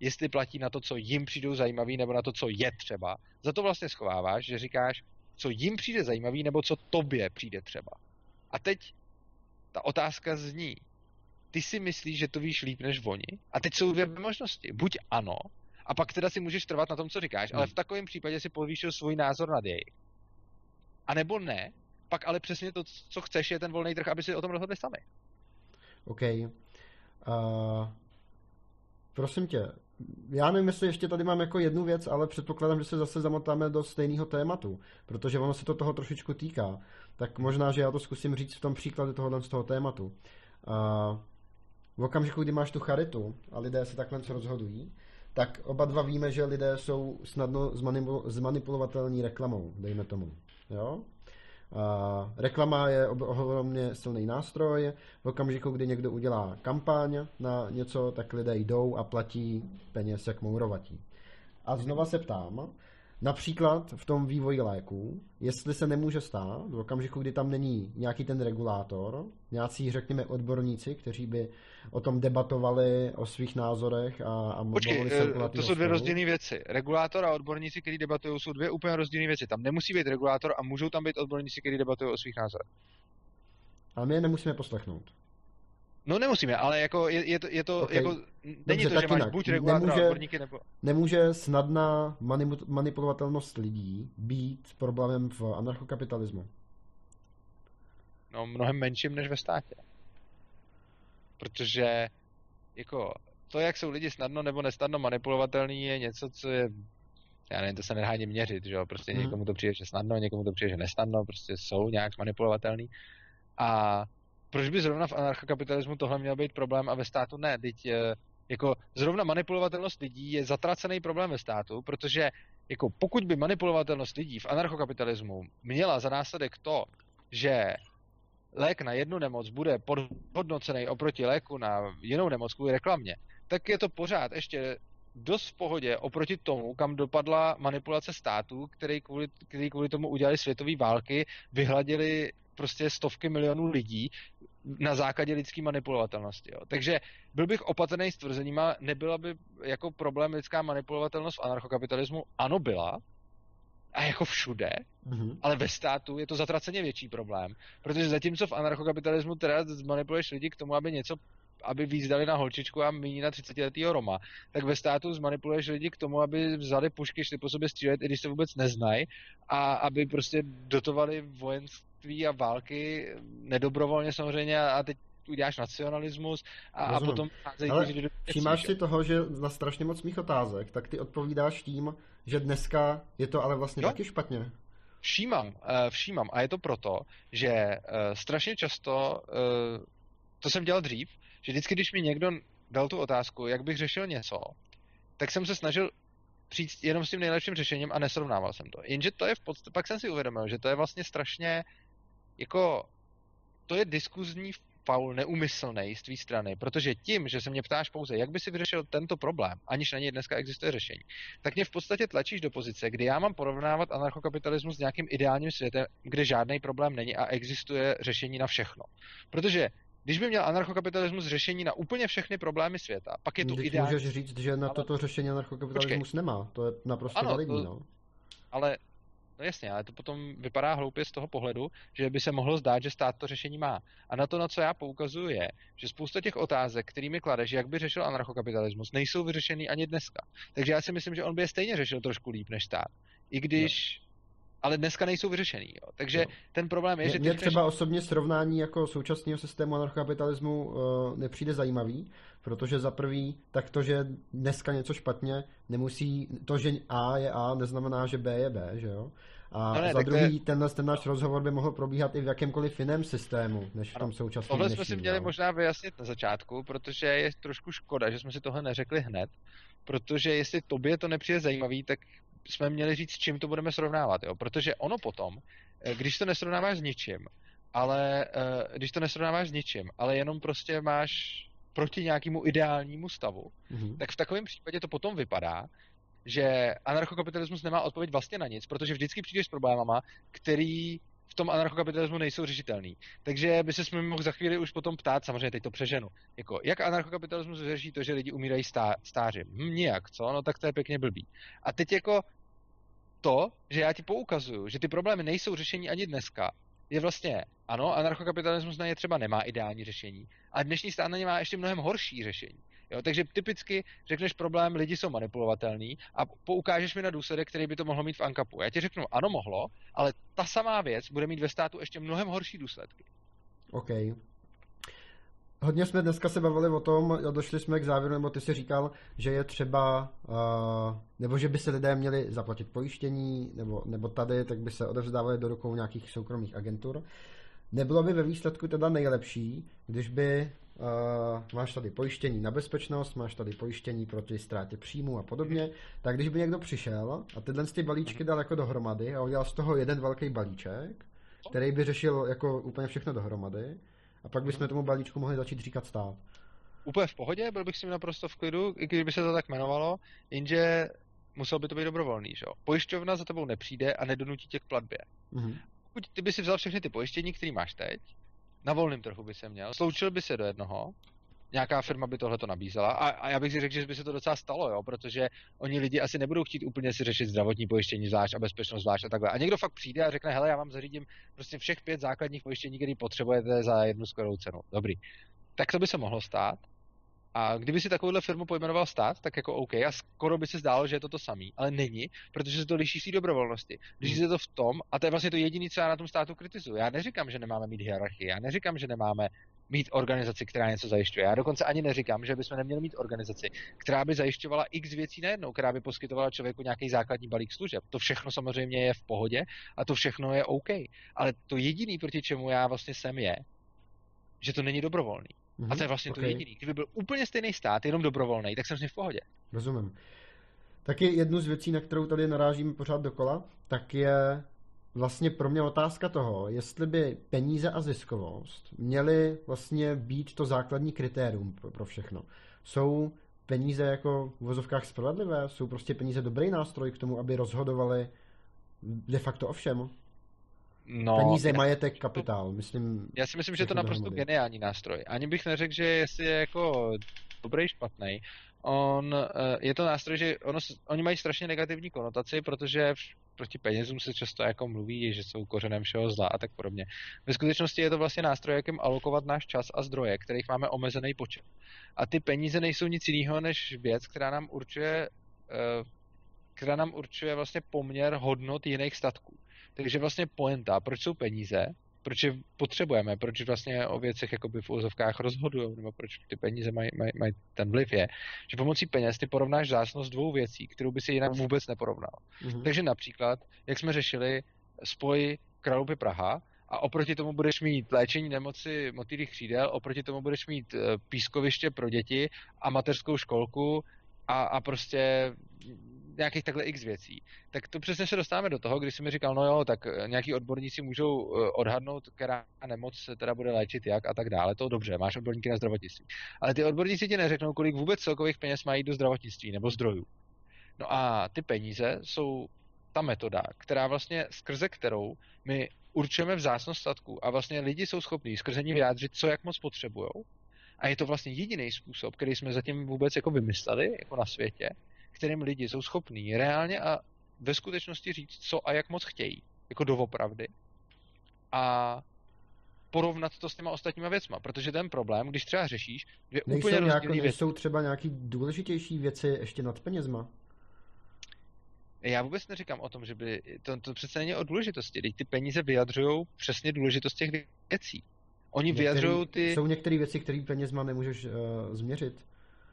jestli platí na to, co jim přijdou zajímavý, nebo na to, co je třeba. Za to vlastně schováváš, že říkáš, co jim přijde zajímavý, nebo co tobě přijde třeba. A teď ta otázka zní, ty si myslíš, že to víš líp než oni? A teď jsou dvě možnosti. Buď ano, a pak teda si můžeš trvat na tom, co říkáš, hmm. ale v takovém případě si povýšil svůj názor nad jej. A nebo ne, pak ale přesně to, co chceš, je ten volný trh, aby si o tom rozhodli sami. OK. Uh, prosím tě, já nevím, jestli ještě tady mám jako jednu věc, ale předpokládám, že se zase zamotáme do stejného tématu, protože ono se to toho trošičku týká. Tak možná, že já to zkusím říct v tom příkladu tohohle z toho tématu. Uh, v okamžiku, kdy máš tu charitu a lidé se takhle rozhodují, tak oba dva víme, že lidé jsou snadno zmanipulovatelní reklamou, dejme tomu. Jo? A reklama je ohromně silný nástroj. V okamžiku, kdy někdo udělá kampaň na něco, tak lidé jdou a platí peněz jak mourovatí. A znova se ptám, například v tom vývoji léků, jestli se nemůže stát v okamžiku, kdy tam není nějaký ten regulátor, nějací, řekněme, odborníci, kteří by o tom debatovali, o svých názorech a, a Počkej, to jsou dvě rozdílné věci. Regulátor a odborníci, kteří debatují, jsou dvě úplně rozdílné věci. Tam nemusí být regulátor a můžou tam být odborníci, kteří debatují o svých názorech. A my je nemusíme poslechnout. No nemusíme, ale jako je, je to, je to okay. jako, není Dobře, to, že máš jinak. buď regulátor nemůže, a odborníky, nebo... Nemůže snadná manipulovatelnost lidí být problémem v anarchokapitalismu? No mnohem menším než ve státě. Protože jako to, jak jsou lidi snadno nebo nesnadno manipulovatelný, je něco, co je, já nevím, to se nedá ani měřit, že jo, prostě hmm. někomu to přijde, že snadno, někomu to přijde, že nesnadno, prostě jsou nějak manipulovatelný. A proč by zrovna v anarchokapitalismu tohle měl být problém a ve státu ne? Teď jako zrovna manipulovatelnost lidí je zatracený problém ve státu, protože jako pokud by manipulovatelnost lidí v anarchokapitalismu měla za následek to, že lék na jednu nemoc bude podhodnocený oproti léku na jinou nemoc kvůli reklamě, tak je to pořád ještě dost v pohodě oproti tomu, kam dopadla manipulace států, který kvůli, který kvůli tomu udělali světové války, vyhladili prostě stovky milionů lidí na základě lidské manipulovatelnosti. Jo. Takže byl bych opatrný s tvrzeníma, nebyla by jako problém lidská manipulovatelnost v anarchokapitalismu? Ano, byla. A jako všude, mm-hmm. ale ve státu je to zatraceně větší problém. Protože zatímco v anarchokapitalismu teda zmanipuluješ lidi k tomu, aby něco, aby víc dali na holčičku a míní na třicetiletýho Roma, tak ve státu zmanipuluješ lidi k tomu, aby vzali pušky, šli po sobě střílet, i když se vůbec neznají, a aby prostě dotovali vojenství a války nedobrovolně samozřejmě, a teď uděláš nacionalismus a, a potom... Ale všímáš si toho, že na strašně moc mých otázek, tak ty odpovídáš tím, že dneska je to ale vlastně jo? taky špatně. Všímám, všímám. A je to proto, že strašně často, to jsem dělal dřív, že vždycky, když mi někdo dal tu otázku, jak bych řešil něco, tak jsem se snažil přijít jenom s tím nejlepším řešením a nesrovnával jsem to. Jenže to je v podstatě, pak jsem si uvědomil, že to je vlastně strašně, jako, to je diskuzní faul neumyslnej z tvý strany, protože tím, že se mě ptáš pouze, jak by si vyřešil tento problém, aniž na něj dneska existuje řešení, tak mě v podstatě tlačíš do pozice, kdy já mám porovnávat anarchokapitalismus s nějakým ideálním světem, kde žádný problém není a existuje řešení na všechno. Protože když by měl anarchokapitalismus řešení na úplně všechny problémy světa, pak je to Když ideální. Můžeš říct, že na toto řešení anarchokapitalismus Počkej. nemá. To je naprosto ano, validní, to, no. Ale no jasně, ale to potom vypadá hloupě z toho pohledu, že by se mohlo zdát, že stát to řešení má. A na to, na co já poukazuju, je, že spousta těch otázek, kterými kladeš, jak by řešil anarchokapitalismus, nejsou vyřešený ani dneska. Takže já si myslím, že on by je stejně řešil trošku líp než stát. I když... No. Ale dneska nejsou vyřešený. Jo. Takže no. ten problém je, mě, že... Mně třeba než... osobně srovnání jako současného systému anarchokapitalismu uh, nepřijde zajímavý, protože za prvý, tak to, že dneska něco špatně, nemusí, to, že A je A, neznamená, že B je B, že jo? A no ne, za druhý, je... tenhle ten náš rozhovor by mohl probíhat i v jakémkoliv jiném systému, než v tom současném. Tohle jsme si měli jo. možná vyjasnit na začátku, protože je trošku škoda, že jsme si tohle neřekli hned, protože jestli tobě to nepřijde zajímavý, tak jsme měli říct, s čím to budeme srovnávat, jo? Protože ono potom, když to nesrovnáváš s ničím, ale když to nesrovnáváš s ničím, ale jenom prostě máš proti nějakému ideálnímu stavu, mm-hmm. tak v takovém případě to potom vypadá, že anarchokapitalismus nemá odpověď vlastně na nic, protože vždycky přijdeš s problémama, který v v tom anarchokapitalismu nejsou řešitelný. Takže by se mohl za chvíli už potom ptát, samozřejmě teď to přeženu, jako jak anarchokapitalismus řeší to, že lidi umírají stá, stáři? Hm, nijak, co? No tak to je pěkně blbý. A teď jako to, že já ti poukazuju, že ty problémy nejsou řešení ani dneska, je vlastně, ano, anarchokapitalismus na ně třeba nemá ideální řešení, a dnešní stát na ně má ještě mnohem horší řešení. Jo, takže typicky řekneš problém, lidi jsou manipulovatelní a poukážeš mi na důsledek, který by to mohlo mít v ANCAPu. Já ti řeknu, ano, mohlo, ale ta samá věc bude mít ve státu ještě mnohem horší důsledky. OK. Hodně jsme dneska se bavili o tom, došli jsme k závěru, nebo ty si říkal, že je třeba, uh, nebo že by se lidé měli zaplatit pojištění, nebo, nebo tady, tak by se odevzdávali do rukou nějakých soukromých agentur. Nebylo by ve výsledku teda nejlepší, když by uh, máš tady pojištění na bezpečnost, máš tady pojištění proti ztrátě příjmu a podobně, tak když by někdo přišel a tyhle ty balíčky dal jako dohromady a udělal z toho jeden velký balíček, který by řešil jako úplně všechno dohromady, a pak bychom tomu balíčku mohli začít říkat stát. Úplně v pohodě, byl bych s tím naprosto v klidu, i kdyby se to tak jmenovalo, jenže musel by to být dobrovolný, že jo. Pojišťovna za tebou nepřijde a nedonutí tě k platbě. Mm-hmm. Pokud ty by si vzal všechny ty pojištění, které máš teď, na volném trhu by se měl, sloučil by se do jednoho, nějaká firma by tohle to nabízela a, a já bych si řekl, že by se to docela stalo, jo, protože oni lidi asi nebudou chtít úplně si řešit zdravotní pojištění zvlášť a bezpečnost zvlášť a takhle. A někdo fakt přijde a řekne, hele, já vám zařídím prostě všech pět základních pojištění, které potřebujete za jednu skvělou cenu. Dobrý. Tak to by se mohlo stát. A kdyby si takovouhle firmu pojmenoval stát, tak jako OK, a skoro by se zdálo, že je to to samý, ale není, protože se to liší z té dobrovolnosti. Liší se to v tom, a to je vlastně to jediné, co já na tom státu kritizuji. Já neříkám, že nemáme mít hierarchii, já neříkám, že nemáme mít organizaci, která něco zajišťuje. Já dokonce ani neříkám, že bychom neměli mít organizaci, která by zajišťovala x věcí najednou, která by poskytovala člověku nějaký základní balík služeb. To všechno samozřejmě je v pohodě a to všechno je OK. Ale to jediné, proti čemu já vlastně jsem, je, že to není dobrovolný. Mm-hmm, a to je vlastně okay. To jediný. Kdyby byl úplně stejný stát, jenom dobrovolný, tak jsem s ním v pohodě. Rozumím. Taky jednu z věcí, na kterou tady narážíme pořád dokola, tak je vlastně pro mě otázka toho, jestli by peníze a ziskovost měly vlastně být to základní kritérium pro, pro všechno. Jsou peníze jako v uvozovkách spravedlivé? Jsou prostě peníze dobrý nástroj k tomu, aby rozhodovali de facto o všem? No, peníze, já, majetek, kapitál, myslím. Já si myslím, že je to naprosto dohromady. Geniální nástroj. Ani bych neřekl, že jestli je jako dobrý, špatný. On, je to nástroj, že ono, oni mají strašně negativní konotaci, protože proti penězům se často jako mluví, že jsou kořenem všeho zla a tak podobně. Ve skutečnosti je to vlastně nástroj, jakým alokovat náš čas a zdroje, kterých máme omezený počet. A ty peníze nejsou nic jiného než věc, která nám určuje, která nám určuje vlastně poměr hodnot jiných statků. Takže vlastně pointa, proč jsou peníze, proč je potřebujeme, proč vlastně o věcech jakoby v úzovkách rozhodují, nebo proč ty peníze mají, mají, mají ten vliv je, že pomocí peněz ty porovnáš vzácnost dvou věcí, kterou by si jinak vůbec neporovnal. Mm-hmm. Takže například, jak jsme řešili spoj Kralupy Praha, a oproti tomu budeš mít léčení nemoci motýlých křídel, oproti tomu budeš mít pískoviště pro děti a mateřskou školku a, a prostě nějakých takhle x věcí, tak to přesně se dostáváme do toho, když jsi mi říkal, no jo, tak nějaký odborníci můžou odhadnout, která nemoc se teda bude léčit jak a tak dále, to dobře, máš odborníky na zdravotnictví. Ale ty odborníci ti neřeknou, kolik vůbec celkových peněz mají do zdravotnictví nebo zdrojů. No a ty peníze jsou ta metoda, která vlastně skrze kterou my určujeme vzácnost statků a vlastně lidi jsou schopní skrze ní vyjádřit, co jak moc potřebujou. A je to vlastně jediný způsob, který jsme zatím vůbec jako vymysleli, jako na světě, kterým lidi jsou schopní reálně a ve skutečnosti říct, co a jak moc chtějí, jako doopravdy, a porovnat to s těma ostatníma věcma, protože ten problém, když třeba řešíš, je nejsou úplně rozdílný věc. Nejsou třeba nějaký důležitější věci ještě nad penězma? Já vůbec neříkám o tom, že by, to, to přece není o důležitosti, teď ty peníze vyjadřují přesně důležitost těch věcí. Oni vyjadřují ty... Jsou některé věci, které penězma nemůžeš uh, změřit?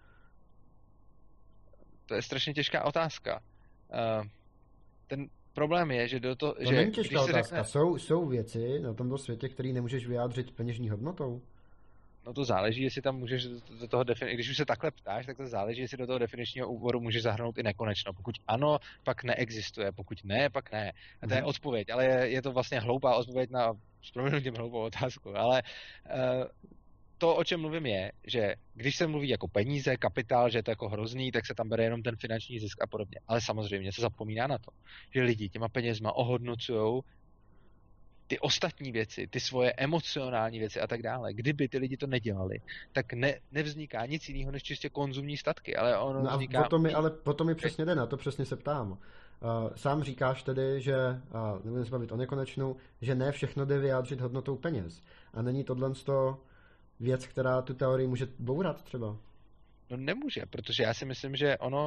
To je strašně těžká otázka. Uh, ten problém je, že do to... To že není těžká otázka. Řekne... Jsou, jsou věci na tomto světě, které nemůžeš vyjádřit peněžní hodnotou? No to záleží, jestli tam můžeš do toho defini- když už se takhle ptáš, tak to záleží, jestli do toho definičního úvodu můžeš zahrnout i nekonečno. Pokud ano, pak neexistuje, pokud ne, pak ne. A to je odpověď, ale je, je to vlastně hloupá odpověď na s proměnutím hloupou otázku, ale uh, to, o čem mluvím, je, že když se mluví jako peníze, kapitál, že je to jako hrozný, tak se tam bere jenom ten finanční zisk a podobně. Ale samozřejmě se zapomíná na to, že lidi těma penězma ohodnocujou ty ostatní věci, ty svoje emocionální věci a tak dále, kdyby ty lidi to nedělali, tak ne, nevzniká nic jiného než čistě konzumní statky, ale ono No a vzniká... o to mi, ale o to mi přesně jde, na to přesně se ptám. Uh, sám říkáš tedy, že, uh, nebudeme se bavit o nekonečnu, že ne všechno jde vyjádřit hodnotou peněz. A není tohle věc, která tu teorii může bourat třeba? No nemůže, protože já si myslím, že ono...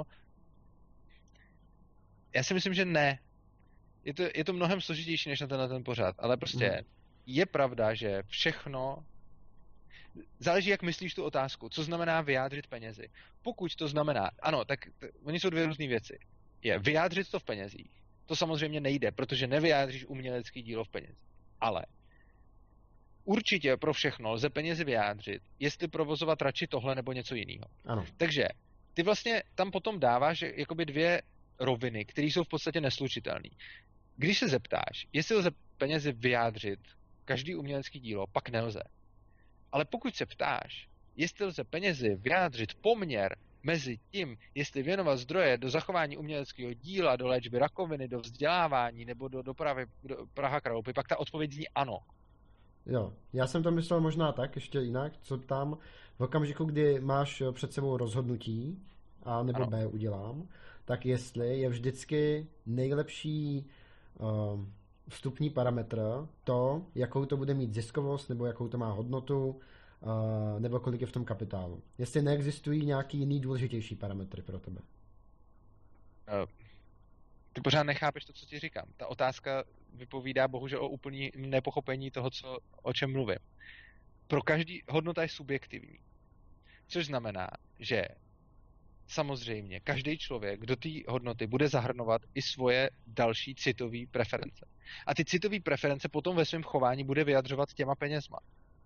Já si myslím, že ne. Je to, je to mnohem složitější než na ten, na ten pořad, ale prostě mm. je pravda, že všechno záleží, jak myslíš tu otázku. Co znamená vyjádřit penězi? Pokud to znamená, ano, tak t- oni jsou dvě různé věci. Je vyjádřit to v penězích. To samozřejmě nejde, protože nevyjádříš umělecký dílo v penězích. Ale určitě pro všechno lze penězi vyjádřit, jestli provozovat radši tohle nebo něco jiného. Ano. Takže ty vlastně tam potom dáváš jakoby dvě roviny, které jsou v podstatě neslučitelné. Když se zeptáš, jestli lze penězi vyjádřit každý umělecký dílo, pak nelze. Ale pokud se ptáš, jestli lze penězi vyjádřit poměr mezi tím, jestli věnovat zdroje do zachování uměleckého díla, do léčby rakoviny, do vzdělávání nebo do dopravy do Praha Kralupy, pak ta odpověď zní ano. Jo, já jsem to myslel možná tak, ještě jinak, co tam v okamžiku, kdy máš před sebou rozhodnutí, A nebo ano. B udělám, tak jestli je vždycky nejlepší uh, vstupní parametr to, jakou to bude mít ziskovost, nebo jakou to má hodnotu, uh, nebo kolik je v tom kapitálu. Jestli neexistují nějaký jiný důležitější parametry pro tebe. Uh, ty pořád nechápeš to, co ti říkám. Ta otázka vypovídá bohužel o úplný nepochopení toho, co, o čem mluvím. Pro každý hodnota je subjektivní. Což znamená, že samozřejmě každý člověk do té hodnoty bude zahrnovat i svoje další citové preference. A ty citové preference potom ve svém chování bude vyjadřovat těma penězma.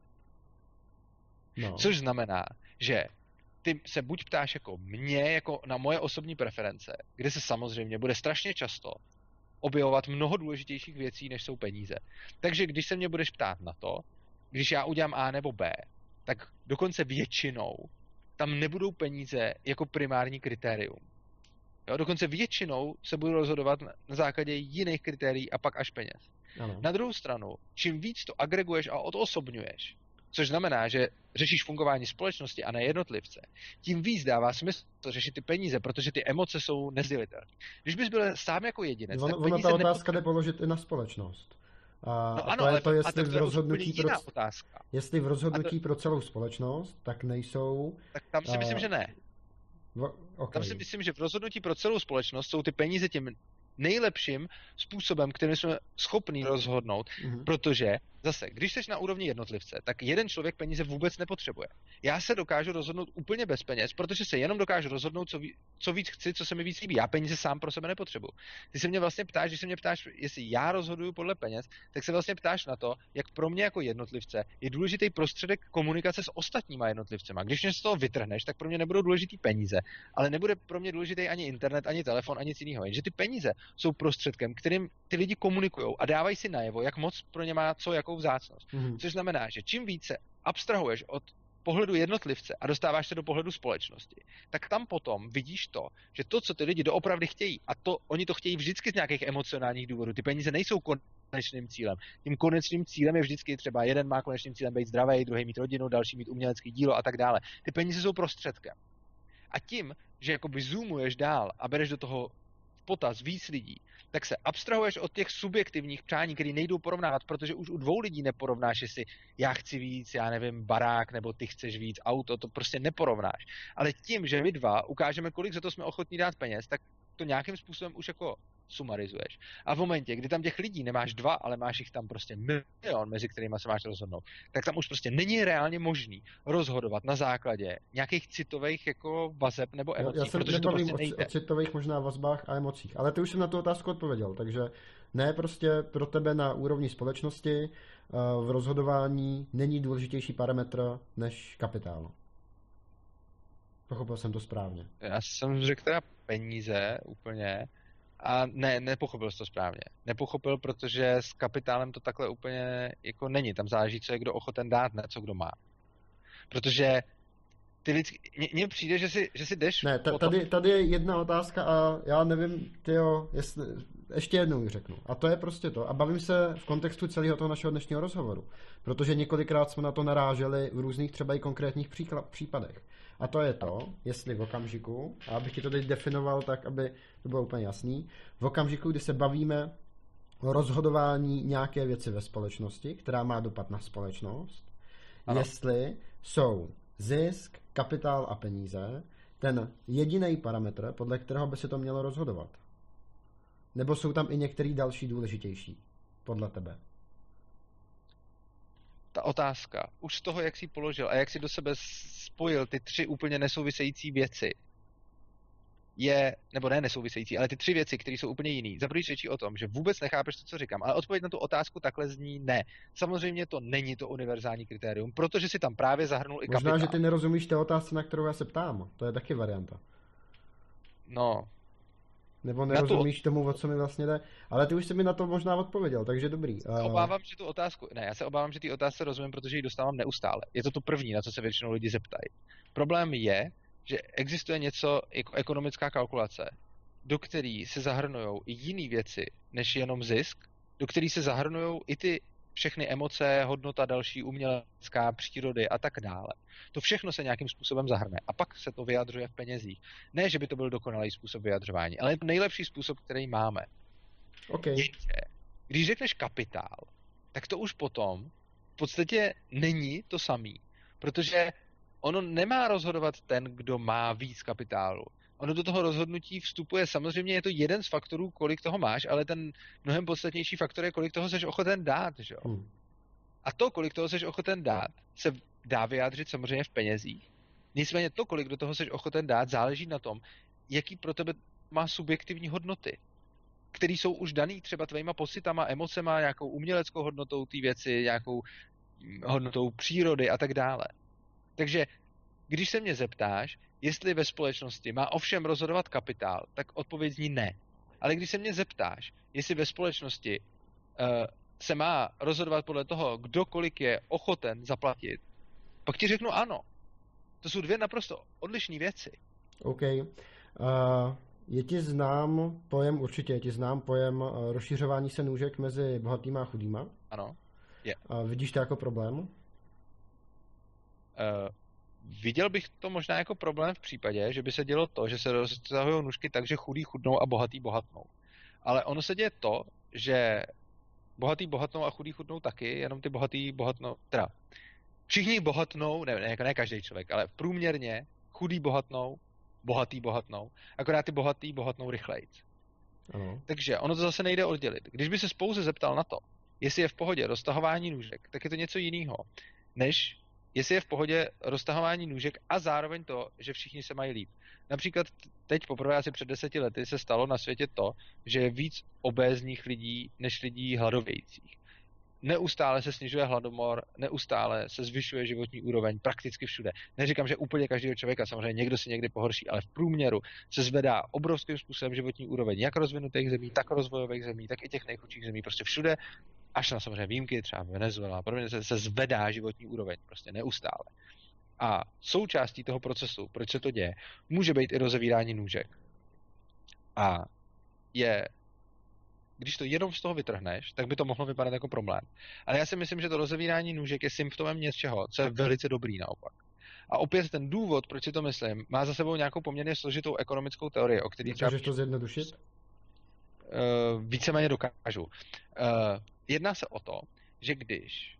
No. Což znamená, že ty se buď ptáš jako mě, jako na moje osobní preference, kde se samozřejmě bude strašně často objevovat mnoho důležitějších věcí, než jsou peníze. Takže když se mě budeš ptát na to, když já udělám A nebo B, tak dokonce většinou tam nebudou peníze jako primární kritérium. Jo, dokonce většinou se budu rozhodovat na základě jiných kritérií a pak až peněz. Ano. Na druhou stranu, čím víc to agreguješ a odosobňuješ, což znamená, že řešíš fungování společnosti a ne jednotlivce, tím víc dává smysl řešit ty peníze, protože ty emoce jsou nezdělitelné. Když bys byl sám jako jedinec, on, tak ona peníze ta otázka jde položit i na společnost. A no ano, to je ale to, jestli a to v je rozhodnutí pro, otázka. Jestli v rozhodnutí to, pro celou společnost, tak nejsou... Tak tam si a, myslím, že ne. V, okay. Tam si myslím, že v rozhodnutí pro celou společnost jsou ty peníze tím nejlepším způsobem, kterým jsme schopní rozhodnout, mm-hmm. protože zase, když jsi na úrovni jednotlivce, tak jeden člověk peníze vůbec nepotřebuje. Já se dokážu rozhodnout úplně bez peněz, protože se jenom dokážu rozhodnout, co, ví, co víc chci, co se mi víc líbí. Já peníze sám pro sebe nepotřebuji. Ty se mě vlastně ptáš, když se mě ptáš, jestli já rozhoduju podle peněz, tak se vlastně ptáš na to, jak pro mě jako jednotlivce je důležitý prostředek komunikace s ostatníma jednotlivcema. Když mě z toho vytrhneš, tak pro mě nebudou důležitý peníze, ale nebude pro mě důležitý ani internet, ani telefon, ani nic jiného. Jenže ty peníze jsou prostředkem, kterým ty lidi komunikují a dávají si najevo, jak moc pro ně má co jakou vzácnost. Mm-hmm. Což znamená, že čím více abstrahuješ od pohledu jednotlivce a dostáváš se do pohledu společnosti, tak tam potom vidíš to, že to, co ty lidi doopravdy chtějí, a to oni to chtějí vždycky z nějakých emocionálních důvodů. Ty peníze nejsou konečným cílem. Tím konečným cílem je vždycky třeba jeden má konečným cílem být zdravý, druhý mít rodinu, další mít umělecké dílo a tak dále. Ty peníze jsou prostředkem. A tím, že jakoby zoomuješ dál a bereš do toho potaz víc lidí, tak se abstrahuješ od těch subjektivních přání, které nejdou porovnávat, protože už u dvou lidí neporovnáš, jestli já chci víc, já nevím, barák, nebo ty chceš víc, auto, to prostě neporovnáš. Ale tím, že my dva ukážeme, kolik za to jsme ochotní dát peněz, tak to nějakým způsobem už jako sumarizuješ. A v momentě, kdy tam těch lidí nemáš dva, ale máš jich tam prostě milion, mezi kterými se máš rozhodnout, tak tam už prostě není reálně možný rozhodovat na základě nějakých citových jako vazeb nebo emocí. Já se protože to prostě o, nejde. o citových možná vazbách a emocích, ale ty už jsem na tu otázku odpověděl, takže ne, prostě pro tebe na úrovni společnosti v rozhodování není důležitější parametr než kapitál. Pochopil jsem to správně. Já jsem řekl teda peníze úplně a ne, nepochopil jsi to správně. Nepochopil, protože s kapitálem to takhle úplně jako není. Tam záleží, co je kdo ochoten dát, ne co kdo má. Protože ty lidský... Mně přijde, že si, že si jdeš... Ne, t- tady, tady je jedna otázka a já nevím, tyjo, jestli... Ještě jednou ji řeknu. A to je prostě to. A bavím se v kontextu celého toho našeho dnešního rozhovoru. Protože několikrát jsme na to naráželi v různých třeba i konkrétních příkla- případech. A to je to, jestli v okamžiku, a abych ti to teď definoval tak, aby to bylo úplně jasný, v okamžiku, kdy se bavíme o rozhodování nějaké věci ve společnosti, která má dopad na společnost, ano. Jestli jsou zisk, kapitál a peníze ten jediný parametr, podle kterého by se to mělo rozhodovat. Nebo jsou tam i některý další důležitější, podle tebe? Ta otázka, už z toho, jak jsi položil a jak jsi do sebe spojil ty tři úplně nesouvisející věci, je, nebo ne nesouvisející, ale ty tři věci, které jsou úplně jiný. Za první řečí o tom, že vůbec nechápeš to, co říkám, ale odpověď na tu otázku takhle zní ne. Samozřejmě to není to univerzální kritérium, protože si tam právě zahrnul i kapitál. Možná, že ty nerozumíš té otázce, na kterou já se ptám. To je taky varianta. No. Nebo nerozumíš tu... tomu, o co mi vlastně jde. Ale ty už jsi mi na to možná odpověděl, takže dobrý. Já obávám, že tu otázku, ne, já se obávám, že ty otázce rozumím, protože ji dostávám neustále. Je to to první, na co se většinou lidi zeptají. Problém je, že existuje něco jako ekonomická kalkulace, do který se zahrnujou i jiné věci, než jenom zisk, do který se zahrnujou i ty všechny emoce, hodnota další, umělecká, přírody a tak dále. To všechno se nějakým způsobem zahrne a pak se to vyjadřuje v penězích. Ne, že by to byl dokonalý způsob vyjadřování, ale je to nejlepší způsob, který máme. Okay. Jenže, když řekneš kapitál, tak to už potom v podstatě není to samý, protože ono nemá rozhodovat ten, kdo má víc kapitálu. Ono do toho rozhodnutí vstupuje, samozřejmě je to jeden z faktorů, kolik toho máš, ale ten mnohem podstatnější faktor je, kolik toho seš ochoten dát. Že? Hmm. A to, kolik toho seš ochoten dát, se dá vyjádřit samozřejmě v penězích. Nicméně to, kolik do toho seš ochoten dát, záleží na tom, jaký pro tebe má subjektivní hodnoty, které jsou už daný třeba tvýma pocitama, emocema, nějakou uměleckou hodnotou té věci, nějakou hodnotou přírody a tak dále. Takže když se mě zeptáš, jestli ve společnosti má ovšem rozhodovat kapitál, tak odpověď zní ne. Ale když se mě zeptáš, jestli ve společnosti uh, se má rozhodovat podle toho, kdo kolik je ochoten zaplatit, pak ti řeknu ano. To jsou dvě naprosto odlišné věci. OK. Uh, je ti znám pojem, určitě je ti znám pojem uh, rozšiřování se nůžek mezi bohatýma a chudýma? Ano. Je. Uh, vidíš to jako problém? Uh, Viděl bych to možná jako problém v případě, že by se dělo to, že se roztahují nůžky tak, že chudí chudnou a bohatý bohatnou. Ale ono se děje to, že bohatý bohatnou a chudí chudnou taky, jenom ty bohatý bohatnou, teda všichni bohatnou, ne, ne, ne každý člověk, ale průměrně chudí bohatnou, bohatý bohatnou, akorát ty bohatý bohatnou rychlejc. Ano. Takže ono to zase nejde oddělit. Když by se pouze zeptal na to, jestli je v pohodě roztahování nůžek, tak je to něco jiného, než jestli je v pohodě roztahování nůžek a zároveň to, že všichni se mají líp. Například teď poprvé asi před deseti lety se stalo na světě to, že je víc obézních lidí než lidí hladovějících. Neustále se snižuje hladomor, neustále se zvyšuje životní úroveň prakticky všude. Neříkám, že úplně každého člověka, samozřejmě někdo si někdy pohorší, ale v průměru se zvedá obrovským způsobem životní úroveň jak rozvinutých zemí, tak rozvojových zemí, tak i těch nejchudších zemí, prostě všude, až na samozřejmě výjimky, třeba Venezuela, podobně se, se zvedá životní úroveň, prostě neustále. A součástí toho procesu, proč se to děje, může být i rozevírání nůžek. A je když to jenom z toho vytrhneš, tak by to mohlo vypadat jako problém. Ale já si myslím, že to rozevírání nůžek je symptomem něčeho, co je velice dobrý naopak. A opět ten důvod, proč si to myslím, má za sebou nějakou poměrně složitou ekonomickou teorii, o který třeba... Můžeš to zjednodušit? Uh, víceméně dokážu. Uh, jedná se o to, že když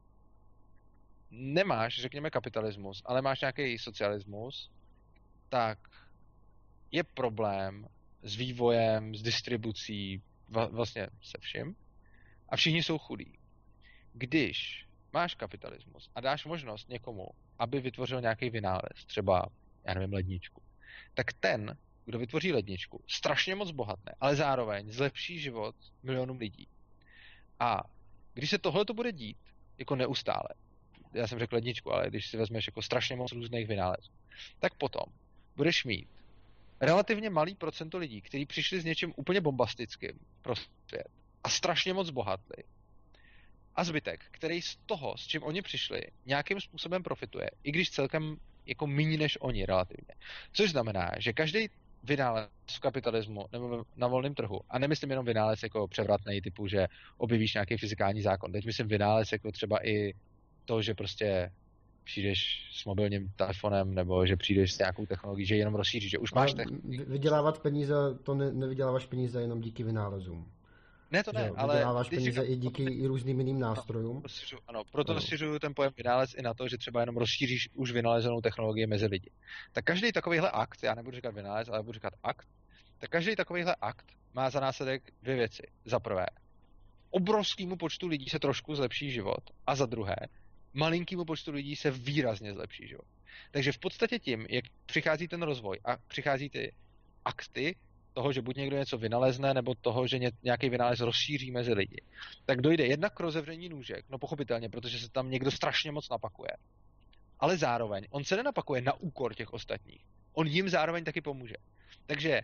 nemáš, řekněme, kapitalismus, ale máš nějaký socialismus, tak je problém s vývojem, s distribucí, vlastně se vším, a všichni jsou chudí. Když máš kapitalismus a dáš možnost někomu, aby vytvořil nějaký vynález, třeba, já nevím, ledničku, tak ten, kdo vytvoří ledničku, strašně moc bohatne, ale zároveň zlepší život milionům lidí. A když se tohle to bude dít, jako neustále, já jsem řekl ledničku, ale když si vezmeš jako strašně moc různých vynálezů, tak potom budeš mít relativně malý procento lidí, kteří přišli s něčím úplně bombastickým pro svět a strašně moc bohatli. A zbytek, který z toho, s čím oni přišli, nějakým způsobem profituje, i když celkem jako méně než oni relativně. Což znamená, že každý vynález v kapitalismu nebo na volném trhu, a nemyslím jenom vynález jako převratný typu, že objevíš nějaký fyzikální zákon, teď myslím vynález jako třeba i to, že prostě přijdeš s mobilním telefonem, nebo že přijdeš s nějakou technologií, že jenom rozšíříš, že už máš technologii. Vydělávat peníze, to ne, nevyděláváš peníze jenom díky vynálezům. Ne, to ne, že, ale... Vyděláváš peníze říkám, i díky i různým jiným nástrojům. No, rozšiřuju, ano, proto no. rozšiřuju ten pojem vynález i na to, že třeba jenom rozšíříš už vynalezenou technologii mezi lidi. Tak každý takovýhle akt, já nebudu říkat vynález, ale budu říkat akt, tak každý takovýhle akt má za následek dvě věci. Za prvé, obrovskému počtu lidí se trošku zlepší život, a za druhé, malinkému počtu lidí se výrazně zlepší život. Takže v podstatě tím, jak přichází ten rozvoj a přichází ty akty toho, že buď někdo něco vynalezne, nebo toho, že nějaký vynález rozšíří mezi lidi, tak dojde jednak k rozevření nůžek, no pochopitelně, protože se tam někdo strašně moc napakuje. Ale zároveň, on se nenapakuje na úkor těch ostatních. On jim zároveň taky pomůže. Takže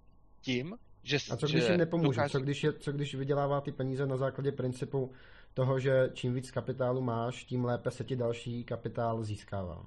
tím, že... A co když jim nepomůže? Dochází... Co, když je, co když vydělává ty peníze na základě principu toho, že čím víc kapitálu máš, tím lépe se ti další kapitál získává?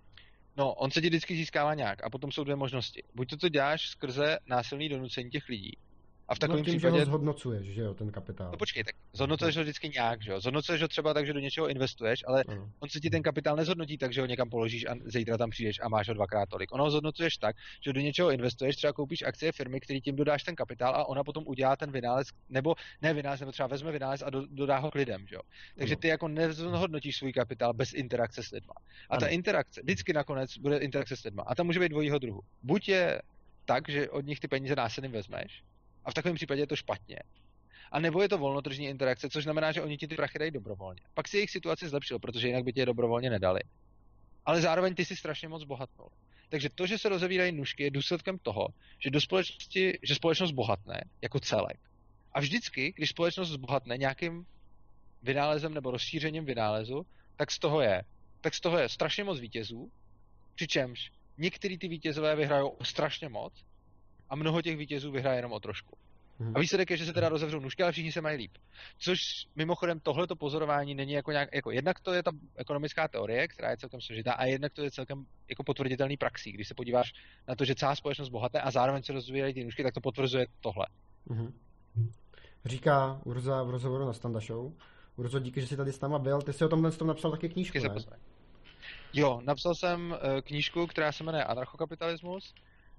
No, on se ti vždycky získává nějak a potom jsou dvě možnosti. Buď to, to děláš skrze násilný donucení těch lidí. A v takovém no tím, případě... že ho zhodnocuješ, že jo, ten kapitál. No počkej, tak zhodnocuješ ho vždycky nějak, že jo. Zhodnocuješ ho třeba tak, že do něčeho investuješ, ale uh. on se ti ten kapitál nezhodnotí tak, že ho někam položíš a zítra tam přijdeš a máš ho dvakrát tolik. Ono ho zhodnocuješ tak, že do něčeho investuješ, třeba koupíš akcie firmy, který tím dodáš ten kapitál a ona potom udělá ten vynález, nebo ne vynález, nebo třeba vezme vynález a do, dodá ho k lidem, že jo. Takže ty jako nezhodnotíš svůj kapitál bez interakce s lidma. A ta interakce, vždycky nakonec bude interakce s lidma. A ta může být dvojího druhu. Buď je tak, že od nich ty peníze násilným vezmeš, a v takovém případě je to špatně. A nebo je to volnotržní interakce, což znamená, že oni ti ty prachy dají dobrovolně. Pak si jejich situaci zlepšil, protože jinak by ti je dobrovolně nedali. Ale zároveň ty si strašně moc bohatnul. Takže to, že se rozevírají nůžky, je důsledkem toho, že do společnosti, že společnost bohatne jako celek. A vždycky, když společnost zbohatne nějakým vynálezem nebo rozšířením vynálezu, tak z toho je, tak z toho je strašně moc vítězů, přičemž některý ty vítězové vyhrajou strašně moc, a mnoho těch vítězů vyhraje jenom o trošku. A výsledek je, že se teda rozevřou nůžky, ale všichni se mají líp. Což mimochodem tohleto pozorování není jako nějak, jako jednak to je ta ekonomická teorie, která je celkem složitá, a jednak to je celkem jako potvrditelný praxí. Když se podíváš na to, že celá společnost bohatá a zároveň se rozvíjají ty nůžky, tak to potvrzuje tohle. Mhm. Říká Urza v rozhovoru na Standa Show. Urzo, díky, že jsi tady s náma byl. Ty jsi o tomhle tom napsal taky knížku, ne? Jo, napsal jsem knížku, která se jmenuje Anarchokapitalismus.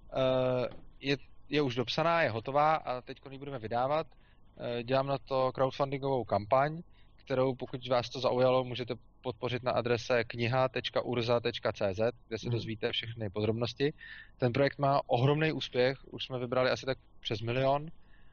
Je, je už dopsaná, je hotová a teď ji budeme vydávat. Dělám na to crowdfundingovou kampaň, kterou pokud vás to zaujalo, můžete podpořit na adrese kniha tečka urza tečka cé zet, kde se dozvíte všechny podrobnosti. Ten projekt má ohromný úspěch, už jsme vybrali asi tak přes milion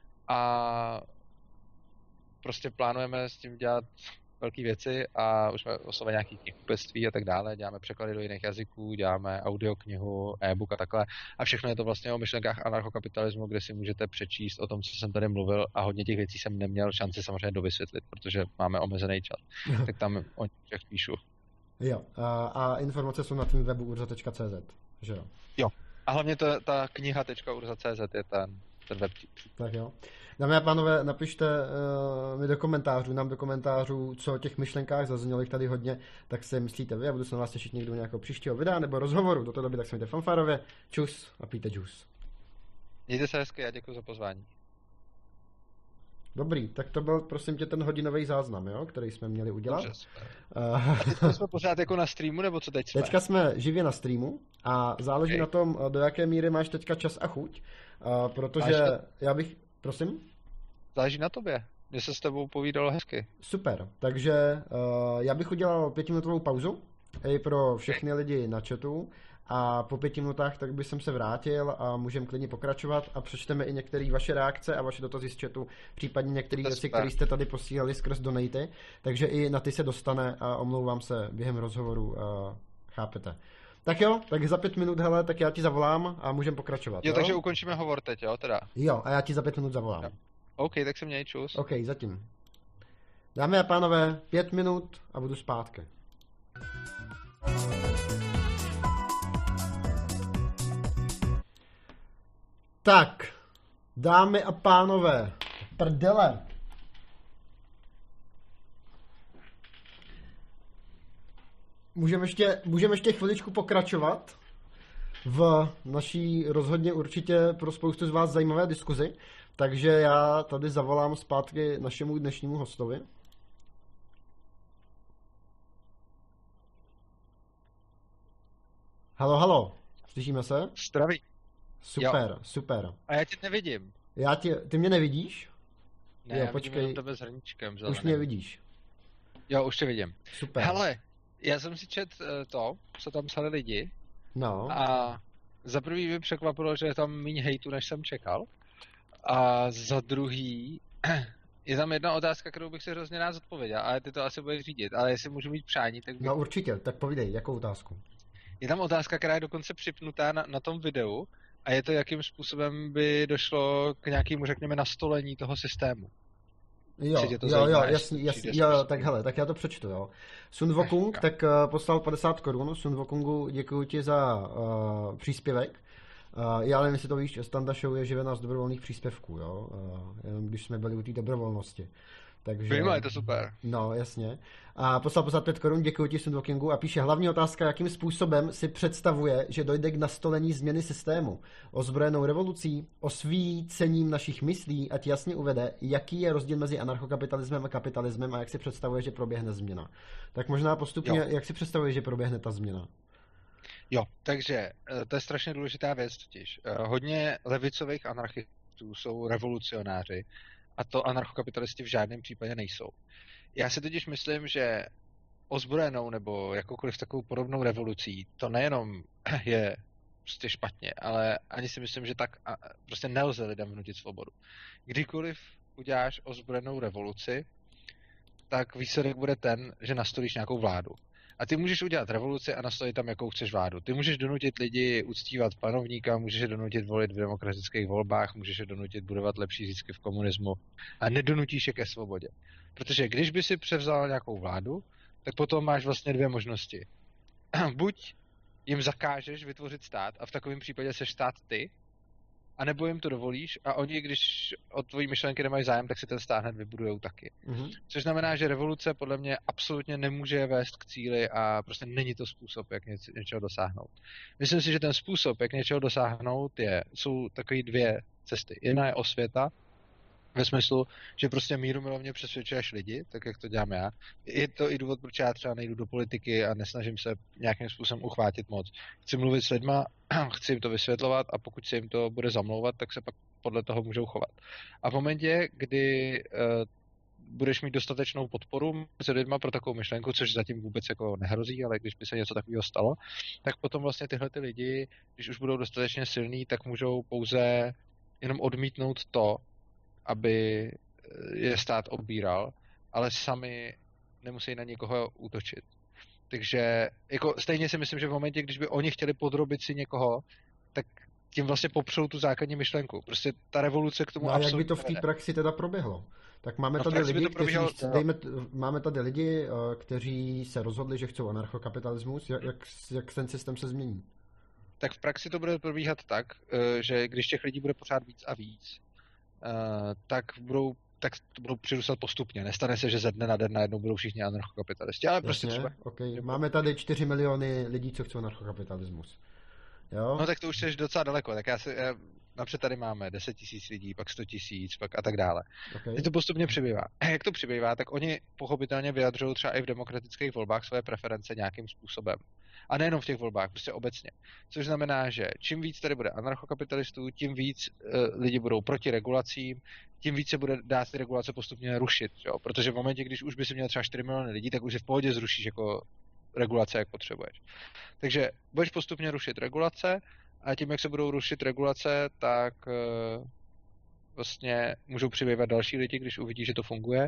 a prostě plánujeme s tím dělat velké věci a už jsme oslovili nějaký knihkupectví a tak dále, děláme překlady do jiných jazyků, děláme audioknihu, e-book a takhle a všechno je to vlastně o myšlenkách anarchokapitalismu, kde si můžete přečíst o tom, co jsem tady mluvil a hodně těch věcí jsem neměl šanci samozřejmě dovysvětlit, protože máme omezený čas, tak tam o těch píšu. Jo, a, a informace jsou na tom webu urza tečka cé zet, že jo? Jo, a hlavně to, ta kniha tečka urza tečka cé zet je ten, ten web. Tak jo. Dámy a pánové, napište uh, mi do komentářů, nám do komentářů, co o těch myšlenkách zaznělo jich tady hodně, tak si myslíte vy a budu se na vás těšit někdo nějakého příštího videa nebo rozhovoru. Do té doby tak se mějte fanfárově, čus a pijte džus. Mějte se hezky a děkuji za pozvání. Dobrý, tak to byl prosím tě ten hodinový záznam, jo, který jsme měli udělat. Dobře, uh, a teď jsme pořád jako na streamu, nebo co teď jsme? Teďka jsme živě na streamu a záleží okay. na tom, do jaké míry máš teďka čas a chuť, uh, protože to... já bych, prosím? Záleží na tobě, že se s tebou povídalo hezky. Super, takže uh, já bych udělal pětiminutovou pauzu i pro všechny lidi na chatu a po pěti minutách tak bych se vrátil a můžeme klidně pokračovat a přečteme i některé vaše reakce a vaše dotazy z chatu, případně některé věci, které jste tady posílali skrz donaty, takže i na ty se dostane a omlouvám se během rozhovoru, uh, chápete. Tak jo, tak za pět minut, hele, tak já ti zavolám a můžeme pokračovat. Jo, jo, takže ukončíme hovor teď, jo, teda. Jo, a já ti za pět minut zavolám. Jo. OK, tak se měj, čus. OK, zatím. Dámy a pánové, pět minut a budu zpátky. Tak, dámy a pánové, prdele. můžeme ještě, můžeme ještě chviličku pokračovat v naší rozhodně určitě pro spoustu z vás zajímavé diskuzi, takže já tady zavolám zpátky našemu dnešnímu hostovi. Halo, halo, slyšíme se? Zdraví. Super, Jo. super. A já tě nevidím. Já tě, ty mě nevidíš? Ne, jo, já počkej. vidím jenom tebe s hrníčkem zeleným. Už mě vidíš. Jo, už tě vidím. Super. Hele, já jsem si čet uh, to, co tam psali lidi. No. A za prvý mě překvapilo, že je tam méně hejtu, než jsem čekal. A za druhý je tam jedna otázka, kterou bych si hrozně rád zodpověděl, ale ty to asi budeš řídit. Ale jestli můžu mít přání, tak bych... No určitě, tak povídej, jakou otázku? Je tam otázka, která je dokonce připnutá na, na tom videu a je to, jakým způsobem by došlo k nějakému, řekněme, nastolení toho systému. Jo, to jo, zajímá, jo, jestli jasný, jasný, přijdeš jo, jo, prostě. tak hele, tak já to přečtu, jo. Sun Wokung, tak uh, poslal padesát korun, Sun Wokungu, děkuji ti za uh, příspěvek. Uh, já nevím, jestli to víš, Standa Show je živená z dobrovolných příspěvků, jo, uh, jenom když jsme byli u té dobrovolnosti. Takže... Vím, je to super. No, jasně. A poslal padesát pět korun, děkuji ti Sun Wokungu a píše hlavní otázka, jakým způsobem si představuje, že dojde k nastolení změny systému. Ozbrojenou revolucí, osvícením našich myslí, ať jasně uvede, jaký je rozdíl mezi anarchokapitalismem a kapitalismem a jak si představuje, že proběhne změna. Tak možná postupně, jo. Jak si představuje, že proběhne ta změna? Jo, takže to je strašně důležitá věc totiž. Hodně levicových anarchistů jsou revolucionáři a to anarchokapitalisti v žádném případě nejsou. Já si totiž myslím, že ozbrojenou nebo jakoukoliv takovou podobnou revolucí to nejenom je prostě špatně, ale ani si myslím, že tak prostě nelze lidem vnutit svobodu. Kdykoliv uděláš ozbrojenou revoluci, tak výsledek bude ten, že nastolíš nějakou vládu. A ty můžeš udělat revoluci a nastolit tam, jakou chceš vládu. Ty můžeš donutit lidi uctívat panovníka, můžeš je donutit volit v demokratických volbách, můžeš je donutit budovat lepší zisky v komunismu a nedonutíš je ke svobodě. Protože když by si převzal nějakou vládu, tak potom máš vlastně dvě možnosti. Buď jim zakážeš vytvořit stát a v takovém případě seš stát ty, anebo jim to dovolíš a oni, když od tvojí myšlenky nemají zájem, tak si ten stát hned vybudujou taky. Mm-hmm. Což znamená, že revoluce podle mě absolutně nemůže vést k cíli a prostě není to způsob, jak něč, něčeho dosáhnout. Myslím si, že ten způsob, jak něčeho dosáhnout, je, jsou takové dvě cesty. Jedna je osvěta, ve smyslu, že prostě mírumilovně přesvědčuješ lidi, tak jak to dělám já. Je to i důvod, proč já třeba nejdu do politiky a nesnažím se nějakým způsobem uchvátit moc. Chci mluvit s lidma, chci jim to vysvětlovat a pokud se jim to bude zamlouvat, tak se pak podle toho můžou chovat. A v momentě, kdy uh, budeš mít dostatečnou podporu mezi lidma pro takovou myšlenku, což zatím vůbec jako nehrozí, ale když by se něco takového stalo, tak potom vlastně tyhle ty lidi, když už budou dostatečně silní, tak můžou pouze jenom odmítnout to, aby je stát obíral, ale sami nemusí na někoho útočit. Takže jako stejně si myslím, že v momentě, když by oni chtěli podrobit si někoho, tak tím vlastně popřou tu základní myšlenku. Prostě ta revoluce k tomu no absolutně jak by to v té praxi teda proběhlo? Tak máme no tady lidi, probíhalo, kteří, dejme, máme tady lidi, kteří se rozhodli, že chcou anarchokapitalismus. Jak, jak, jak ten systém se změní? Tak v praxi to bude probíhat tak, že když těch lidí bude pořád víc a víc, Uh, tak budou tak to budou přirůstat postupně. Nestane se, že ze dne na den najednou budou všichni anarchokapitalisti, ale jasně, prostě třeba... Okay. Máme tady čtyři miliony lidí, co chcou anarchokapitalismus. Jo? No tak to už jsi docela daleko, tak já si... Já, napřed tady máme deset tisíc lidí, pak sto tisíc, pak a tak dále. Okay. Teď to postupně přibývá. A jak to přibývá, tak oni pochopitelně vyjadřují třeba i v demokratických volbách své preference nějakým způsobem. A nejenom v těch volbách, prostě obecně. Což znamená, že čím víc tady bude anarchokapitalistů, tím víc uh, lidi budou proti regulacím, tím víc se bude dát ty regulace postupně rušit. Jo? Protože v momentě, když už by si měl třeba čtyři miliony lidí, tak už je v pohodě zrušíš jako regulace, jak potřebuješ. Takže budeš postupně rušit regulace a tím, jak se budou rušit regulace, tak uh, vlastně můžou přibývat další lidi, když uvidí, že to funguje.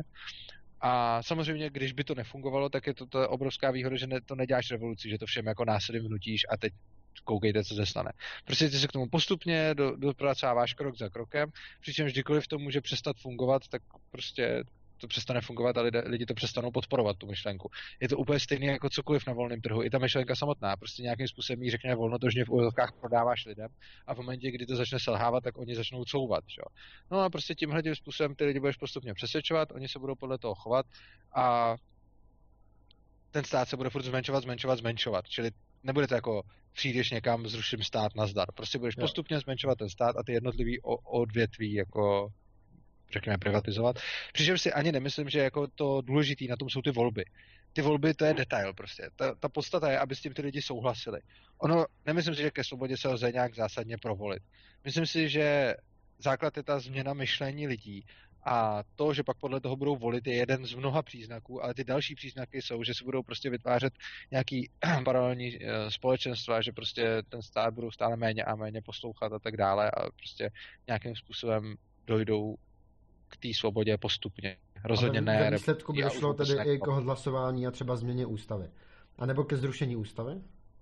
A samozřejmě, když by to nefungovalo, tak je to, to obrovská výhoda, že ne, to neděláš revoluci, že to všem jako násilím vnutíš a teď koukejte, co se stane. Prostě ty se k tomu postupně do, dopracováváš krok za krokem, přičemž kdykoliv to může přestat fungovat, tak prostě to přestane fungovat a lidé, lidi to přestanou podporovat, tu myšlenku. Je to úplně stejné jako cokoliv na volném trhu. I ta myšlenka samotná, prostě nějakým způsobem jí řekne volnotožně v úvodovkách prodáváš lidem a v momentě, kdy to začne selhávat, tak oni začnou couvat. Že? No a prostě tímhle tím způsobem ty lidi budeš postupně přesvědčovat, oni se budou podle toho chovat a ten stát se bude furt zmenšovat, zmenšovat, zmenšovat. Čili nebude to jako přijdeš někam, zruším stát, nazdar. Prostě budeš jo. postupně zmenšovat ten stát a ty jednotlivý odvětví jako řekněme privatizovat. Přičemž si ani nemyslím, že jako to důležitý na tom jsou ty volby. Ty volby, to je detail prostě. Ta, ta podstata je, aby s tím ty lidi souhlasili. Ono, nemyslím si, že ke svobodě se lze nějak zásadně provolit. Myslím si, že základ je ta změna myšlení lidí a to, že pak podle toho budou volit, je jeden z mnoha příznaků, ale ty další příznaky jsou, že si budou prostě vytvářet nějaký paralelní společenstva, že prostě ten stát budou stále méně a méně poslouchat a tak dále a prostě nějakým způsobem dojdou k té svobodě postupně. Rozhodně ale ne. Ve výsledku by došlo tedy i k hlasování a třeba změně ústavy. A nebo ke zrušení ústavy?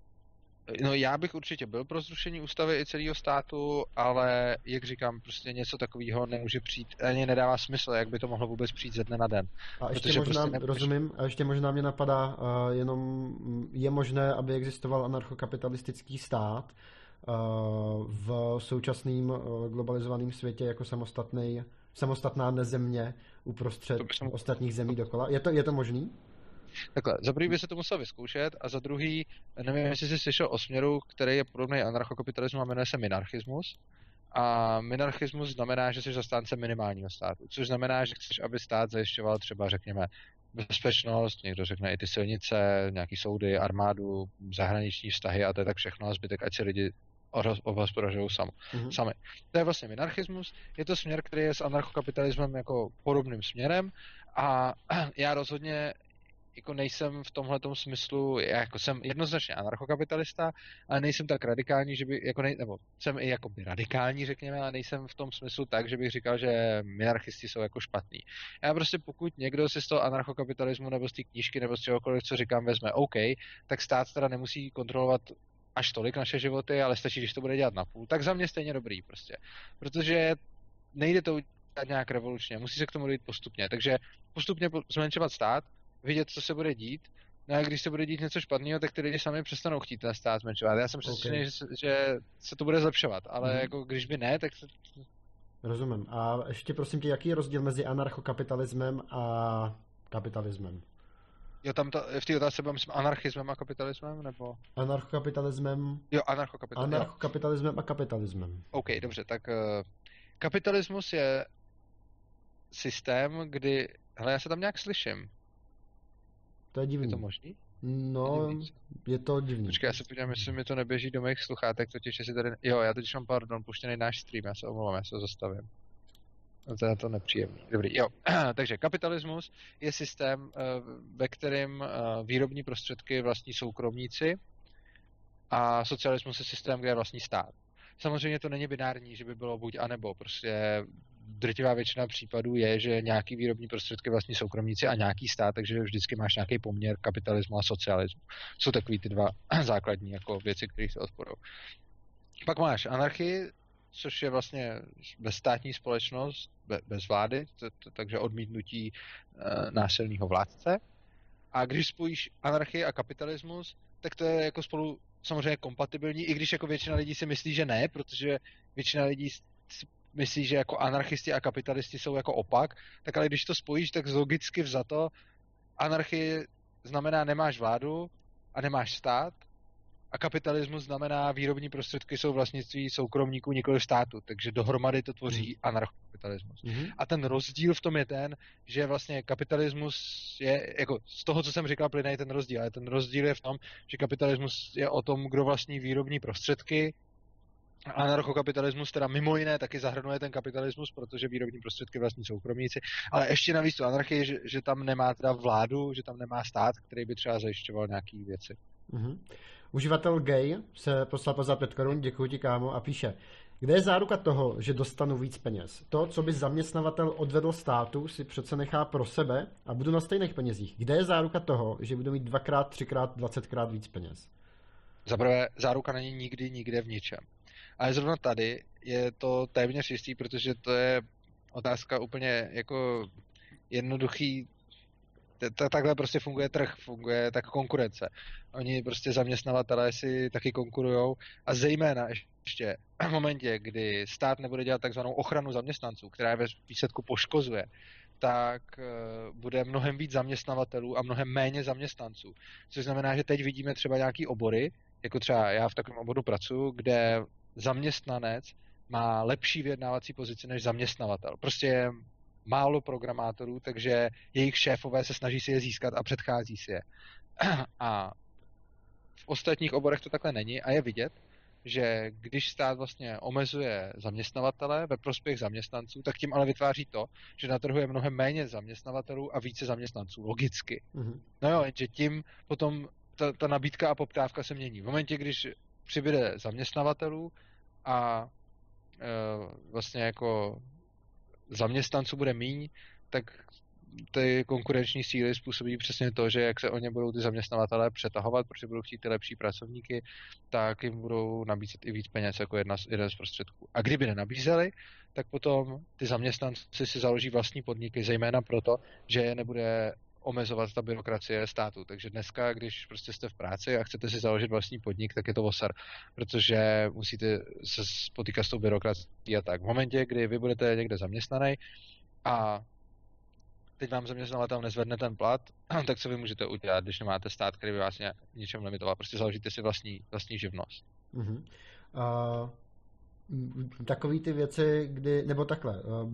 No já bych určitě byl pro zrušení ústavy i celého státu, ale jak říkám, prostě něco takového nemůže přijít, ani nedává smysl, jak by to mohlo vůbec přijít ze dne na den. A ještě možná, prostě ne... rozumím, a ještě možná mě napadá, uh, jenom je možné, aby existoval anarchokapitalistický stát uh, v současném uh, globalizovaném světě jako samostatný, samostatná nezemě uprostřed jsem... ostatních zemí dokola. Je to, je to možný? Takhle, za prvý by se to musel vyzkoušet a za druhý, nevím, jestli jsi slyšel o směru, který je podobný anarchokapitalismu a jmenuje se minarchismus. A minarchismus znamená, že jsi zastánce minimálního státu, což znamená, že chceš, aby stát zajišťoval třeba, řekněme, bezpečnost, někdo řekne i ty silnice, nějaký soudy, armádu, zahraniční vztahy a to je tak všechno a zbytek, ať si lidi obhospodařují sami. Mm-hmm. sami. To je vlastně minarchismus, je to směr, který je s anarchokapitalismem jako podobným směrem a já rozhodně jako nejsem v tomhletom smyslu, já jako jsem jednoznačně anarchokapitalista, ale nejsem tak radikální, že by, jako nej, nebo jsem i jako by radikální, řekněme, ale nejsem v tom smyslu tak, že bych říkal, že minarchisti jsou jako špatný. Já prostě pokud někdo si z toho anarchokapitalismu nebo z té knížky nebo z čehokoliv, co říkám, vezme OK, tak stát teda nemusí kontrolovat až tolik naše životy, ale stačí, když to bude dělat napůl, tak za mě stejně dobrý prostě. Protože nejde to udělat nějak revolučně, musí se k tomu dojít postupně. Takže postupně zmenšovat stát, vidět, co se bude dít. No a když se bude dít něco špatného, tak ty lidi sami přestanou chtít ten stát zmenšovat. Já jsem přesvědčený, okay. že, se, že se to bude zlepšovat, ale mm. jako když by ne, tak... Se... Rozumím. A ještě prosím tě, jaký je rozdíl mezi anarchokapitalismem a kapitalismem? Jo, tam to, v té otázce mám anarchismem a kapitalismem, nebo? Anarchokapitalismem... Jo, anarchokapitalismem. Anarchokapitalismem a kapitalismem. OK, dobře, tak uh, kapitalismus je systém, kdy... Hele, já se tam nějak slyším. To je divný. Je to možný? No, je to divný. Počkej, já se podívám, jestli mi to neběží do mých sluchátek, totiž jestli tady... Jo, já totiž mám, pardon, puštěný náš stream, já se omlouvám, já se ho zastavím. No to je to nepříjemný. Dobrý, jo. Takže kapitalismus je systém, ve kterém výrobní prostředky vlastní soukromníci a socialismus je systém, kde je vlastní stát. Samozřejmě to není binární, že by bylo buď a nebo, prostě drtivá většina případů je, že nějaký výrobní prostředky vlastní soukromníci a nějaký stát, takže vždycky máš nějaký poměr kapitalismu a socialismu. Jsou takový ty dva základní jako věci, které se odporují. Pak máš anarchii, což je vlastně bezstátní společnost, be, bez vlády, to, to, takže odmítnutí e, násilného vládce. A když spojíš anarchii a kapitalismus, tak to je jako spolu samozřejmě kompatibilní, i když jako většina lidí si myslí, že ne, protože většina lidí si myslí, že jako anarchisti a kapitalisti jsou jako opak, tak ale když to spojíš, tak logicky vzato anarchie znamená nemáš vládu a nemáš stát a kapitalismus znamená výrobní prostředky jsou vlastnictví soukromníků, nikoli státu, takže dohromady to tvoří mm. anarchokapitalismus. Mm. A ten rozdíl v tom je ten, že vlastně kapitalismus je, jako z toho, co jsem říkal, plyne je ten rozdíl, ale ten rozdíl je v tom, že kapitalismus je o tom, kdo vlastní výrobní prostředky. Anarchokapitalismus teda mimo jiné taky zahrnuje ten kapitalismus, protože výrobní prostředky vlastní soukromníci, ale ještě navíc tu anarchii, že, že tam nemá teda vládu, že tam nemá stát, který by třeba zajišťoval nějaký věci. Mm-hmm. Uživatel Gay se poslal pozad pět korun, děkuji ti kámo, a píše: kde je záruka toho, že dostanu víc peněz? To, co by zaměstnavatel odvedl státu, si přece nechá pro sebe a budu na stejných penězích. Kde je záruka toho, že budu mít dvakrát, třikrát, dvacetkrát víc peněz? Za prvé, záruka není nikdy, nikde v ničem. Ale zrovna tady je to téměř jistý, protože to je otázka úplně jako jednoduchý. Takhle prostě funguje trh, funguje tak konkurence. Oni prostě zaměstnavatelé si taky konkurujou a zejména ještě v momentě, kdy stát nebude dělat takzvanou ochranu zaměstnanců, která je ve výsledku poškozuje, tak uh, bude mnohem víc zaměstnavatelů a mnohem méně zaměstnanců. Což znamená, že teď vidíme třeba nějaký obory, jako třeba já v takovém oboru pracuji, kde zaměstnanec má lepší vyjednávací pozici než zaměstnavatel. Prostě je málo programátorů, takže jejich šéfové se snaží si je získat a předchází si je. A v ostatních oborech to takhle není a je vidět, že když stát vlastně omezuje zaměstnavatele ve prospěch zaměstnanců, tak tím ale vytváří to, že na trhu je mnohem méně zaměstnavatelů a více zaměstnanců, logicky. Mm-hmm. No jo, že tím potom ta, ta nabídka a poptávka se mění. V momentě, když přibyde zaměstnavatelů a e, vlastně jako zaměstnanců bude míň, tak ty konkurenční síly způsobí přesně to, že jak se o ně budou ty zaměstnavatelé přetahovat, protože budou chtít ty lepší pracovníky, tak jim budou nabízet i víc peněz jako jedna z, jeden z prostředků. A kdyby nenabízeli, tak potom ty zaměstnanci si založí vlastní podniky, zejména proto, že je nebude omezovat ta byrokracie státu. Takže dneska, když prostě jste v práci a chcete si založit vlastní podnik, tak je to osar, protože musíte se potýkat s tou byrokracií a tak. V momentě, kdy vy budete někde zaměstnaný a teď vám zaměstnavatel nezvedne ten plat, tak co vy můžete udělat, když nemáte stát, který by vás něčem limitoval? Prostě založíte si vlastní, vlastní živnost. Uh-huh. Uh, takový ty věci, kdy, nebo takhle, uh,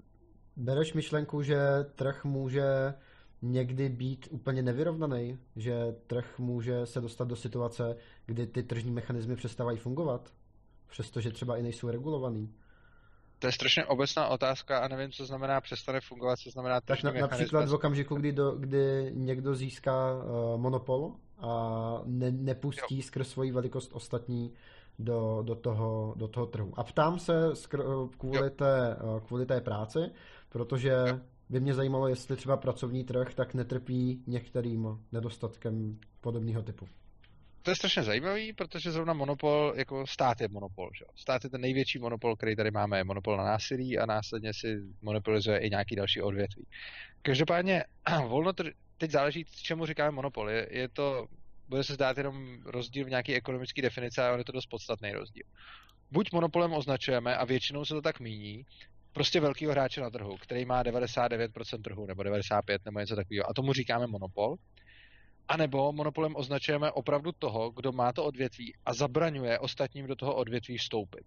bereš myšlenku, že trh může někdy být úplně nevyrovnaný, že trh může se dostat do situace, kdy ty tržní mechanismy přestávají fungovat, přestože třeba i nejsou regulovaný. To je strašně obecná otázka a nevím, co znamená přestane fungovat, co znamená tržní tak na, mechanismus. Například v okamžiku, kdy, do, kdy někdo získá uh, monopol a ne, nepustí jo. skrz svoji velikost ostatní do, do, toho, do toho trhu. A ptám se skr, kvůli, té, uh, kvůli té práci, protože jo. by mě zajímalo, jestli třeba pracovní trh tak netrpí některým nedostatkem podobného typu. To je strašně zajímavý, protože zrovna monopol, jako stát je monopol, že? Stát je ten největší monopol, který tady máme, je monopol na násilí a následně si monopolizuje i nějaký další odvětví. Každopádně volno tr- teď záleží, čemu říkáme monopol. Je, je to, bude se zdát jenom rozdíl v nějaké ekonomické definici, ale je to dost podstatný rozdíl. Buď monopolem označujeme, a většinou se to tak míní, prostě velkýho hráče na trhu, který má devadesát devět procent trhu, nebo devadesát pět procent nebo něco takového, a tomu říkáme monopol. A nebo monopolem označujeme opravdu toho, kdo má to odvětví a zabraňuje ostatním do toho odvětví vstoupit.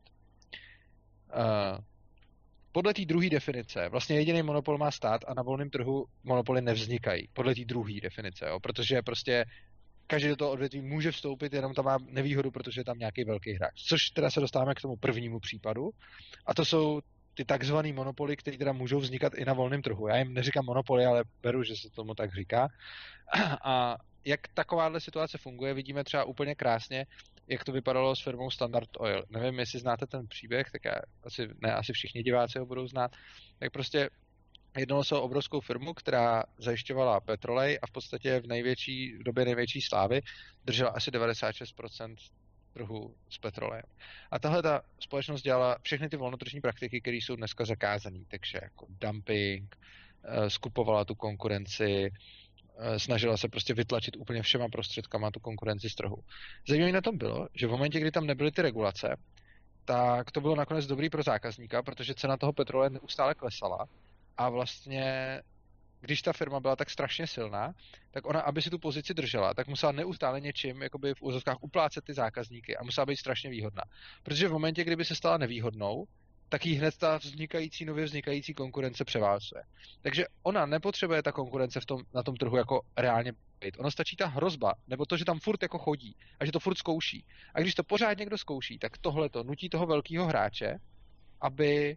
Uh, podle té druhé definice, vlastně jediný monopol má stát a na volném trhu monopoly nevznikají. Podle té druhé definice, jo, protože prostě každý do toho odvětví může vstoupit, jenom tam má nevýhodu, protože je tam nějaký velký hráč. Což teda se dostáváme k tomu prvnímu případu. A to jsou ty takzvaný monopoly, které teda můžou vznikat i na volném trhu. Já jim neříkám monopoly, ale beru, že se tomu tak říká. A jak takováhle situace funguje, vidíme třeba úplně krásně, jak to vypadalo s firmou Standard Oil. Nevím, jestli znáte ten příběh, tak já, asi, ne, asi všichni diváci ho budou znát. Tak prostě jednalo se o obrovskou firmu, která zajišťovala petrolej a v podstatě v, největší, v době největší slávy držela asi devadesát šest procent trhu s petrolejem. A tahle ta společnost dělala všechny ty volnotržní praktiky, které jsou dneska zakázané, takže jako dumping, skupovala tu konkurenci, snažila se prostě vytlačit úplně všema prostředkama tu konkurenci z trhu. Zajímavé na tom bylo, že v momentě, kdy tam nebyly ty regulace, tak to bylo nakonec dobrý pro zákazníka, protože cena toho petroleje neustále klesala a vlastně když ta firma byla tak strašně silná, tak ona, aby si tu pozici držela, tak musela neustále něčím jakoby v úzovkách uplácet ty zákazníky a musela být strašně výhodná. Protože v momentě, kdyby se stala nevýhodnou, tak jí hned ta vznikající, nově vznikající konkurence převálcuje. Takže ona nepotřebuje ta konkurence v tom, na tom trhu jako reálně být. Ono stačí ta hrozba, nebo to, že tam furt jako chodí a že to furt zkouší. A když to pořád někdo zkouší, tak tohle to nutí toho velkého hráče, aby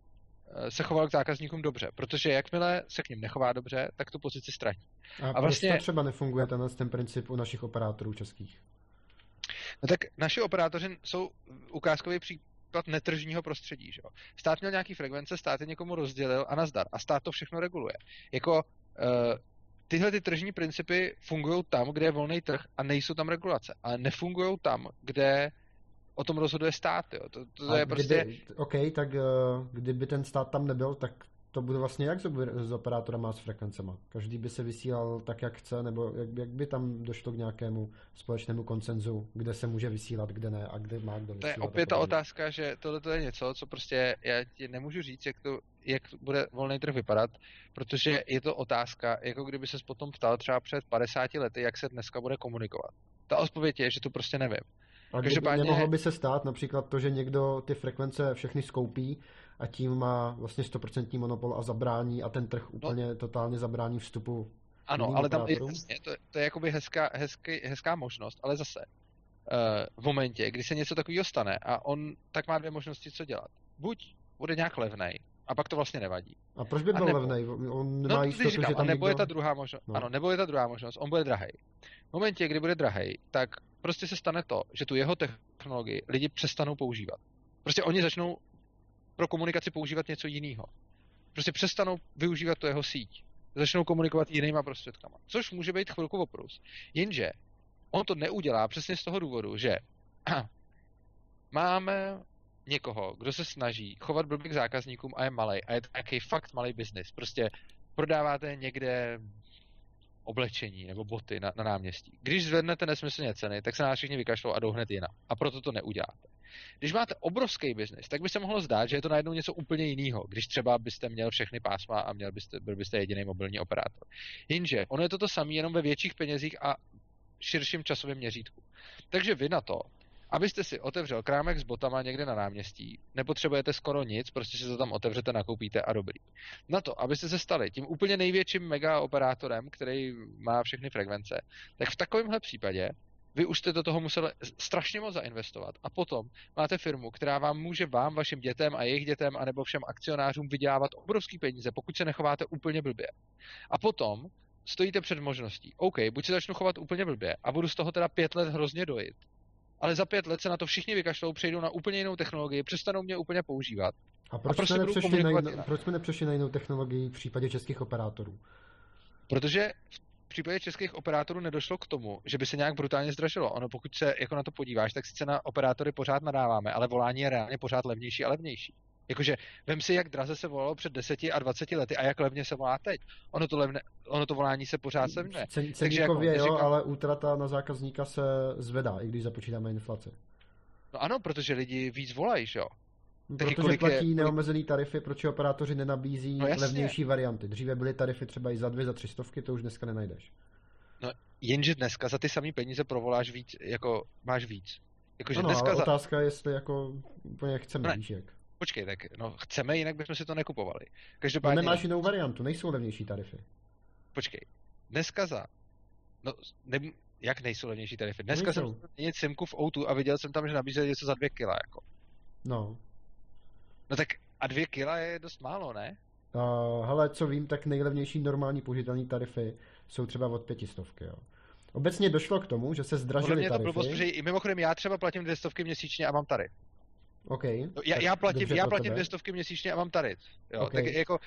se choval k zákazníkům dobře, protože jakmile se k ním nechová dobře, tak tu pozici ztratí. A, a vlastně proč to třeba nefunguje tenhle ten princip u našich operátorů českých? No tak naši operátoři jsou ukázkový příklad netržního prostředí. Že? Stát měl nějaký frekvence, stát je někomu rozdělil a nazdar. A stát to všechno reguluje. Jako uh, tyhle ty tržní principy fungují tam, kde je volný trh a nejsou tam regulace. Ale nefungují tam, kde o tom rozhoduje stát. Jo. To, to je kdyby, prostě... OK, tak uh, kdyby ten stát tam nebyl, tak to bude vlastně jak s operátorama s frekvencema? Každý by se vysílal tak, jak chce, nebo jak, jak by tam došlo k nějakému společnému konsenzu, kde se může vysílat, kde ne a kde má kdo vysílat? To je opět ta otázka, že tohle je něco, co prostě já ti nemůžu říct, jak to, jak bude volný trh vypadat, protože je to otázka, jako kdyby ses potom ptal třeba před padesáti lety, jak se dneska bude komunikovat. Ta odpověď je, že to prostě nevím. A Každopádně... nemohlo by se stát například to, že někdo ty frekvence všechny skoupí a tím má vlastně sto procent monopol a zabrání a ten trh úplně no. totálně zabrání vstupu. Ano, ale tam je, to, to je jakoby hezká, hezky, hezká možnost, ale zase uh, v momentě, kdy se něco takového stane a on tak má dvě možnosti, co dělat. Buď bude nějak levnej, a pak to vlastně nevadí. A proč by byl nebo, levnej? On nemá no, jistotu, říkám, že tam nebo někdo... je ta druhá možnost. No. Ano, nebo je ta druhá možnost. On bude drahej. V momentě, kdy bude drahej, tak prostě se stane to, že tu jeho technologii lidi přestanou používat. Prostě oni začnou pro komunikaci používat něco jiného. Prostě přestanou využívat tu jeho síť. Začnou komunikovat jinýma prostředkama. Což může být chvilku oprus. Jenže on to neudělá přesně z toho důvodu, že máme někoho, kdo se snaží chovat blbě k zákazníkům a je malej a je to nějaký fakt malý biznis. Prostě prodáváte někde oblečení nebo boty na, na náměstí. Když zvednete nesmyslně ceny, tak se nás všichni vykašlou a jdou hned jinam. A proto to neuděláte. Když máte obrovský biznis, tak by se mohlo zdát, že je to najednou něco úplně jiného, když třeba byste měl všechny pásma a měl byste, byl byste jediný mobilní operátor. Jenže ono je to to samé jenom ve větších penězích a širším časovém měřítku. Takže vy na to, abyste si otevřel krámek s botama někde na náměstí, nepotřebujete skoro nic, prostě si to tam otevřete, nakoupíte a dobrý. Na to, abyste se stali tím úplně největším mega operátorem, který má všechny frekvence, tak v takovémhle případě vy už jste do toho museli strašně moc zainvestovat a potom máte firmu, která vám může vám, vašim dětem a jejich dětem anebo všem akcionářům vydělávat obrovský peníze, pokud se nechováte úplně blbě. A potom stojíte před možností, OK, buď se začnu chovat úplně blbě a budu z toho teda pět let hrozně dojit, ale za pět let se na to všichni vykašlou, přejdou na úplně jinou technologii, přestanou mě úplně používat. A proč, a prostě jsme, nepřešli na jinou, proč jsme nepřešli na jinou technologii v případě českých operátorů? Protože v případě českých operátorů nedošlo k tomu, že by se nějak brutálně zdražilo. Ono, pokud se jako na to podíváš, tak sice na operátory pořád nadáváme, ale volání je reálně pořád levnější a levnější. Jakože vem si, jak draze se volalo před deseti a dvaceti lety a jak levně se volá teď. Ono to, levne, ono to volání se pořád zlevňuje. Cen, ceníkově jako, jo, říkám, ale útrata na zákazníka se zvedá, i když započítáme inflaci. No ano, protože lidi víc volají, že jo? Protože platí je... neomezený tarify, proč operátoři nenabízí no levnější varianty. Dříve byly tarify třeba i za dvě, za tři stovky, to už dneska nenajdeš. No jenže dneska za ty samé peníze provoláš víc, jako máš víc. Jakože ano, dneska ale za... otázka je, jestli jako úplně chceme, ne. víš jak. Počkej, tak no chceme, jinak bychom si to nekupovali. Každopádně... No nemáš jinou variantu, nejsou levnější tarify. Počkej, dneska za... No, ne... jak nejsou levnější tarify? Dneska nejsou. Jsem měnit simku v O dva a viděl jsem tam, že nabízeli něco za dvě kila, jako. No. No tak a dvě kila je dost málo, ne? Uh, hele, co vím, tak nejlevnější normální použitelné tarify jsou třeba od pětistovky, jo. Obecně došlo k tomu, že se zdražily tarify. Podle mě to blbost, protože i mimochodem já třeba platím dvě stovky měsíčně a mám tarif. Okay, no, já, já platím, já platím dvě stovky měsíčně a mám tarif. Jo, okay. Tak jako,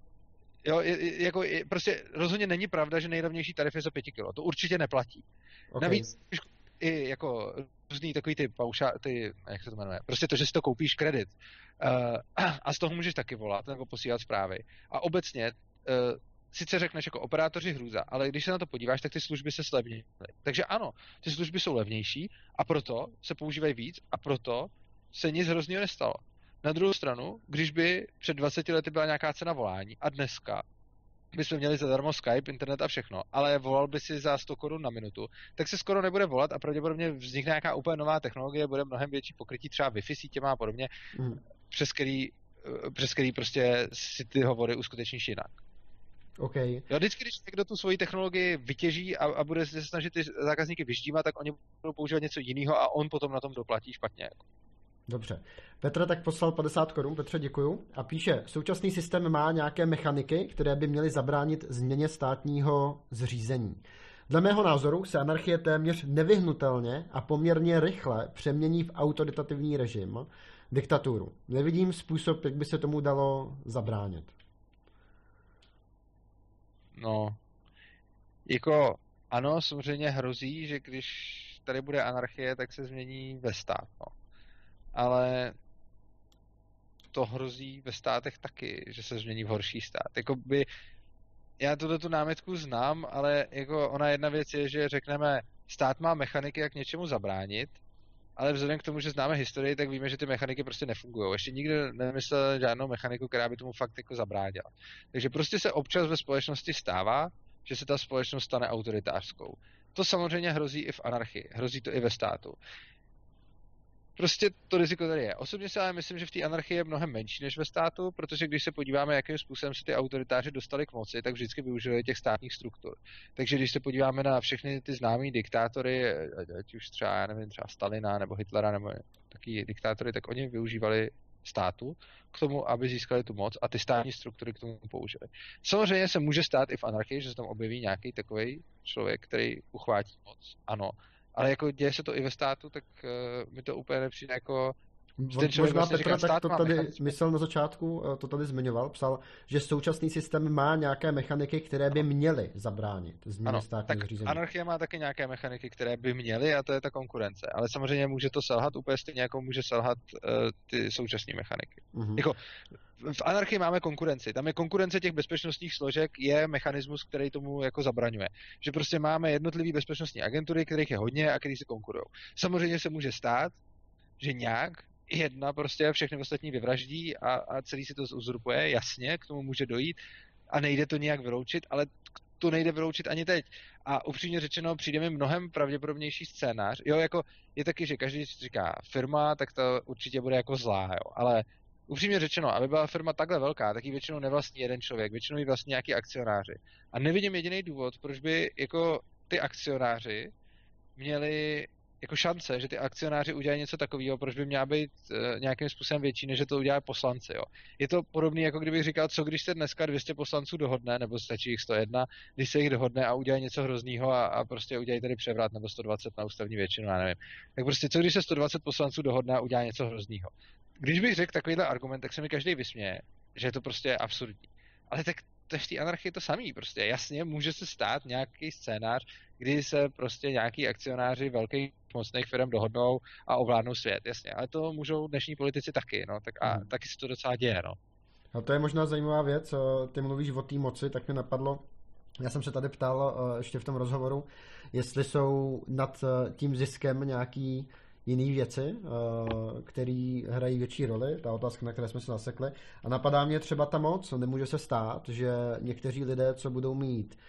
jo, jako, prostě rozhodně není pravda, že nejlevnější tarif je za pěti kilo. To určitě neplatí. Okay. Navíc i jako různý takový ty pauša, ty, jak se to jmenuje, prostě to, že si to koupíš kredit uh, a z toho můžeš taky volat nebo posílat zprávy. A obecně uh, sice řekneš jako operátoři hrůza, ale když se na to podíváš, tak ty služby se slevní. Takže ano, ty služby jsou levnější a proto se používají víc a proto se nic hroznýho nestalo. Na druhou stranu, když by před dvaceti lety byla nějaká cena volání a dneska bychom měli zadarmo Skype, internet a všechno, ale volal by si za sto korun na minutu, tak se skoro nebude volat a pravděpodobně vznikne nějaká úplně nová technologie, bude mnohem větší pokrytí třeba Wi-Fi sítěma a podobně, mm. přes který, přes který prostě si ty hovory uskutečníš jinak. Okay. Jo, vždycky, když někdo tu svoji technologii vytěží a, a bude se snažit ty zákazníky vyždímat, tak oni budou používat něco jiného a on potom na tom doplatí špatně. Jako. Dobře. Petr tak poslal padesát korun, Petře děkuju, a píše, současný systém má nějaké mechaniky, které by měly zabránit změně státního zřízení. Dle mého názoru se anarchie téměř nevyhnutelně a poměrně rychle přemění v autoritativní režim, diktaturu. Nevidím způsob, jak by se tomu dalo zabránit. No, jako ano, samozřejmě hrozí, že když tady bude anarchie, tak se změní ve stát, no. Ale to hrozí ve státech taky, že se změní v horší stát. Jakoby, já tuto tu námitku znám, ale jako ona jedna věc je, že řekneme, stát má mechaniky, jak něčemu zabránit, ale vzhledem k tomu, že známe historii, tak víme, že ty mechaniky prostě nefungují. Ještě nikdo nemyslel žádnou mechaniku, která by tomu fakt jako zabránila. Takže prostě se občas ve společnosti stává, že se ta společnost stane autoritářskou. To samozřejmě hrozí i v anarchii, hrozí to i ve státu. Prostě to riziko tady je. Osobně si ale myslím, že v té anarchii je mnohem menší než ve státu, protože když se podíváme, jakým způsobem se ty autoritáři dostali k moci, tak vždycky využili těch státních struktur. Takže když se podíváme na všechny ty známé diktátory, ať už třeba, já nevím, třeba Stalina nebo Hitlera nebo taky diktátory, tak oni využívali státu k tomu, aby získali tu moc a ty státní struktury k tomu použili. Samozřejmě se může stát i v anarchii, že se tam objeví nějaký takový člověk, který uchvátí moc. Ano. Ale jako děje se to i ve státu, tak uh, mi to úplně nepřijde jako... Ten možná vlastně Petra říká, tak to tady mechanismy. Myslel na začátku, to tady zmiňoval, psal, že současný systém má nějaké mechaniky, které by měly zabránit změně státního zřízení. Anarchie má taky nějaké mechaniky, které by měly, a to je ta konkurence. Ale samozřejmě může to selhat úplně stejně, jako může selhat uh, ty současné mechaniky. Uh-huh. Jako, v anarchii máme konkurenci. Tam je konkurence těch bezpečnostních složek, je mechanismus, který tomu jako zabraňuje. Že prostě máme jednotlivé bezpečnostní agentury, kterých je hodně a který si konkurují. Samozřejmě se může stát, že nějak jedna prostě všechny ostatní vyvraždí a, a celý si to uzurpuje, jasně, k tomu může dojít a nejde to nějak vyloučit, ale to nejde vyloučit ani teď. A upřímně řečeno, přijde mi mnohem pravděpodobnější scénář. Jo, jako je taky, že každý říká firma, tak to určitě bude jako zlá, jo, ale upřímně řečeno, aby byla firma takhle velká, tak ji většinou nevlastní jeden člověk, většinou ji vlastní nějaký akcionáři. A nevidím jediný důvod, proč by jako ty akcionáři měli jako šance, že ty akcionáři udělají něco takového, proč by měla být e, nějakým způsobem větší, než že to udělají poslanci. Jo. Je to podobné, jako kdybych říkal, co když se dneska dvě stě poslanců dohodne, nebo stačí jich sto jedna, když se jich dohodne a udělají něco hroznýho a, a prostě udělají tady převrat, nebo sto dvacet na ústavní většinu, já nevím. Tak prostě co když se sto dvacet poslanců dohodne a udělá něco hroznýho. Když bych řekl takovýhle argument, tak se mi každý vysměje, že je to prostě absurdní. Ale tak to je v té anarchii to samý prostě. Jasně, může se stát nějaký scénář, kdy se prostě nějaký akcionáři velkých mocných firm dohodnou a ovládnou svět, jasně. Ale to můžou dnešní politici taky, no. Tak a hmm. taky se to docela děje, no. A to je možná zajímavá věc. Ty mluvíš o té moci, tak mi napadlo, já jsem se tady ptal ještě v tom rozhovoru, jestli jsou nad tím ziskem nějaký jiný věci, které hrají větší roli, ta otázka, na které jsme se zasekli. A napadá mě třeba ta moc, nemůže se stát, že někteří lidé, co budou mít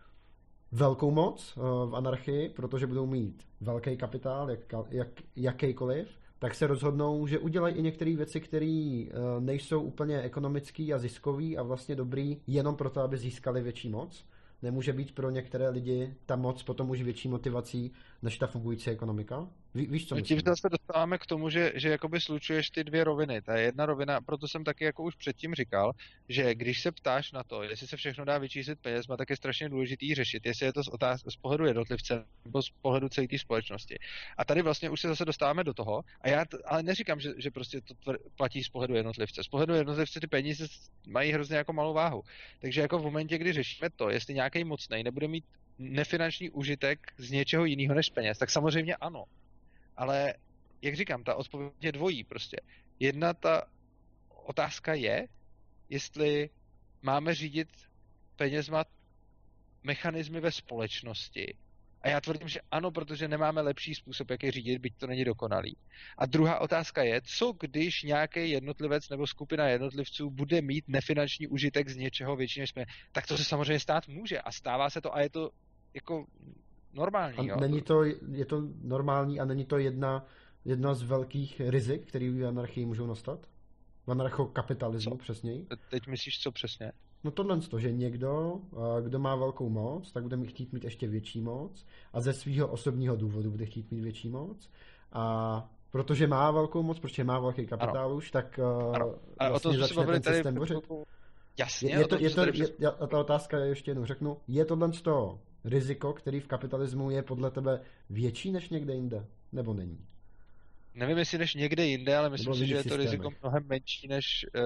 velkou moc v anarchii, protože budou mít velký kapitál, jak, jak, jakýkoliv, tak se rozhodnou, že udělají i některé věci, které nejsou úplně ekonomický a ziskový a vlastně dobrý jenom proto, aby získali větší moc. Nemůže být pro některé lidi ta moc potom už větší motivací než ta fungující ekonomika? Ví, víš, co myslím? Tím se dostáváme k tomu, že, že jakoby slučuješ ty dvě roviny. Ta jedna rovina, proto jsem taky jako už předtím říkal, že když se ptáš na to, jestli se všechno dá vyčíslit penězma, tak je strašně důležitý řešit, jestli je to z, otáz- z pohledu jednotlivce nebo z pohledu celé té společnosti. A tady vlastně už se zase dostáváme do toho, a já t- ale neříkám, že, že prostě to tvr- platí z pohledu jednotlivce. Z pohledu jednotlivce ty peníze mají hrozně jako malou váhu. Takže jako v momentě, kdy řešíme to, jestli nějaký mocnej nebude mít nefinanční užitek z něčeho jiného než peněz, tak samozřejmě ano. Ale, jak říkám, ta odpověď je dvojí prostě. Jedna ta otázka je, jestli máme řídit penězma mechanismy ve společnosti. A já tvrdím, že ano, protože nemáme lepší způsob, jak je řídit, byť to není dokonalý. A druhá otázka je, co když nějaký jednotlivec nebo skupina jednotlivců bude mít nefinanční užitek z něčeho větší než jsme. Tak to se samozřejmě stát může a stává se to a je to jako normální. A jo. Není to, je to normální a není to jedna, jedna z velkých rizik, které v anarchii můžou nastat? V anarchokapitalismu přesněji? Teď myslíš co přesně? No tohle, že někdo, kdo má velkou moc, tak bude mít chtít mít ještě větší moc a ze svého osobního důvodu bude chtít mít větší moc a protože má velkou moc, protože má velký kapitál ano. už, tak ano. vlastně to začne ten systém bořit. Jasně. Je, je to, je to, je, je, a ta otázka je ještě jednou řeknu, je tohle to riziko, který v kapitalismu je podle tebe větší než někde jinde, nebo není? Nevím, jestli než někde jinde, ale myslím si, že je to systémech. Riziko mnohem menší než... Uh,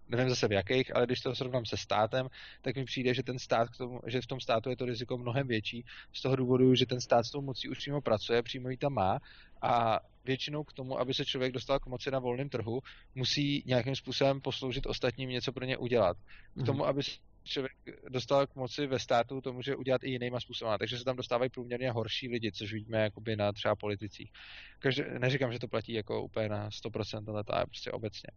nevím zase v jakých, ale když to srovnám se státem, tak mi přijde, že ten stát k tomu, že v tom státu je to riziko mnohem větší, z toho důvodu, že ten stát s tou mocí už přímo pracuje, přímo ji tam má a většinou k tomu, aby se člověk dostal k moci na volném trhu, musí nějakým způsobem posloužit ostatním, něco pro ně udělat. K tomu, aby člověk dostal k moci ve státu, to může udělat i jinýma způsoby, takže se tam dostávají průměrně horší lidi, což vidíme jakoby na třeba politicích. Každé, neříkám, že to platí jako úplně na sto procent, ale to je prostě obecně.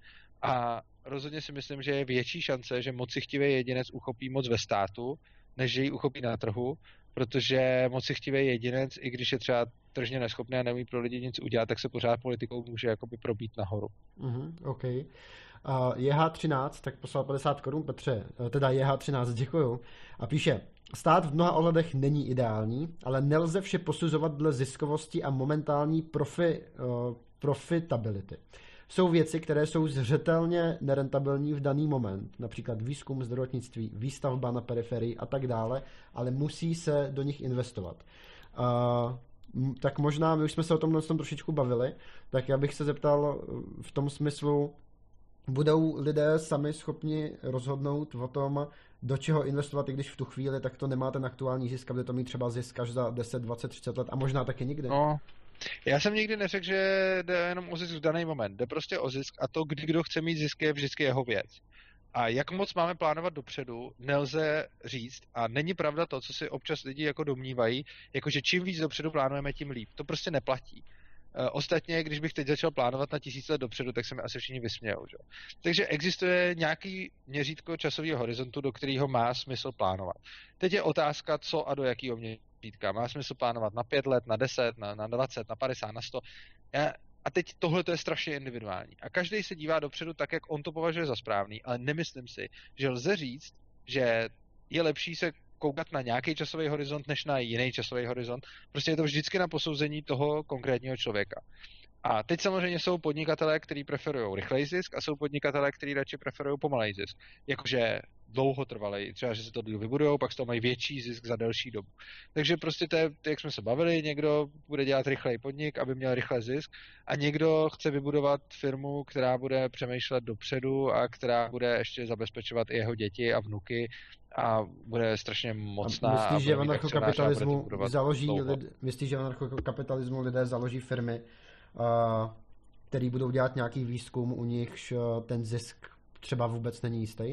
A rozhodně si myslím, že je větší šance, že mocichtivý jedinec uchopí moc ve státu, než že ji uchopí na trhu, protože mocichtivý jedinec, i když je třeba tržně neschopný a neumí pro lidi nic udělat, tak se pořád politikou může jakoby probít nahoru. Mhm, OK. Uh, J H třináct, tak poslal padesát korun, Petře, teda J H třináct, děkuju. A píše, stát v mnoha ohledech není ideální, ale nelze vše posuzovat dle ziskovosti a momentální profi, uh, profitability. Jsou věci, které jsou zřetelně nerentabilní v daný moment, například výzkum, zdravotnictví, výstavba na periferii a tak dále, ale musí se do nich investovat. Uh, tak možná, my už jsme se o tomhle tom trošičku bavili, tak já bych se zeptal v tom smyslu, budou lidé sami schopni rozhodnout o tom, do čeho investovat, i když v tu chvíli tak to nemá ten aktuální zisk, a bude to mít třeba zisk až za deset, dvacet, třicet let a možná taky nikdy. No, já jsem nikdy neřekl, že jde jenom o zisk v daný moment. Jde prostě o zisk a to, kdy kdo chce mít zisk, je vždycky jeho věc. A jak moc máme plánovat dopředu, nelze říct a není pravda to, co si občas lidi jako domnívají, jakože čím víc dopředu plánujeme, tím líp. To prostě neplatí. Ostatně, když bych teď začal plánovat na tisíc let dopředu, tak se mi asi všichni vysmějou. Že? Takže existuje nějaký měřítko časového horizontu, do kterého má smysl plánovat. Teď je otázka, co a do jakého měřítka. Má smysl plánovat na pět let, na deset, na, na dvacet, na padesát, na sto. Já, a teď tohle je strašně individuální. A každý se dívá dopředu tak, jak on to považuje za správný, ale nemyslím si, že lze říct, že je lepší se koukat na nějaký časový horizont, než na jiný časový horizont. Prostě je to vždycky na posouzení toho konkrétního člověka. A teď samozřejmě jsou podnikatelé, kteří preferují rychlej zisk a jsou podnikatelé, kteří radši preferují pomalej zisk. Jakože dlouhotrvalej, třeba, že se to vybudujou, pak z toho mají větší zisk za delší dobu. Takže prostě to je, jak jsme se bavili, někdo bude dělat rychlej podnik, aby měl rychle zisk a někdo chce vybudovat firmu, která bude přemýšlet dopředu a která bude ještě zabezpečovat i jeho děti a vnuky a bude strašně mocná. A myslíš, že v anarchokapitalismu založí lid, myslíš, že v anarchokapitalismu lidé založí firmy, uh, který budou dělat nějaký výzkum, u nichž ten zisk třeba vůbec není jistý?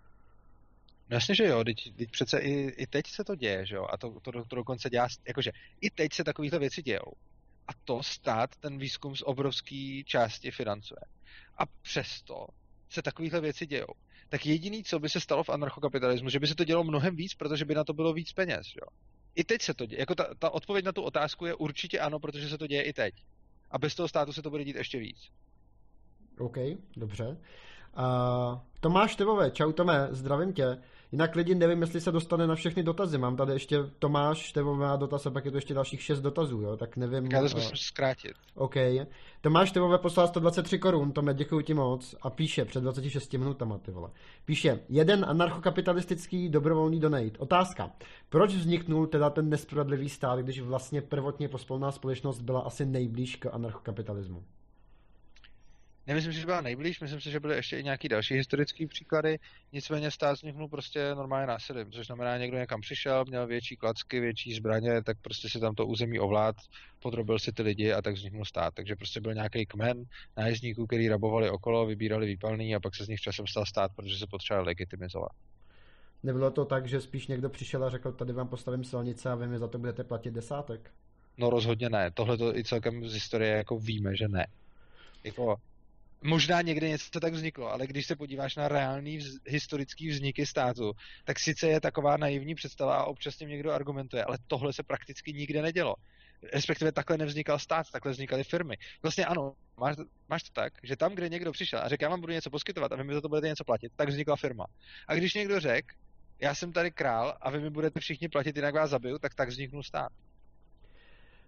No jasně, že jo, teď, teď přece i, i teď se to děje, že jo, a to, to, to dokonce dělá, jakože i teď se takovýhle věci dějou. A to stát ten výzkum z obrovský části financuje. A přesto se takovýhle věci dějou. Tak jediný, co by se stalo v anarchokapitalismu, že by se to dělo mnohem víc, protože by na to bylo víc peněz, že jo. I teď se to děje. Jako ta, ta odpověď na tu otázku je určitě ano, protože se to děje i teď. A bez toho státu se to bude dít ještě víc. OK, dobře. Uh, Tomáš Tevové, čau Tome, zdravím tě. Jinak lidi, nevím, jestli se dostane na všechny dotazy. Mám tady ještě Tomáš Tevové má dotaz a pak je to ještě dalších šest dotazů, jo, tak nevím. Já to zkusím uh, zkrátit. OK. Tomáš Tevové poslal sto dvacet tři korun, Tome, děkuji ti moc a píše před dvaceti šesti minutama, ty vole. Píše, jeden anarchokapitalistický dobrovolný donate. Otázka. Proč vzniknul teda ten nespravedlivý stát, když vlastně prvotně pospolná společnost byla asi nejblíž k anarchokapitalismu? Nemyslím si, že byla nejblíž, myslím si, že byly ještě i nějaký další historické příklady, nicméně stát vzniknul prostě normálně násilím, což znamená, někdo někam přišel, měl větší klacky, větší zbraně, tak prostě si tam to území ovlád, podrobil si ty lidi a tak vzniknul stát. Takže prostě byl nějaký kmen nájezdníků, který rabovali okolo, vybírali výpalný a pak se z nich časem stal stát, protože se potřeboval legitimizovat. Nebylo to tak, že spíš někdo přišel a řekl, tady vám postavím silnice a vy mi za to budete platit desátek? No rozhodně ne, tohle to i celkem z historie jako víme, že ne. Jako možná někde něco tak vzniklo, ale když se podíváš na reální vz, historický vzniky státu, tak sice je taková naivní představa a občas tím někdo argumentuje, ale tohle se prakticky nikde nedělo. Respektive takhle nevznikal stát, takhle vznikaly firmy. Vlastně ano, máš, máš to tak, že tam, kde někdo přišel a řekl, já vám budu něco poskytovat a vy mi za to budete něco platit, tak vznikla firma. A když někdo řekl, já jsem tady král a vy mi budete všichni platit, jinak vás zabiju, tak tak vzniknul stát.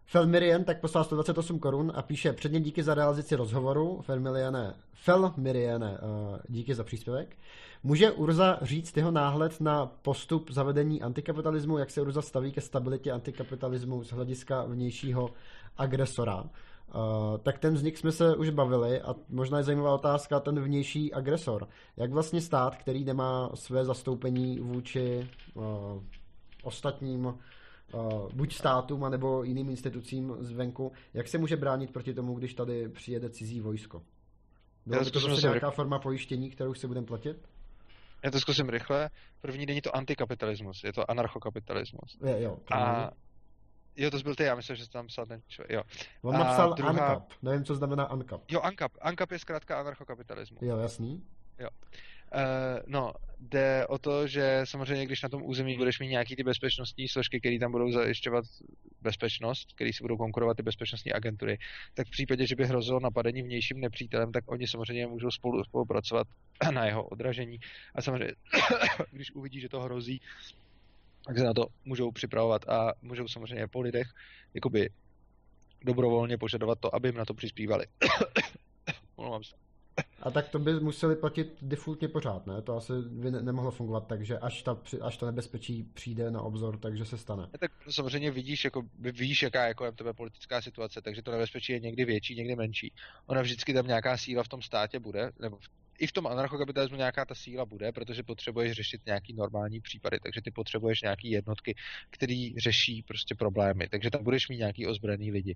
Felmirian tak poslal sto dvacet osm korun a píše předně díky za realizaci rozhovoru. Felmiriane, Felmiriane, uh, díky za příspěvek. Může Urza říct jeho náhled na postup zavedení antikapitalismu, jak se Urza staví ke stabilitě antikapitalismu z hlediska vnějšího agresora? Uh, tak ten vznik jsme se už bavili a možná je zajímavá otázka ten vnější agresor. Jak vlastně stát, který nemá své zastoupení vůči uh, ostatním uh, buď státům, anebo jiným institucím zvenku, jak se může bránit proti tomu, když tady přijede cizí vojsko? Byla by to zase nějaká forma pojištění, kterou si budeme platit? Já to zkusím rychle. První není to antikapitalismus, je to anarchokapitalismus. Je, jo, a jo, to byl ty, já myslím, že jsi tam psal ten člověk, jo. On a napsal druhá... ANCAP, nevím, co znamená ANCAP. Jo, ANCAP, ANCAP je zkrátka anarchokapitalismus. Jo, jasný. Jo. Uh, no, jde o to, že samozřejmě, když na tom území budeš mít nějaký ty bezpečnostní složky, které tam budou zajišťovat bezpečnost, které si budou konkurovat ty bezpečnostní agentury, tak v případě, že by hrozilo napadení vnějším nepřítelem, tak oni samozřejmě můžou spolu spolupracovat na jeho odražení. A samozřejmě, když uvidí, že to hrozí, tak se na to můžou připravovat a můžou samozřejmě po lidech jakoby dobrovolně požadovat to, aby jim na to přispívali. Omlouvám se. A tak to by museli platit defaultně pořád, ne? To asi by ne- nemohlo fungovat tak, že až, ta, až to nebezpečí přijde na obzor, takže se stane. Tak samozřejmě vidíš, jako, víš, jaká je kolem tebe politická situace, takže to nebezpečí je někdy větší, někdy menší. Ona vždycky tam nějaká síla v tom státě bude, nebo v, i v tom anarchokapitalismu nějaká ta síla bude, protože potřebuješ řešit nějaký normální případy, takže ty potřebuješ nějaký jednotky, který řeší prostě problémy, takže tam budeš mít nějaký ozbrojený lidi.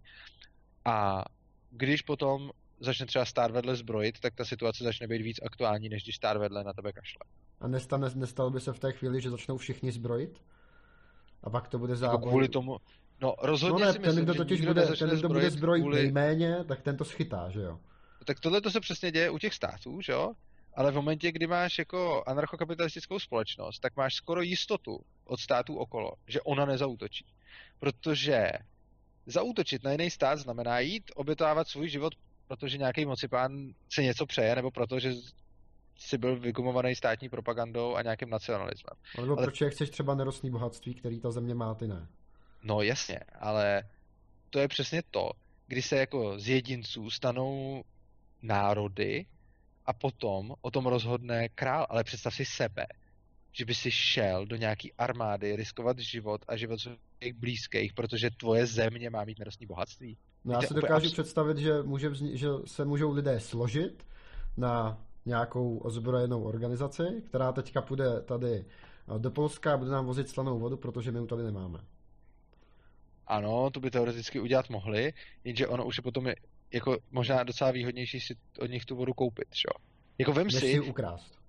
A když potom začne třeba stát vedle zbrojit, tak ta situace začne být víc aktuální, než když stát vedle na tebe kašle. A nestane, nestalo by se v té chvíli, že začnou všichni zbrojit? A pak to bude záboj? Jako kvůli tomu, no rozhodně no ne, si ten, myslím, kdo že totiž nikdo bude, ten, kdo bude zbrojit kvůli... nejméně, tak ten to schytá, že jo? Tak tohle to se přesně děje u těch států, že jo? Ale v momentě, kdy máš jako anarchokapitalistickou společnost, tak máš skoro jistotu od států okolo, že ona nezaútočí. Protože zaútočit na jiný stát znamená jít obětávat svůj život, protože nějaký mocipán se něco přeje, nebo protože si byl vygumovaný státní propagandou a nějakým nacionalismem. Nebo ale... proč je chceš třeba nerostný bohatství, který ta země má, ty ne? No jasně, ale to je přesně to, kdy se jako z jedinců stanou národy a potom o tom rozhodne král. Ale představ si sebe, že by si šel do nějaký armády riskovat život a život svých blízkých, protože tvoje země má mít nerostný bohatství. No já si dokážu abs... představit, že, může vzni- že se můžou lidé složit na nějakou ozbrojenou organizaci, která teďka půjde tady do Polska a bude nám vozit slanou vodu, protože my ji tady nemáme. Ano, to by teoreticky udělat mohli, jenže ono už je potom je, jako možná docela výhodnější si od nich tu vodu koupit, jo? Jako vem Než si... si ukrást.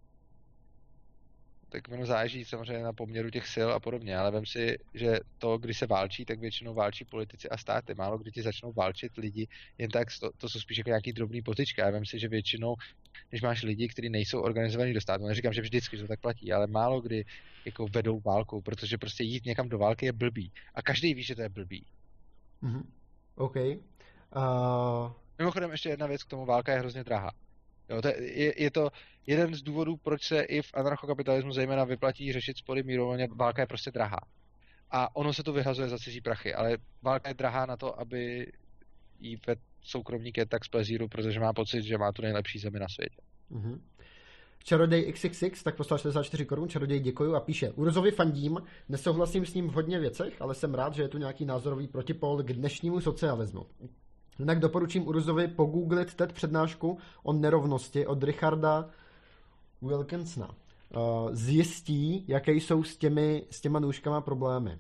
Tak ono záleží samozřejmě na poměru těch sil a podobně, ale vem si, že to, když se válčí, tak většinou válčí politici a státy. Málo kdy ti začnou válčit lidi, jen tak, to, to jsou spíš jako nějaký drobný potyčky. A vem si, že většinou, když máš lidi, kteří nejsou organizovaní do státu, neříkám, že vždycky, že to tak platí, ale málo kdy jako vedou válkou, protože prostě jít někam do války je blbý. A každý ví, že to je blbý. Mm-hmm. OK. Uh... Mimochodem ještě jedna věc k tomu, válka je hrozně drahá. Jo, to je, je to jeden z důvodů, proč se i v anarchokapitalismu zejména vyplatí řešit spory mírovolně. Válka je prostě drahá. A ono se to vyhazuje za cizí prachy, ale válka je drahá na to, aby jí vedl soukromník je tak z plezíru, protože má pocit, že má tu nejlepší zemi na světě. Mm-hmm. Čaroděj iks iks iks tak poslal šedesát čtyři korun, čaroděj děkuju a píše: Urzovi fandím, nesouhlasím s ním v hodně věcech, ale jsem rád, že je tu nějaký názorový protipol k dnešnímu socialismu. Jinak doporučím Urzovi pogooglit TED přednášku o nerovnosti od Richarda Wilkinsona. Zjistí, jaké jsou s, těmi, s těma nůžkama problémy.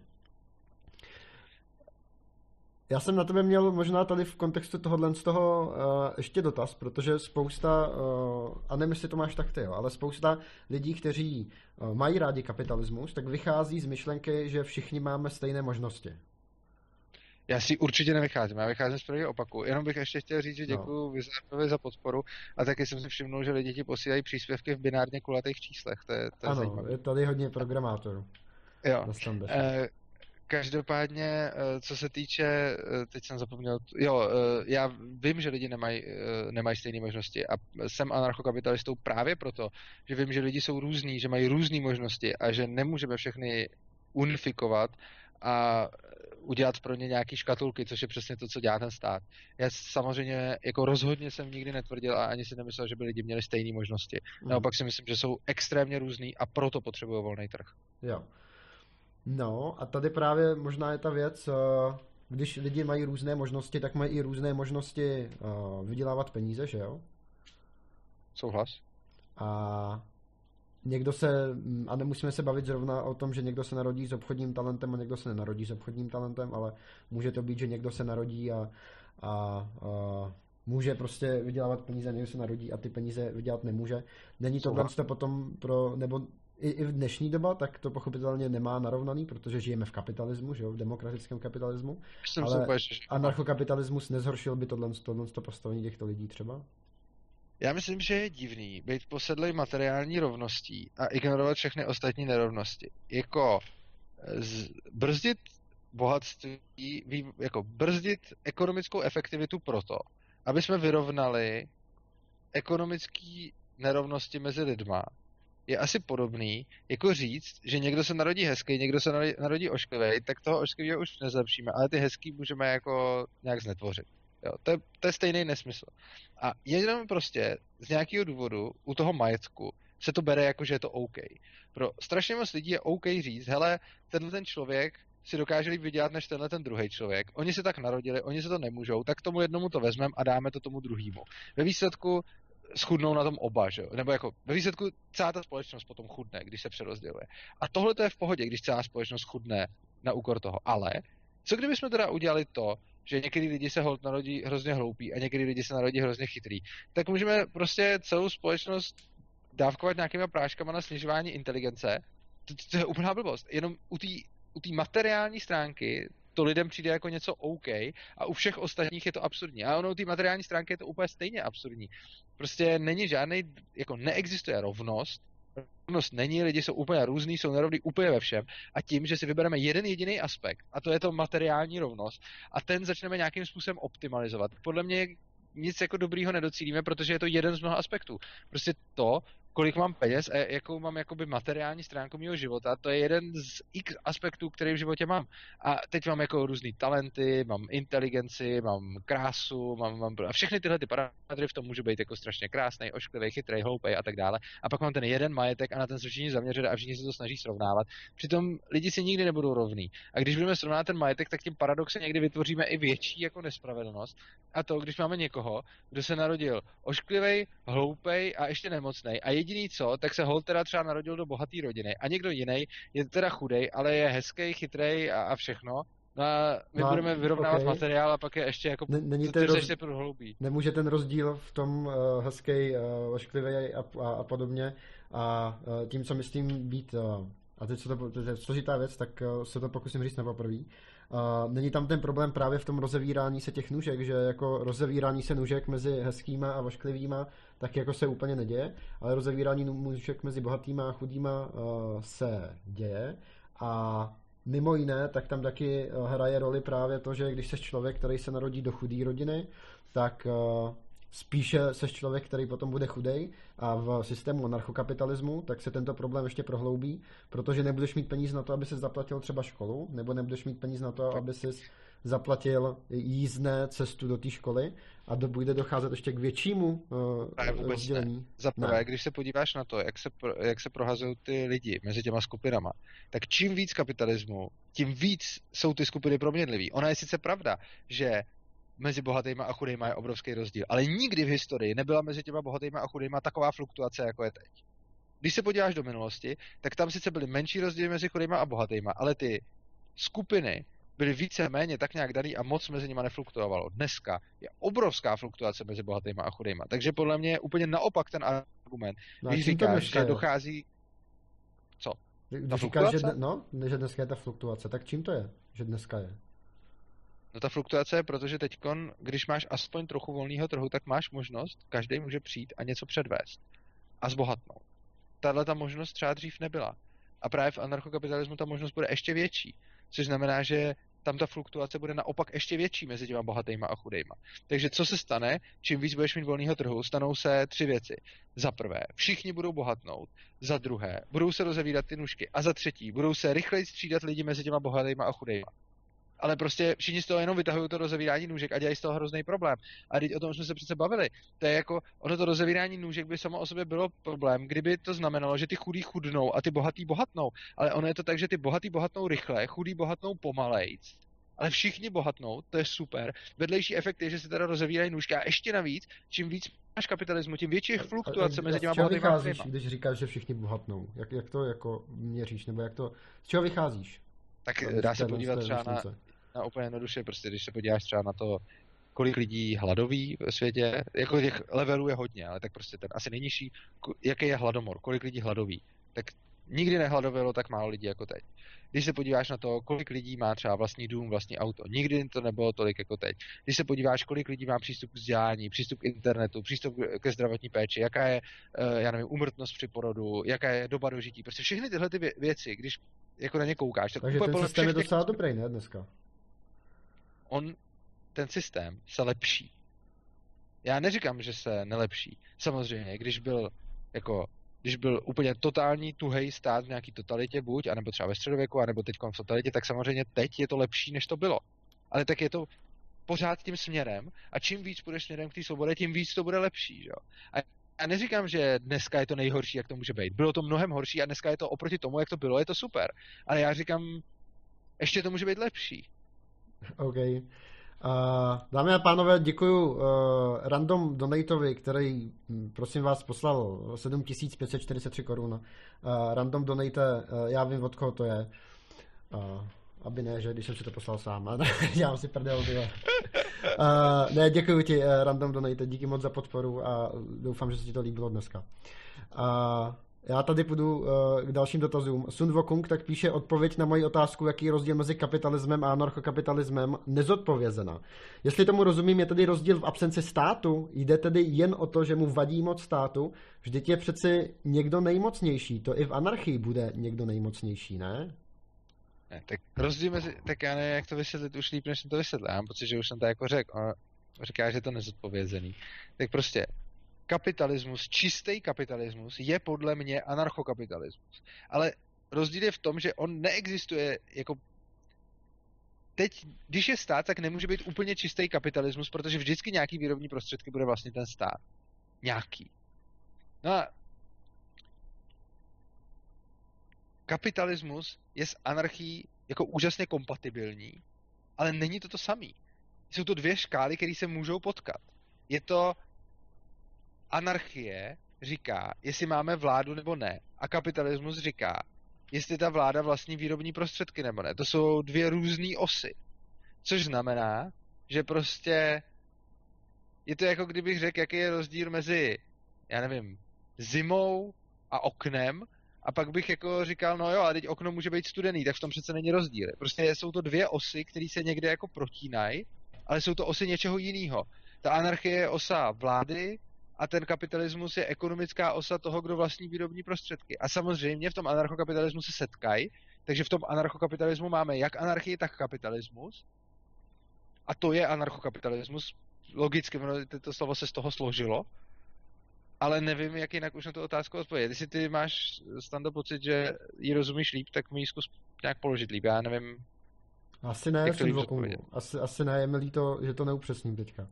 Já jsem na tebe měl možná tady v kontextu tohohle z toho uh, ještě dotaz, protože spousta, uh, a nevím, jestli to máš tak ty, jo, ale spousta lidí, kteří uh, mají rádi kapitalismus, tak vychází z myšlenky, že všichni máme stejné možnosti. Já si určitě nevycházím, já vycházím z prvního opaku. Jenom bych ještě chtěl říct, že děkuju no. Vizardovi za podporu a taky jsem si všimnul, že lidi ti posílají příspěvky v binárně kulatých číslech. To je, to je ano, zajímavé. Je tady hodně programátorů. Jo. E, každopádně, co se týče, teď jsem zapomněl, jo, já vím, že lidi nemají, nemají stejné možnosti a jsem anarchokapitalistou právě proto, že vím, že lidi jsou různí, že mají různé možnosti a že nemůžeme všechny unifikovat a udělat pro ně nějaký škatulky, což je přesně to, co dělá ten stát. Já samozřejmě jako rozhodně jsem nikdy netvrdil a ani si nemyslel, že by lidi měli stejné možnosti. Mm. Naopak si myslím, že jsou extrémně různý a proto potřebují volný trh. Jo. No a tady právě možná je ta věc, když lidi mají různé možnosti, tak mají i různé možnosti vydělávat peníze, že jo? Souhlas. A někdo se, a nemusíme se bavit zrovna o tom, že někdo se narodí s obchodním talentem a někdo se nenarodí s obchodním talentem, ale může to být, že někdo se narodí a, a, a může prostě vydělávat peníze, někdo se narodí a ty peníze vydělat nemůže. Není to to potom pro, nebo i, i v dnešní doba, tak to pochopitelně nemá narovnaný, protože žijeme v kapitalismu, že jo, v demokratickém kapitalismu, Jsem ale super, že... anarchokapitalismus nezhoršil by tohle, tohle to postavení těchto lidí třeba? Já myslím, že je divný být posedlej materiální rovností a ignorovat všechny ostatní nerovnosti. Jako z, brzdit bohatství, jako brzdit ekonomickou efektivitu proto, aby jsme vyrovnali ekonomické nerovnosti mezi lidma, je asi podobný, jako říct, že někdo se narodí hezký, někdo se narodí, narodí ošklivý, tak toho ošklivého už nezlepšíme, ale ty hezký můžeme jako nějak znetvořit. Jo, to, je, to je stejný nesmysl. A jenom prostě z nějakého důvodu u toho majetku se to bere jako, že je to OK. Pro strašně moc lidí je OK říct, hele, tenhle ten člověk si dokáže líp vydělat než tenhle ten druhý člověk. Oni se tak narodili, oni se to nemůžou, tak tomu jednomu to vezmeme a dáme to tomu druhému. Ve výsledku schudnou na tom oba, že jo? Nebo jako ve výsledku celá ta společnost potom chudne, když se přerozděluje. A tohle to je v pohodě, když celá společnost chudne na úkor toho. Ale co kdybychom teda udělali to, že některý lidi se holt narodí hrozně hloupí a některý lidi se narodí hrozně chytrý, tak můžeme prostě celou společnost dávkovat nějakýma práškama na snižování inteligence. To, to je úplná blbost. Jenom u té u té materiální stránky to lidem přijde jako něco OK a u všech ostatních je to absurdní. A ono u té materiální stránky je to úplně stejně absurdní. Prostě není žádný, jako neexistuje rovnost, rovnost není, lidi jsou úplně různý, jsou nerovní úplně ve všem a tím, že si vybereme jeden jediný aspekt a to je to materiální rovnost a ten začneme nějakým způsobem optimalizovat. Podle mě nic jako dobrýho nedocílíme, protože je to jeden z mnoha aspektů. Prostě to, kolik mám peněz a jakou mám jakoby materiální stránku mého života, to je jeden z x aspektů, který v životě mám. A teď mám jako různý talenty, mám inteligenci, mám krásu, mám, mám a všechny tyhle ty parametry v tom můžu být jako strašně krásný, ošklivý, chytrý, hloupej a tak dále. A pak mám ten jeden majetek a na ten se všichni zaměřili a všichni se to snaží srovnávat. Přitom lidi si nikdy nebudou rovní. A když budeme srovnávat ten majetek, tak tím paradoxem někdy vytvoříme i větší jako nespravedlnost. A to, když máme někoho, kdo se narodil ošklivý, hloupej a ještě nemocnej a jediný co, tak se holt teda třeba narodil do bohaté rodiny a někdo jiný je teda chudej, ale je hezký, chytrej a, a všechno. No a my no, budeme vyrovnávat okay. materiál a pak je ještě jako Není ten roz... ještě prohloubí. Nemůže ten rozdíl v tom uh, hezký, uh, ošklivý a, a, a podobně a uh, tím, co myslím být uh, a teď se to, to je složitá věc, tak uh, se to pokusím říct na poprvé. Uh, není tam ten problém právě v tom rozevírání se těch nůžek, že jako rozevírání se nůžek mezi hezkýma a ošklivýma tak jako se úplně neděje, ale rozevírání nůžek mezi bohatýma a chudýma uh, se děje a mimo jiné, tak tam taky hraje roli právě to, že když seš člověk, který se narodí do chudé rodiny, tak uh, spíše seš člověk, který potom bude chudej a v systému anarchokapitalismu tak se tento problém ještě prohloubí, protože nebudeš mít peníze na to, aby si zaplatil třeba školu, nebo nebudeš mít peníze na to, aby si zaplatil jízdné cestu do té školy a do, bude docházet ještě k většímu uh, rozdělení. Za prvé, když se podíváš na to, jak se, jak se prohazují ty lidi mezi těma skupinama, tak čím víc kapitalismu, tím víc jsou ty skupiny proměnlivý. Ona je sice pravda, že mezi bohatýma a chudejma je obrovský rozdíl, ale nikdy v historii nebyla mezi těma bohatýma a chudejma taková fluktuace, jako je teď. Když se podíváš do minulosti, tak tam sice byly menší rozdíly mezi chudejma a bohatýma, ale ty skupiny byly více méně tak nějak daný a moc mezi nimi nefluktuovalo. Dneska je obrovská fluktuace mezi bohatýma a chudejma. Takže podle mě je úplně naopak ten argument, no když říkáš, že je? dochází... Co? Když říkáš, že, dne, no, že dneska je ta fluktuace, tak čím to je, že dneska je? No ta fluktuace je, protože teďkon, když máš aspoň trochu volného trhu, tak máš možnost, každý může přijít a něco předvést a zbohatnout. Tahle ta možnost třeba dřív nebyla. A právě v anarchokapitalismu ta možnost bude ještě větší, což znamená, že tam ta fluktuace bude naopak ještě větší mezi těma bohatýma a chudejma. Takže co se stane, čím víc budeš mít volného trhu, stanou se tři věci. Za prvé, všichni budou bohatnout. Za druhé, budou se rozevírat ty nůžky. A za třetí, budou se rychleji střídat lidi mezi těma bohatýma a chudejma. ale prostě všichni z toho jenom vytahují to rozevírání nůžek a dělají z toho hrozný problém. A teď o tom jsme se přece bavili. To je jako, ono to rozevírání nůžek by samo o sobě bylo problém, kdyby to znamenalo, že ty chudí chudnou a ty bohatý bohatnou. Ale ono je to tak, že ty bohatý bohatnou rychle, chudí bohatnou pomalejc. Ale všichni bohatnou, to je super. Vedlejší efekt je, že se teda rozevírají nůžky a ještě navíc, čím víc máš kapitalismu, tím větší je fluktuace mezi těma bohatými a chudýma. Když říkáš, že všichni bohatnou, jak, jak to jako měříš, nebo jak to, z čeho vycházíš? Tak dá se podívat třeba na, na úplně jednoduše, prostě když se podíváš třeba na to, kolik lidí hladoví ve světě, jako těch levelů je hodně, ale tak prostě ten asi nejnižší, jaký je hladomor, kolik lidí hladoví, tak nikdy nehladovělo tak málo lidí jako teď. Když se podíváš na to, kolik lidí má třeba vlastní dům, vlastní auto, nikdy to nebylo tolik jako teď. Když se podíváš, kolik lidí má přístup k vzdělání, přístup k internetu, přístup ke zdravotní péči, jaká je, já nevím, úmrtnost při porodu, jaká je doba dožití, prostě všechny tyhle ty věci, když jako na ně koukáš. Tak takže ten systém je docela dobrý, ne, dneska? On, ten systém se lepší. Já neříkám, že se nelepší. Samozřejmě, když byl jako když byl úplně totální tuhej stát v nějaký totalitě buď, anebo třeba ve středověku, anebo teď v totalitě, tak samozřejmě teď je to lepší, než to bylo. Ale tak je to pořád tím směrem a čím víc půjdeš směrem k té svobodě, tím víc to bude lepší. Jo? A já neříkám, že dneska je to nejhorší, jak to může být. Bylo to mnohem horší a dneska je to oproti tomu, jak to bylo, je to super. Ale já říkám, ještě to může být lepší. OK. Uh, dámy a pánové, děkuju uh, Random Donatovi, který, prosím vás, poslal sedm tisíc pět set čtyřicet tři korun. Uh, random Donate, uh, já vím, od koho to je. Uh, aby ne, že když jsem si to poslal sám. Já si prdel, tyhle. Uh, ne, děkuju ti, uh, Random Donate, díky moc za podporu a doufám, že se ti to líbilo dneska. Uh, Já tady půjdu uh, k dalším dotazům. Sun Wokung tak píše odpověď na moji otázku, jaký je rozdíl mezi kapitalismem a anarchokapitalismem, nezodpovězena. Jestli tomu rozumím, je tedy rozdíl v absenci státu? Jde tedy jen o to, že mu vadí moc státu? Vždyť je přeci někdo nejmocnější. To i v anarchii bude někdo nejmocnější, ne? Ne, tak rozdíl mezi, tak já nevím, jak to vysvětlit už líp, než jsem to vysvětlil. Já mám pocit, že už jsem to jako řekl. On říká, že je to nezodpovězený. Tak prostě kapitalismus, čistý kapitalismus je podle mě anarchokapitalismus. Ale rozdíl je v tom, že on neexistuje jako teď, když je stát, tak nemůže být úplně čistý kapitalismus, protože vždycky nějaký výrobní prostředky bude vlastně ten stát. Nějaký. No a kapitalismus je s anarchií jako úžasně kompatibilní, ale není to to samý. Jsou to dvě škály, které se můžou potkat. Je to anarchie říká, jestli máme vládu nebo ne. A kapitalismus říká, jestli ta vláda vlastní výrobní prostředky nebo ne. To jsou dvě různé osy. Což znamená, že prostě je to jako kdybych řekl, jaký je rozdíl mezi, já nevím, zimou a oknem a pak bych jako říkal, no jo, a teď okno může být studený, tak v tom přece není rozdíl. Prostě jsou to dvě osy, které se někde jako protínají, ale jsou to osy něčeho jiného. Ta anarchie je osa vlády, a ten kapitalismus je ekonomická osa toho, kdo vlastní výrobní prostředky. A samozřejmě v tom anarchokapitalismu se setkají, takže v tom anarchokapitalismu máme jak anarchii, tak kapitalismus. A to je anarchokapitalismus. Logicky, to slovo se z toho složilo. Ale nevím, jak jinak už na tu otázku odpovědět. Jestli ty máš, Stando, pocit, že ji rozumíš líp, tak mi ji zkus nějak položit líp. Já nevím. Asi ne, asi, asi ne, je mi líto, že to neupřesním teďka.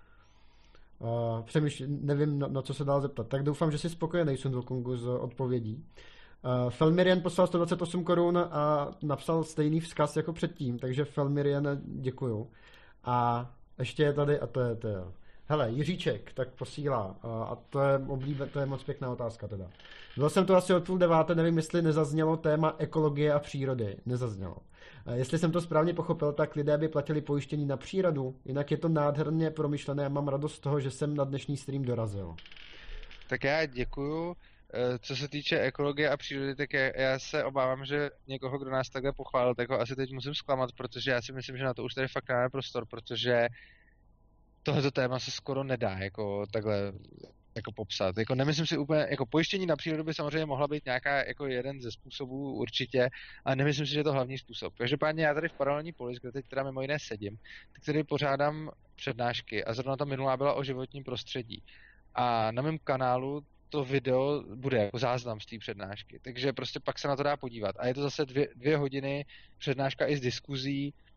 Uh, přemýšlím, nevím, na, na co se dál zeptat. Tak doufám, že jsi spokojený, Sun Wokongu, z odpovědí. Uh, Felmirian poslal sto dvacet osm korun a napsal stejný vzkaz jako předtím, takže Felmirian, děkuju. A ještě je tady, a to je, to je hele, Jiříček, tak posílá, uh, a to je oblíbe, to je moc pěkná otázka teda. Byl jsem tu asi od půl deváté, nevím, jestli nezaznělo téma ekologie a přírody. Nezaznělo. Jestli jsem to správně pochopil, tak lidé by platili pojištění na přírodu, jinak je to nádherně promyšlené a mám radost z toho, že jsem na dnešní stream dorazil. Tak já děkuju. Co se týče ekologie a přírody, tak já se obávám, že někoho, kdo nás takhle pochválil, tak ho asi teď musím zklamat, protože já si myslím, že na to už tady fakt máme prostor, protože tohleto téma se skoro nedá jako takhle jako popsat. Jako nemyslím si úplně, jako pojištění na přírodu by samozřejmě mohla být nějaká jako jeden ze způsobů určitě, ale nemyslím si, že je to hlavní způsob. Každopádně já tady v Paralelní polis, kde teď teda mimo jiné sedím, tak tady pořádám přednášky a zrovna ta minulá byla o životním prostředí. A na mém kanálu to video bude jako záznam z té přednášky, takže prostě pak se na to dá podívat. A je to zase dvě, dvě hodiny přednáška i s diskuzí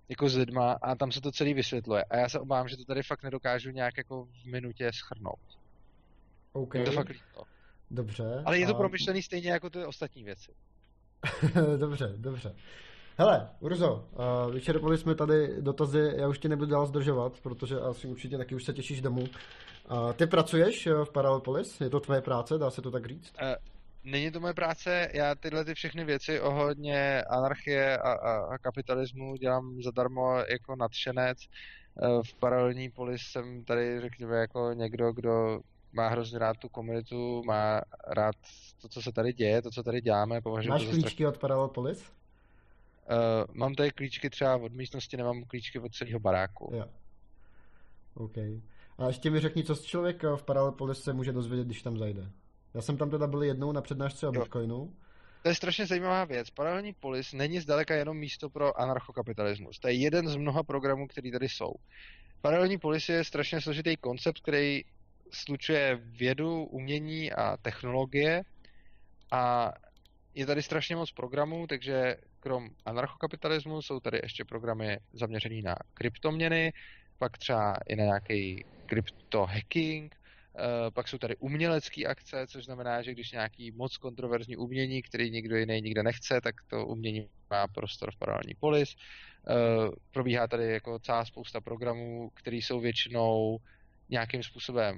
jako s lidma a tam se to celý vysvětluje. A já se obávám, že to tady fakt nedokážu nějak jako v minutě shrnout. OK. Je to fakt líto. Dobře. Ale je to a... promyšlený stejně jako ty ostatní věci. Dobře, dobře. Hele, Urzo, uh, vyčerpali jsme tady dotazy, já už tě nebudu dál zdržovat, protože asi určitě taky už se těšíš domů. Uh, ty pracuješ v Paralelpolis? Je to tvoje práce, dá se to tak říct? Uh, není to moje práce, já tyhle ty všechny věci ohledně anarchie a, a, a kapitalismu dělám zadarmo jako nadšenec. Uh, v Paralelní polis jsem tady, řekněme, jako někdo, kdo má hrozně rád tu komunitu, má rád to, co se tady děje, to, co tady děláme. Máš klíčky strak... od Paralelpolis? Uh, mám tady klíčky třeba od místnosti, nemám klíčky od celého baráku. Jo. OK. A ještě mi řekni, co z člověka v Paralelpolis se může dozvědět, když tam zajde. Já jsem tam teda byl jednou na přednášce o Bitcoinu. To je strašně zajímavá věc. Paralelní polis není zdaleka jenom místo pro anarchokapitalismus. To je jeden z mnoha programů, který tady jsou. Paralelní polis je strašně složitý koncept, který slučuje vědu, umění a technologie a je tady strašně moc programů, takže krom anarchokapitalismu jsou tady ještě programy zaměřené na kryptoměny, pak třeba i na nějaký kryptohacking, pak jsou tady umělecké akce, což znamená, že když nějaký moc kontroverzní umění, který nikdo jiný nikde nechce, tak to umění má prostor v Paralelní polis. Probíhá tady jako celá spousta programů, které jsou většinou nějakým způsobem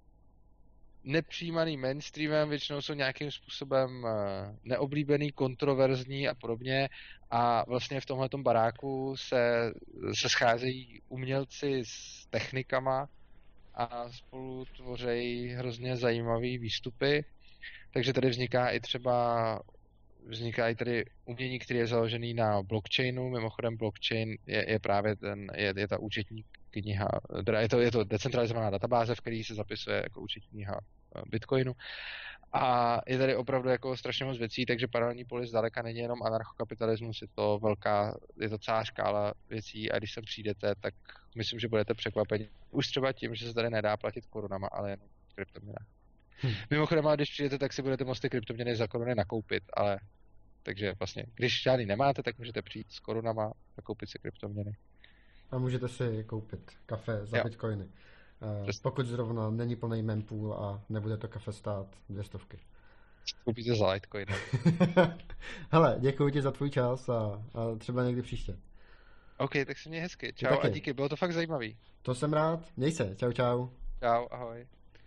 nepřijímaný mainstreamem, většinou jsou nějakým způsobem neoblíbený, kontroverzní a podobně a vlastně v tomhletom baráku se, se scházejí umělci s technikama a spolu tvoří hrozně zajímavý výstupy, takže tady vzniká i třeba vzniká i tady umění, které je založený na blockchainu, mimochodem blockchain je, je právě ten, je, je ta účetní kniha, teda je to, je to decentralizovaná databáze, v které se zapisuje jako účetní kniha Bitcoinu. A je tady opravdu jako strašně moc věcí, takže Paralelní polis zdaleka není jenom anarchokapitalismus, je to velká, je to celá škála věcí a když sem přijdete, tak myslím, že budete překvapeni. Už třeba tím, že se tady nedá platit korunama, ale jenom kryptoměnách. Hmm. Mimochodem, ale když přijdete, tak si budete moct ty kryptoměny za koruny nakoupit, ale takže vlastně, když žádný nemáte, tak můžete přijít s korunama a koupit si kryptoměny. A můžete si koupit kafe za jo. Bitcoiny. Uh, pokud zrovna není plný mempool a nebude to kafe stát dvě stovky. Koupíte za Litecoiny. Hele, děkuji ti za tvůj čas a, a třeba někdy příště. OK, tak se měj hezky. Čau a díky, bylo to fakt zajímavý. To jsem rád. Měj se. Čau, čau. Čau, ahoj.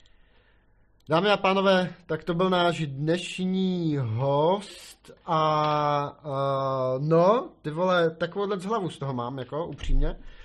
Dámy a pánové, tak to byl náš dnešní host a uh, no, ty vole, takovouhle hlavu z toho mám, jako upřímně.